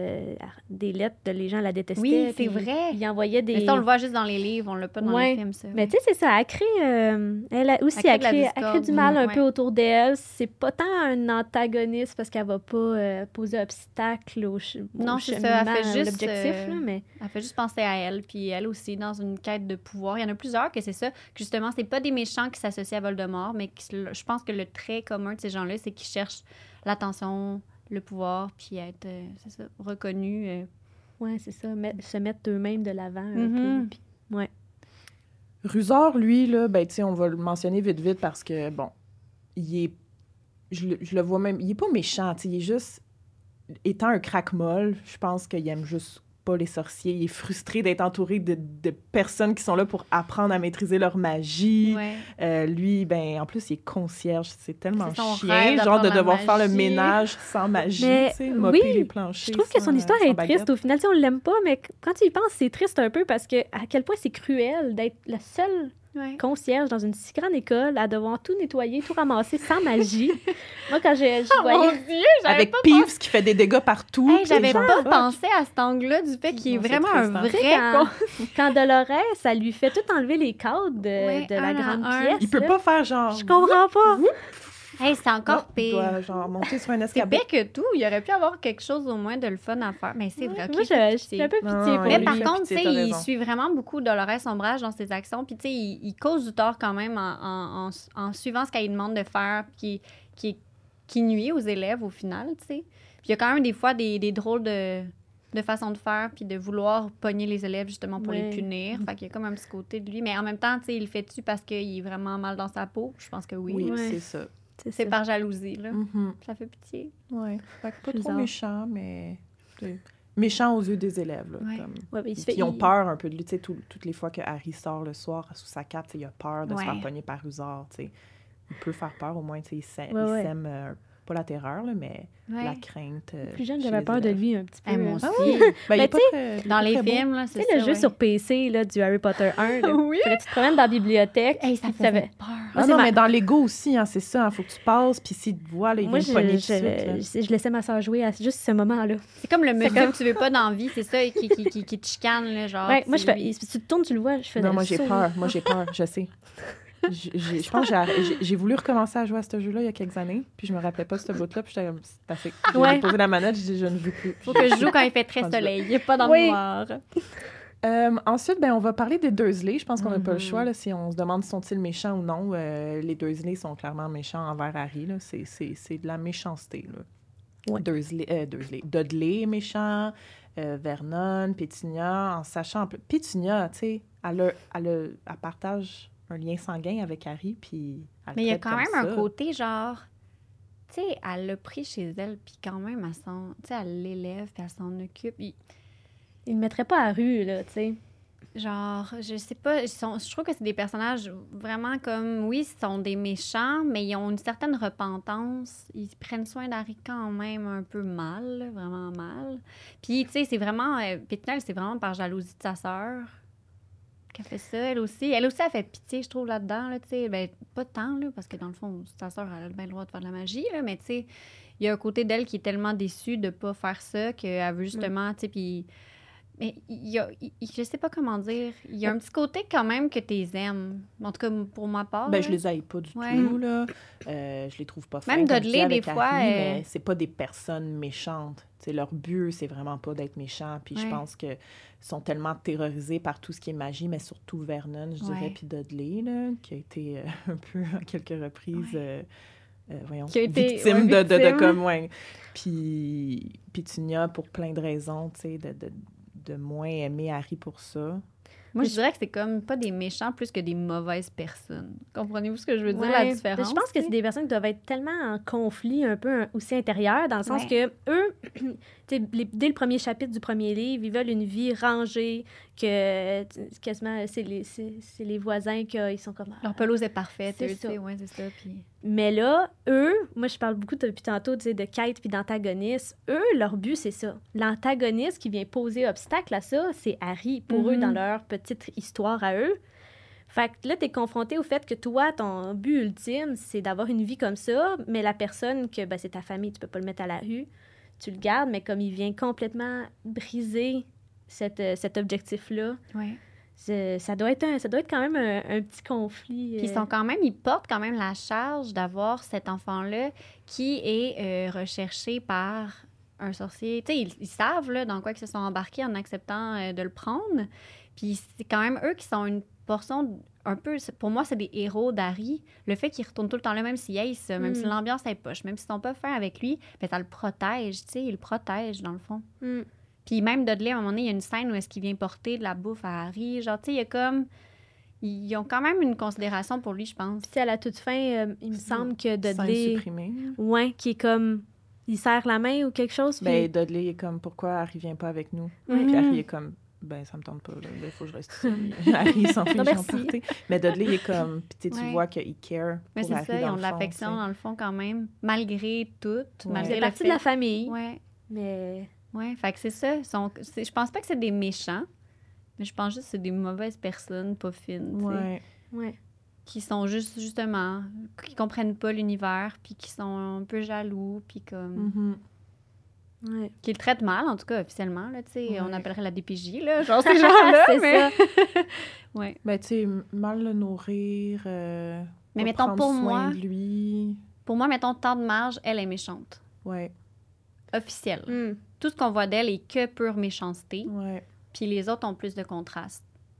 des lettres, les gens la détestaient. Oui, c'est puis vrai. Il envoyait des... Mais ça, on le voit juste dans les livres, on l'a pas dans les films, ça. Mais tu sais, c'est ça, elle a aussi Elle crée du mal un ouais. peu autour d'elle. C'est pas tant un antagoniste parce qu'elle va pas poser obstacle au non, c'est ça, elle fait juste l'objectif, là, mais... Elle fait juste penser à elle, puis elle aussi, dans une quête de pouvoir. Il y en a plusieurs que c'est ça, que justement, c'est pas des méchants qui s'associent à Voldemort, mais je pense que le trait commun de ces gens-là, c'est qu'ils cherchent l'attention, le pouvoir, puis être, c'est ça, reconnu. Ouais, c'est ça, se mettre eux-mêmes de l'avant un Mm-hmm. peu. Puis, ouais. Rusard, lui, là, ben, tu sais, on va le mentionner vite parce que, bon, il est... Je le vois même... Il est pas méchant, tu sais, il est juste... Étant un craque-molle, je pense qu'il aime juste pas les sorciers. Il est frustré d'être entouré de personnes qui sont là pour apprendre à maîtriser leur magie. Ouais. Lui, ben, en plus, il est concierge. C'est tellement C'est son chien, rêve genre de d'apprendre la devoir faire le magie. ménage sans magie, Mais tu sais, mopper oui, les planchers. Je trouve que son histoire est triste. Au final, tu sais, on l'aime pas, mais quand tu y penses, c'est triste un peu parce que à quel point c'est cruel d'être la seule concierge dans une si grande école à devoir tout nettoyer, tout ramasser sans magie. Moi, quand je voyais... Mon Dieu, avec Peeves qui fait des dégâts partout. Hey, j'avais genre, pas pensé à cet angle-là du fait qu'il est vraiment un vrai quand Dolores, ça lui fait tout enlever les cadres de la grande pièce. Il peut pas faire genre... Je comprends pas. Hey, c'est encore pire. Il doit genre monter sur un C'est escabeau. pire que tout. Il aurait pu avoir quelque chose au moins de le fun à faire. Mais c'est vrai. Moi, j'ai un peu pitié pour Mais lui. par contre, tu sais, il raison. suit vraiment beaucoup Dolores Ombrage dans ses actions. Puis, tu sais, il cause du tort quand même en suivant ce qu'elle lui demande de faire, qui nuit aux élèves au final, tu sais. Puis, il y a quand même des fois des drôles de façon de faire, puis de vouloir pogner les élèves justement pour les punir. Fait qu'il y a comme un petit côté de lui. Mais en même temps, tu sais, il le fait-tu parce qu'il est vraiment mal dans sa peau? Je pense que oui. Oui, Ouais. c'est ça. C'est par jalousie, là. Mm-hmm. Ça fait pitié. Ouais. Fait que pas Bizarre. trop méchant, mais... méchant aux yeux des élèves, là. Ouais. Comme... Ouais, mais Ils ont peur un peu de lui, tu sais, toutes les fois que Harry sort le soir sous sa cape, il a peur de se faire pogner par Rusard, tu sais. Il peut faire peur, au moins, tu sais, il sème pas la terreur, là, mais la crainte. Plus jeune, j'avais peur de lui un petit peu. Moi aussi. Ben, il est tu sais, dans les films, là, c'est Tu ça. sais, le jeu sur PC là, du Harry Potter 1, là, Oui. fallait que tu te promènes dans la bibliothèque. Hey, ça puis fait peur. Ah non, mais dans Lego aussi, hein, c'est ça. Il faut que tu passes, puis s'il te voit, là, il Moi, vient te pogner tout de suite. je laissais ma soeur jouer à juste ce moment-là. C'est comme le monsieur que tu veux pas dans la vie, c'est ça, qui te chicane, là, genre. Ouais, moi, je fais... Si tu te tournes, tu le vois, je fais Non, moi, j'ai peur. Je sais. Je pense que j'ai voulu recommencer à jouer à ce jeu-là il y a quelques années, puis je me rappelais pas ce bout-là, puis j'étais comme, c'est assez. J'ai posé la manette, j'ai dit, je ne veux plus. Faut que je joue quand il fait très soleil, pas dans le noir. Ensuite, ben, on va parler des Dursley. Je pense qu'on n'a pas le choix là, si on se demande sont-ils méchants ou non. Les Dursley sont clairement méchants envers Harry. Là. C'est de la méchanceté. Là. Ouais. Dudley est méchant, Vernon, Pétunia, en sachant... Pétunia, tu sais, elle partage un lien sanguin avec Harry, puis mais il y a quand même un côté genre... Tu sais, elle l'a pris chez elle, puis quand même, elle l'élève, puis elle s'en occupe. Il ne mettrait pas à rue, là, tu sais. Genre, je sais pas, je trouve que c'est des personnages vraiment comme, oui, ils sont des méchants, mais ils ont une certaine repentance. Ils prennent soin d'Harry quand même un peu mal, là, vraiment mal. Puis, tu sais, c'est vraiment, Pétunia, c'est vraiment par jalousie de sa sœur qu'elle fait ça, elle aussi. Elle aussi, elle fait pitié, je trouve, là-dedans, là, tu sais. Ben, pas tant, là, parce que dans le fond, sa sœur, elle a bien le droit de faire de la magie, là, mais tu sais, il y a un côté d'elle qui est tellement déçue de pas faire ça qu'elle veut justement, tu sais, puis... Mais je sais pas comment dire. Il y a un petit côté quand même que t'es aimes. En tout cas, pour ma part. Ben, je les haïs pas du tout, là. Je les trouve pas fins. Même Dudley, des fois... mais c'est pas des personnes méchantes. T'sais, leur but, c'est vraiment pas d'être méchant. Puis je pense qu'ils sont tellement terrorisés par tout ce qui est magie, mais surtout Vernon, je dirais, puis Dudley, là, qui a été un peu, à quelques reprises... qui a été victime de comme... Ouais. Puis Pétunia, pour plein de raisons, tu sais, de moins aimer Harry pour ça. Moi, je dirais que c'est comme pas des méchants plus que des mauvaises personnes. Comprenez-vous ce que je veux dire, la différence? Je pense que c'est des personnes qui doivent être tellement en conflit un peu aussi intérieur, dans le sens que eux, dès le premier chapitre du premier livre, ils veulent une vie rangée, que quasiment, c'est les voisins qui sont comme... Leur pelouse est parfaite, c'est ça. Ouais, c'est ça. Puis... Mais là, eux, moi, je parle beaucoup depuis tantôt de quête puis d'antagonisme. Eux, leur but, c'est ça. L'antagoniste qui vient poser obstacle à ça, c'est Harry, pour eux, dans leur petite histoire à eux. Fait que là, t'es confronté au fait que toi, ton but ultime, c'est d'avoir une vie comme ça, mais la personne que, c'est ta famille, tu peux pas le mettre à la rue. tu le gardes, mais comme il vient complètement briser cet objectif-là, Ouais. ça doit être quand même un petit conflit. Puis ils portent quand même la charge d'avoir cet enfant-là qui est recherché par un sorcier. Tu sais, ils savent là, dans quoi ils se sont embarqués en acceptant de le prendre. Puis c'est quand même eux qui sont une portion un peu... Pour moi, c'est des héros d'Harry. Le fait qu'ils retournent tout le temps là, même s'ils haïssent ça, même si l'ambiance est poche, même s'ils sont pas fins avec lui, ben ça le protège, tu sais, il le protège dans le fond. Puis même Dudley, à un moment donné, il y a une scène où est-ce qu'il vient porter de la bouffe à Harry. Genre, tu sais, il y a comme... Ils ont quand même une considération pour lui, je pense. Puis à la toute fin, il me semble que Dudley... supprimé. Ouais, qui est comme... Il serre la main ou quelque chose, puis... Ben, Dudley est comme, pourquoi Harry vient pas avec nous? Puis Harry est comme, ben, ça me tente pas, là. Il faut que je reste ici. Harry s'en fiche, j'en partais. Mais Dudley est comme, puis tu vois qu'il care mais pour c'est Harry ça, ils dans ont le de fond, l'affection t'sais. dans le fond quand même, malgré tout. Malgré C'est le partie fait... de la famille, Ouais. mais... Ouais, fait que c'est ça. Je pense pas que c'est des méchants, mais je pense juste que c'est des mauvaises personnes, pas fines, tu sais. Ouais. Qui sont justement, qui comprennent pas l'univers, puis qui sont un peu jaloux, puis comme... Ouais. Qui le traitent mal, en tout cas, officiellement, là, tu sais. Ouais. On appellerait la DPJ, là, genre ces gens-là, C'est mais... ça. Ouais. Ben, tu sais, mal le nourrir, Mais pas mettons, prendre pour soin moi, de lui. Pour moi, mettons, Tante Marge, elle est méchante. Ouais, Officielle. Tout ce qu'on voit d'elle est que pure méchanceté, ouais. puis les autres ont plus de contraste.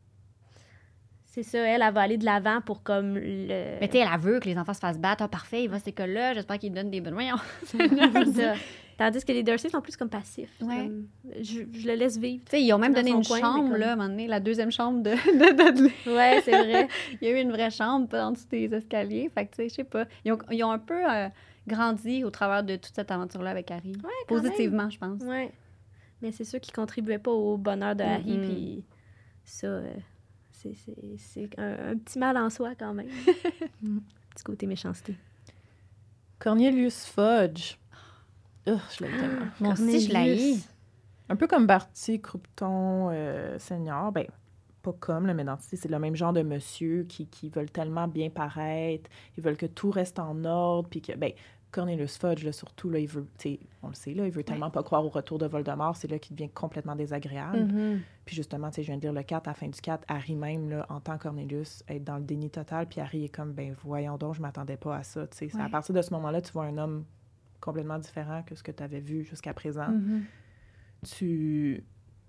C'est ça, elle va aller de l'avant pour comme le... Mais tu sais, elle veut que les enfants se fassent battre. Ah, parfait, il va à cette école-là, j'espère qu'il donne des bonnes moyens. C'est ça. Tandis que les Dursley sont plus comme passifs. Ouais. Comme, je le laisse vivre. Tu sais, ils ont même Dans donné son une coin, chambre, mais comme- là, à un moment donné, la deuxième chambre de Dudley. Ouais, c'est vrai. Il y a eu une vraie chambre, pas en dessous des escaliers. Fait que, tu sais, je sais pas. Ils ont un peu grandi au travers de toute cette aventure-là avec Harry. Ouais, quand Positivement, je pense. même. Ouais. Mais c'est sûr qu'ils contribuaient pas au bonheur de Harry, Mm-mm. puis ça, c'est un petit mal en soi quand même. Petit côté méchanceté. Cornelius Fudge. Je l'aime tellement. Moi aussi, je l'haïs. Un peu comme Barty Croupton Senior, ben pas comme, là, mais dans, c'est le même genre de monsieur qui veulent tellement bien paraître, ils veulent que tout reste en ordre, puis que, ben, Cornelius Fudge, là, surtout, là, il veut, tu sais, on le sait, là, il veut tellement pas croire au retour de Voldemort, c'est là qu'il devient complètement désagréable. Puis justement, tu sais, je viens de dire le 4, à la fin du 4, Harry même, là, entend Cornelius être dans le déni total, puis Harry est comme, ben voyons donc, je m'attendais pas à ça, tu sais. C'est à partir de ce moment-là, tu vois un homme complètement différent que ce que tu avais vu jusqu'à présent. Tu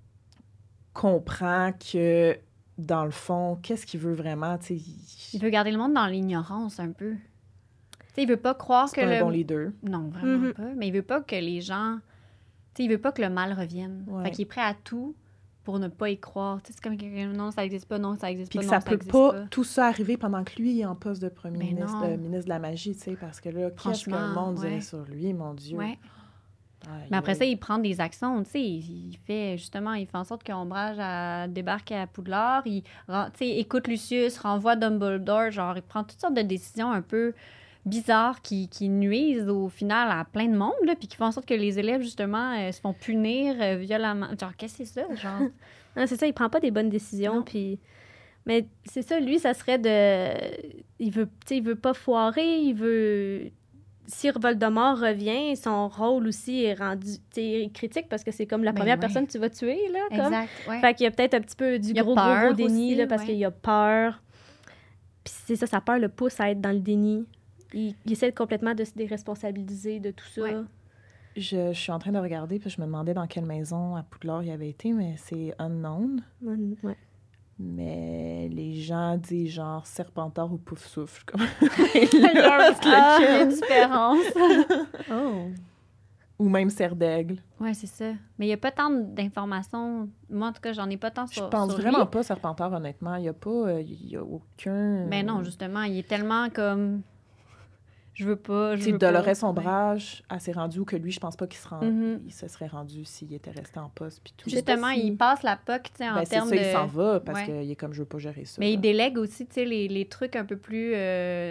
comprends que, dans le fond, qu'est-ce qu'il veut vraiment, tu sais. Il veut garder le monde dans l'ignorance, un peu. Tu sais, il veut pas croire que C'est pas un le... bon leader. Non, vraiment pas. Mais il veut pas que les gens... Tu sais, il veut pas que le mal revienne. Ouais. Fait qu'il est prêt à tout pour ne pas y croire. Tu sais, c'est comme quelqu'un, non, ça existe pas, non, ça existe Puis pas, que non, ça ça peut existe pas tout ça arriver pendant que lui est en poste de premier Ben ministre, non. ministre de la magie, tu sais, parce que là, qu'est-ce que le Franchement, monde dirait ouais. sur lui, mon Dieu. Ouais. Aïe, Mais après aïe. ça, il prend des actions, tu sais, il fait justement, il fait en sorte qu'Ombrage débarque à Poudlard, il tu sais, écoute Lucius, renvoie Dumbledore, genre, il prend toutes sortes de décisions un peu bizarres qui nuisent au final à plein de monde, là, puis qui font en sorte que les élèves, justement, se font punir violemment. Genre, qu'est-ce que c'est ça, genre? Non, c'est ça, il prend pas des bonnes décisions, Non. puis... Mais c'est ça, lui, ça serait de... Il veut, tu sais, il veut pas foirer, il veut... Si Voldemort revient, son rôle aussi est rendu, tu sais, critique, parce que c'est comme la Ben première ouais. personne que tu vas tuer, là, comme... Exact, ouais. Fait qu'il y a peut-être un petit peu du Il y a gros peur déni, aussi, là, parce ouais. qu'il y a peur. Puis c'est ça, sa peur le pousse à être dans le déni. Il essaie complètement de se déresponsabiliser de tout ça. Ouais. Je suis en train de regarder, puis je me demandais dans quelle maison à Poudlard il avait été, mais c'est unknown. Ouais. Mais les gens disent genre Serpentard ou Poufsouffle. Comme... Il y a une différence. Oh. Ou même Serre d'Aigle. Ouais, c'est ça. Mais il n'y a pas tant d'informations. Moi, en tout cas, j'en ai pas tant Je sur pense sur vraiment lui. pas Serpentard, honnêtement. Il y a pas... il y a aucun... Mais non, justement, il est tellement comme... Je veux pas, je Tu sais, veux pas. Dolores Ombrage, elle s'est rendue où que lui, je pense pas qu'il se, Mhm. il se serait rendu s'il était resté en poste. Puis tout. Justement, sais pas si- il passe la POC, tu sais, en Ben, c'est termes ça, de... il s'en va parce Ouais. qu'il est comme je veux pas gérer ça. Mais il là. délègue aussi, tu sais, les trucs un peu plus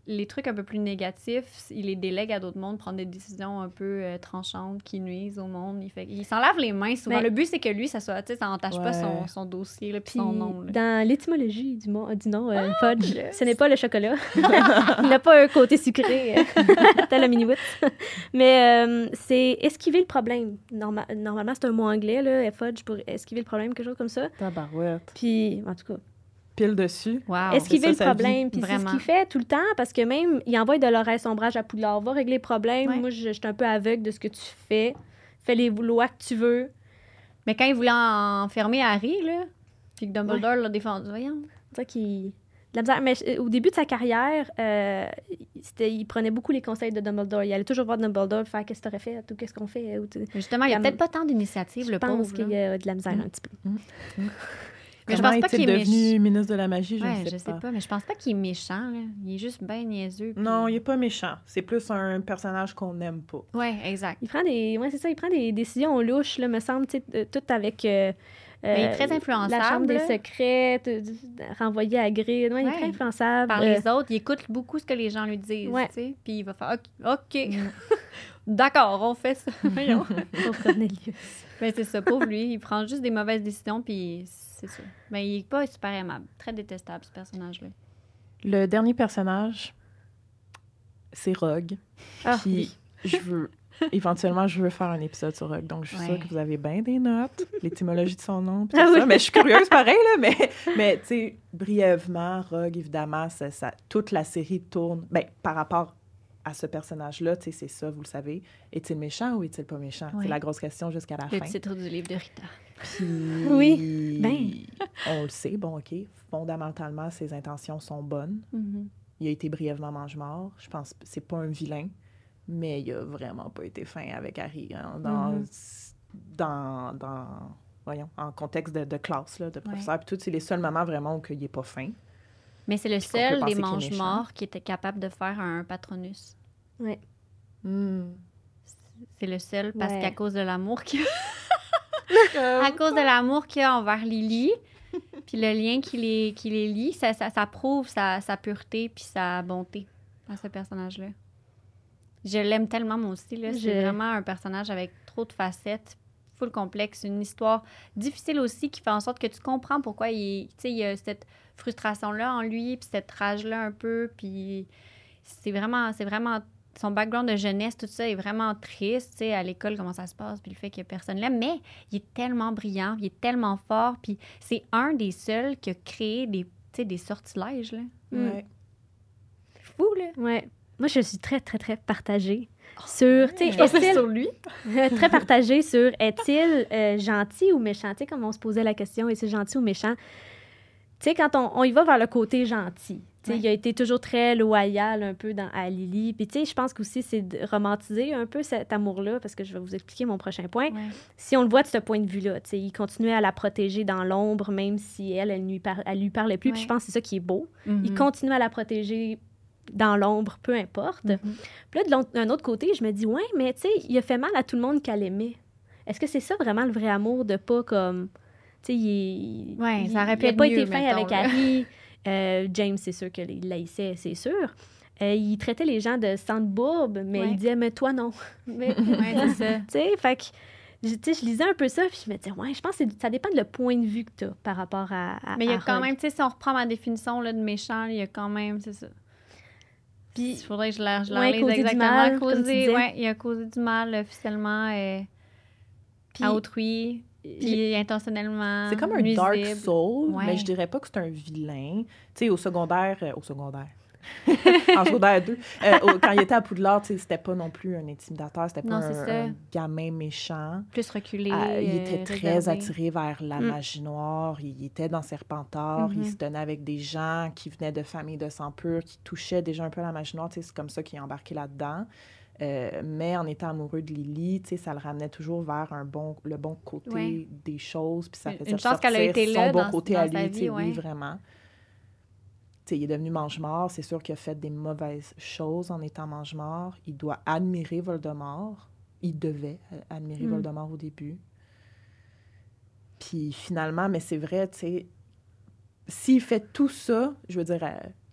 les trucs un peu plus négatifs, il les délègue à d'autres mondes, prendre des décisions un peu tranchantes qui nuisent au monde. Il s'en lave les mains souvent. Mais... le but, c'est que lui, ça n'entache pas son dossier, puis son nom. Là. Dans l'étymologie du nom fudge, ce n'est pas le chocolat. Il n'a pas un côté sucré, tel le mini-wit. Mais c'est esquiver le problème. Normalement, c'est un mot anglais, là, fudge, pour esquiver le problème, quelque chose comme ça. Tabarouette. Puis, en tout cas... Pile dessus. Wow. Esquiver le problème. Puis Vraiment. c'est ce qu'il fait tout le temps, parce que même, il envoie de l'oreille sombrage à Poudlard. Va régler le problème. Ouais. Moi, je suis un peu aveugle de ce que tu fais. Fais les lois que tu veux. Mais quand il voulait enfermer Harry, là, puis que Dumbledore l'a défendu, voyons. C'est ça qui... La misère. Mais au début de sa carrière, il prenait beaucoup les conseils de Dumbledore. Il allait toujours voir Dumbledore, faire qu'est-ce que t'aurais fait, ou qu'est-ce qu'on fait. Justement, il n'y a peut-être pas tant d'initiatives, le pauvre. Je pense qu'il y a de la misère un petit peu. Mais je pense pas qu'il est devenu ministre de la magie, je ouais, ne sais pas. Mais je pense pas qu'il est méchant. Là. Il est juste bien niaiseux. Puis... Non, il est pas méchant. C'est plus un personnage qu'on n'aime pas. Oui, exact. Il prend des décisions louches, là, me semble, tout avec... mais il est très influençable. La chambre des secrets, renvoyé à Grid. Ouais, il est très influençable. Par les autres, il écoute beaucoup ce que les gens lui disent. Ouais. Puis il va faire OK. D'accord, on fait ça. Voyons. Pauvre Cornelius. Mais c'est ça, pauvre lui. Il prend juste des mauvaises décisions, puis c'est ça. Mais il est pas super aimable. Très détestable, ce personnage-là. Le dernier personnage, c'est Rogue. Ah, Puis éventuellement, je veux faire un épisode sur Rogue. Donc, je suis sûre que vous avez bien des notes, l'étymologie de son nom, tout ça. Mais je suis curieuse pareil, là. Mais tu sais, brièvement, Rogue, évidemment, toute la série tourne... Ben, par rapport à ce personnage-là, tu sais, c'est ça, vous le savez. Est-il méchant ou est-il pas méchant? C'est la grosse question jusqu'à la fin. Le titre du livre de Rita. Puis, oui, on le sait, bon, OK, fondamentalement, ses intentions sont bonnes. Mm-hmm. Il a été brièvement mange-mort. Je pense que c'est pas un vilain, mais il a vraiment pas été fin avec Harry. Hein, voyons, en contexte de classe, là, de professeur. Puis tout, c'est les seuls moments vraiment où il n'est pas fin. Mais c'est le seul des mange-morts qui était capable de faire un Patronus. Oui. C'est le seul parce qu'à cause de l'amour qu'il a... à cause de l'amour qu'il a envers Lily, puis le lien qui les lie, ça prouve sa pureté puis sa bonté à ce personnage-là. Je l'aime tellement, moi aussi. Là. C'est vraiment un personnage avec trop de facettes, full complexe, une histoire difficile aussi qui fait en sorte que tu comprends pourquoi il y a cette frustration-là en lui, puis cette rage-là un peu, puis c'est vraiment son background de jeunesse, tout ça est vraiment triste, tu sais, à l'école, comment ça se passe, puis le fait que personne l'aime, mais il est tellement brillant, il est tellement fort, puis c'est un des seuls qui a créé des sortilèges, là. Ouais. Fou, là. Ouais. Moi, je suis très, très, très partagée sur... Je pensais sur lui. Très partagée sur est-il gentil ou méchant? Tu sais, comme on se posait la question, est-il gentil ou méchant? Tu sais, quand on y va vers le côté gentil, tu sais, il a été toujours très loyal un peu à Lily. Puis, tu sais, je pense qu'aussi, c'est de romantiser un peu cet amour-là, parce que je vais vous expliquer mon prochain point. Ouais. Si on le voit de ce point de vue-là, tu sais, il continuait à la protéger dans l'ombre, même si elle lui parlait plus. Puis je pense que c'est ça qui est beau. Mm-hmm. Il continue à la protéger dans l'ombre, peu importe. Mm-hmm. Puis là, d'un autre côté, je me dis, ouais, mais tu sais, il a fait mal à tout le monde qu'elle aimait. Est-ce que c'est ça vraiment le vrai amour de pas comme... Tu sais, ça aurait pu il n'a pas mieux, été fin avec Harry. James, c'est sûr qu'il l'haïssait, c'est sûr. Il traitait les gens de sang-de-bourbe, mais il disait, mais toi, non. Mais, c'est ça. Tu sais, fait que, je lisais un peu ça, puis je me disais, ouais, je pense que ça dépend de le point de vue que tu as par rapport à mais il y a quand même, tu sais, si on reprend ma définition là, de méchant, il y a quand même, c'est ça. Puis, il faudrait que je la lise exactement. Il a causé du mal officiellement à autrui. Puis intentionnellement. C'est comme un nuisible. Dark Soul, mais je dirais pas que c'est un vilain. Tu sais, au secondaire. En secondaire 2, quand il était à Poudlard, c'était pas non plus un intimidateur, c'était pas un gamin méchant. Plus reculé. Il était très attiré vers la magie noire. Il était dans Serpentard. Il se tenait avec des gens qui venaient de familles de sang pur, qui touchaient déjà un peu la magie noire. C'est comme ça qu'il est embarqué là-dedans. Mais en étant amoureux de Lily, ça le ramenait toujours vers le bon côté des choses. Puis ça faisait sortir qu'elle a été là son bon côté à lui. Vie, oui, vraiment. Il est devenu mange-mort. C'est sûr qu'il a fait des mauvaises choses en étant mange-mort. Il doit admirer Voldemort. Il devait admirer Voldemort au début. Puis finalement, mais c'est vrai, s'il fait tout ça, je veux dire...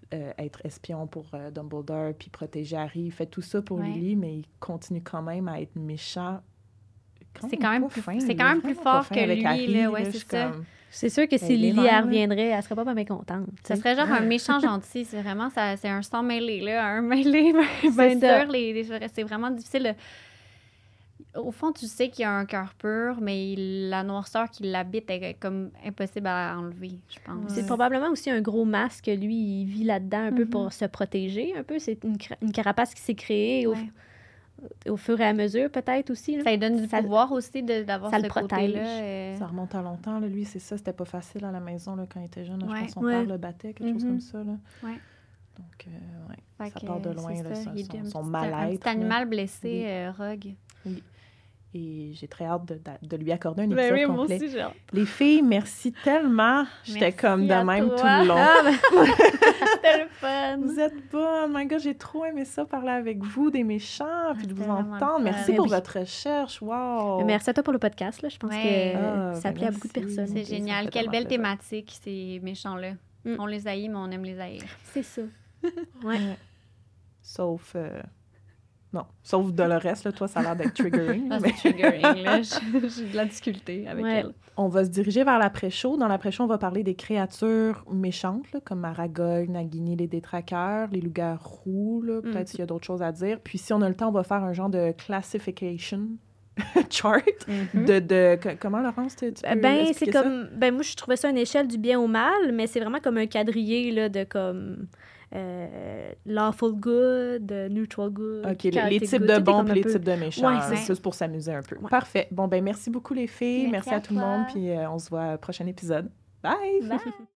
être espion pour Dumbledore, puis protéger Harry. Il fait tout ça pour Ouais. Lily, mais il continue quand même à être méchant. C'est quand même pas plus- fin, c'est il quand est même plus vraiment pas fort fin que avec lui, Harry, là, ouais, je c'est suis ça. comme- C'est sûr que si Elle est Lily mère, elle là. reviendrait, elle serait pas mécontente. Ça tu sais. serait genre un méchant gentil. C'est vraiment, c'est un sang mêlé, là. Un mêlé ben C'est ça. dur. C'est vraiment difficile. Au fond, tu sais qu'il y a un cœur pur, mais la noirceur qui l'habite est comme impossible à enlever, je pense. C'est Ouais. probablement aussi un gros masque, lui, il vit là-dedans un peu Mhm. pour se protéger, un peu. C'est une carapace qui s'est créée Ouais. au fur et à mesure, peut-être aussi. Là. Ça lui donne du Ça- pouvoir aussi d'avoir ça ce le protège. côté-là. Ça remonte à longtemps, là. Lui, c'est ça, c'était pas facile à la maison là, quand il était jeune. Là. Je Ouais. pense que son Ouais. père le battait, quelque chose Mhm. comme ça. Là. Ouais. Donc, ouais. Fait Ça que, part de loin, c'est là, ça. son Il est un son petit- mal-être. Un petit là. animal blessé, Oui. Rogue. Et j'ai très hâte de lui accorder un Ben épisode oui, moi complet. aussi, genre. Les filles, merci tellement. J'étais Merci comme de à même toi. tout le long. Ah, c'était le fun! Vous êtes bonnes. My God, j'ai trop aimé ça, parler avec vous, des méchants, puis de vous c'était vraiment le entendre. fun. Merci Ben pour oui. votre recherche. Wow! Merci à toi pour le podcast. Là. Je pense Ouais. que Ah, ça ben plaît à beaucoup de merci. personnes. C'est Ok, ça génial. fait Quelle tellement belle plaisir. thématique, ces méchants-là. Mm. On les haït, mais on aime les haïr. C'est ça. Ouais. Sauf... Non, sauf Dolores, là, toi, ça a l'air d'être triggering. Ah, mais c'est triggering, là. J'ai de la difficulté avec Ouais. elle. on va se diriger vers l'après-show. Dans l'après-show, on va parler des créatures méchantes, là, comme Aragog, Nagini, les détraqueurs, les loups-garous, là, peut-être s'il y a d'autres choses à dire. Puis si on a le temps, on va faire un genre de classification chart comment, Laurence, tu peux Ben, c'est expliquer ça? comme. Ben, moi, je trouvais ça une échelle du bien au mal, mais c'est vraiment comme un quadrillé là, de comme. Lawful good, neutral good. OK, les chaotic types good. de Tout est bons comme puis un les peu- types de méchants. Ouais, C'est c'est juste pour s'amuser un peu. Ouais. Parfait. Bon, ben merci beaucoup les filles. Merci Merci à à tout le toi. monde. Puis on se voit au prochain épisode. Bye! Bye!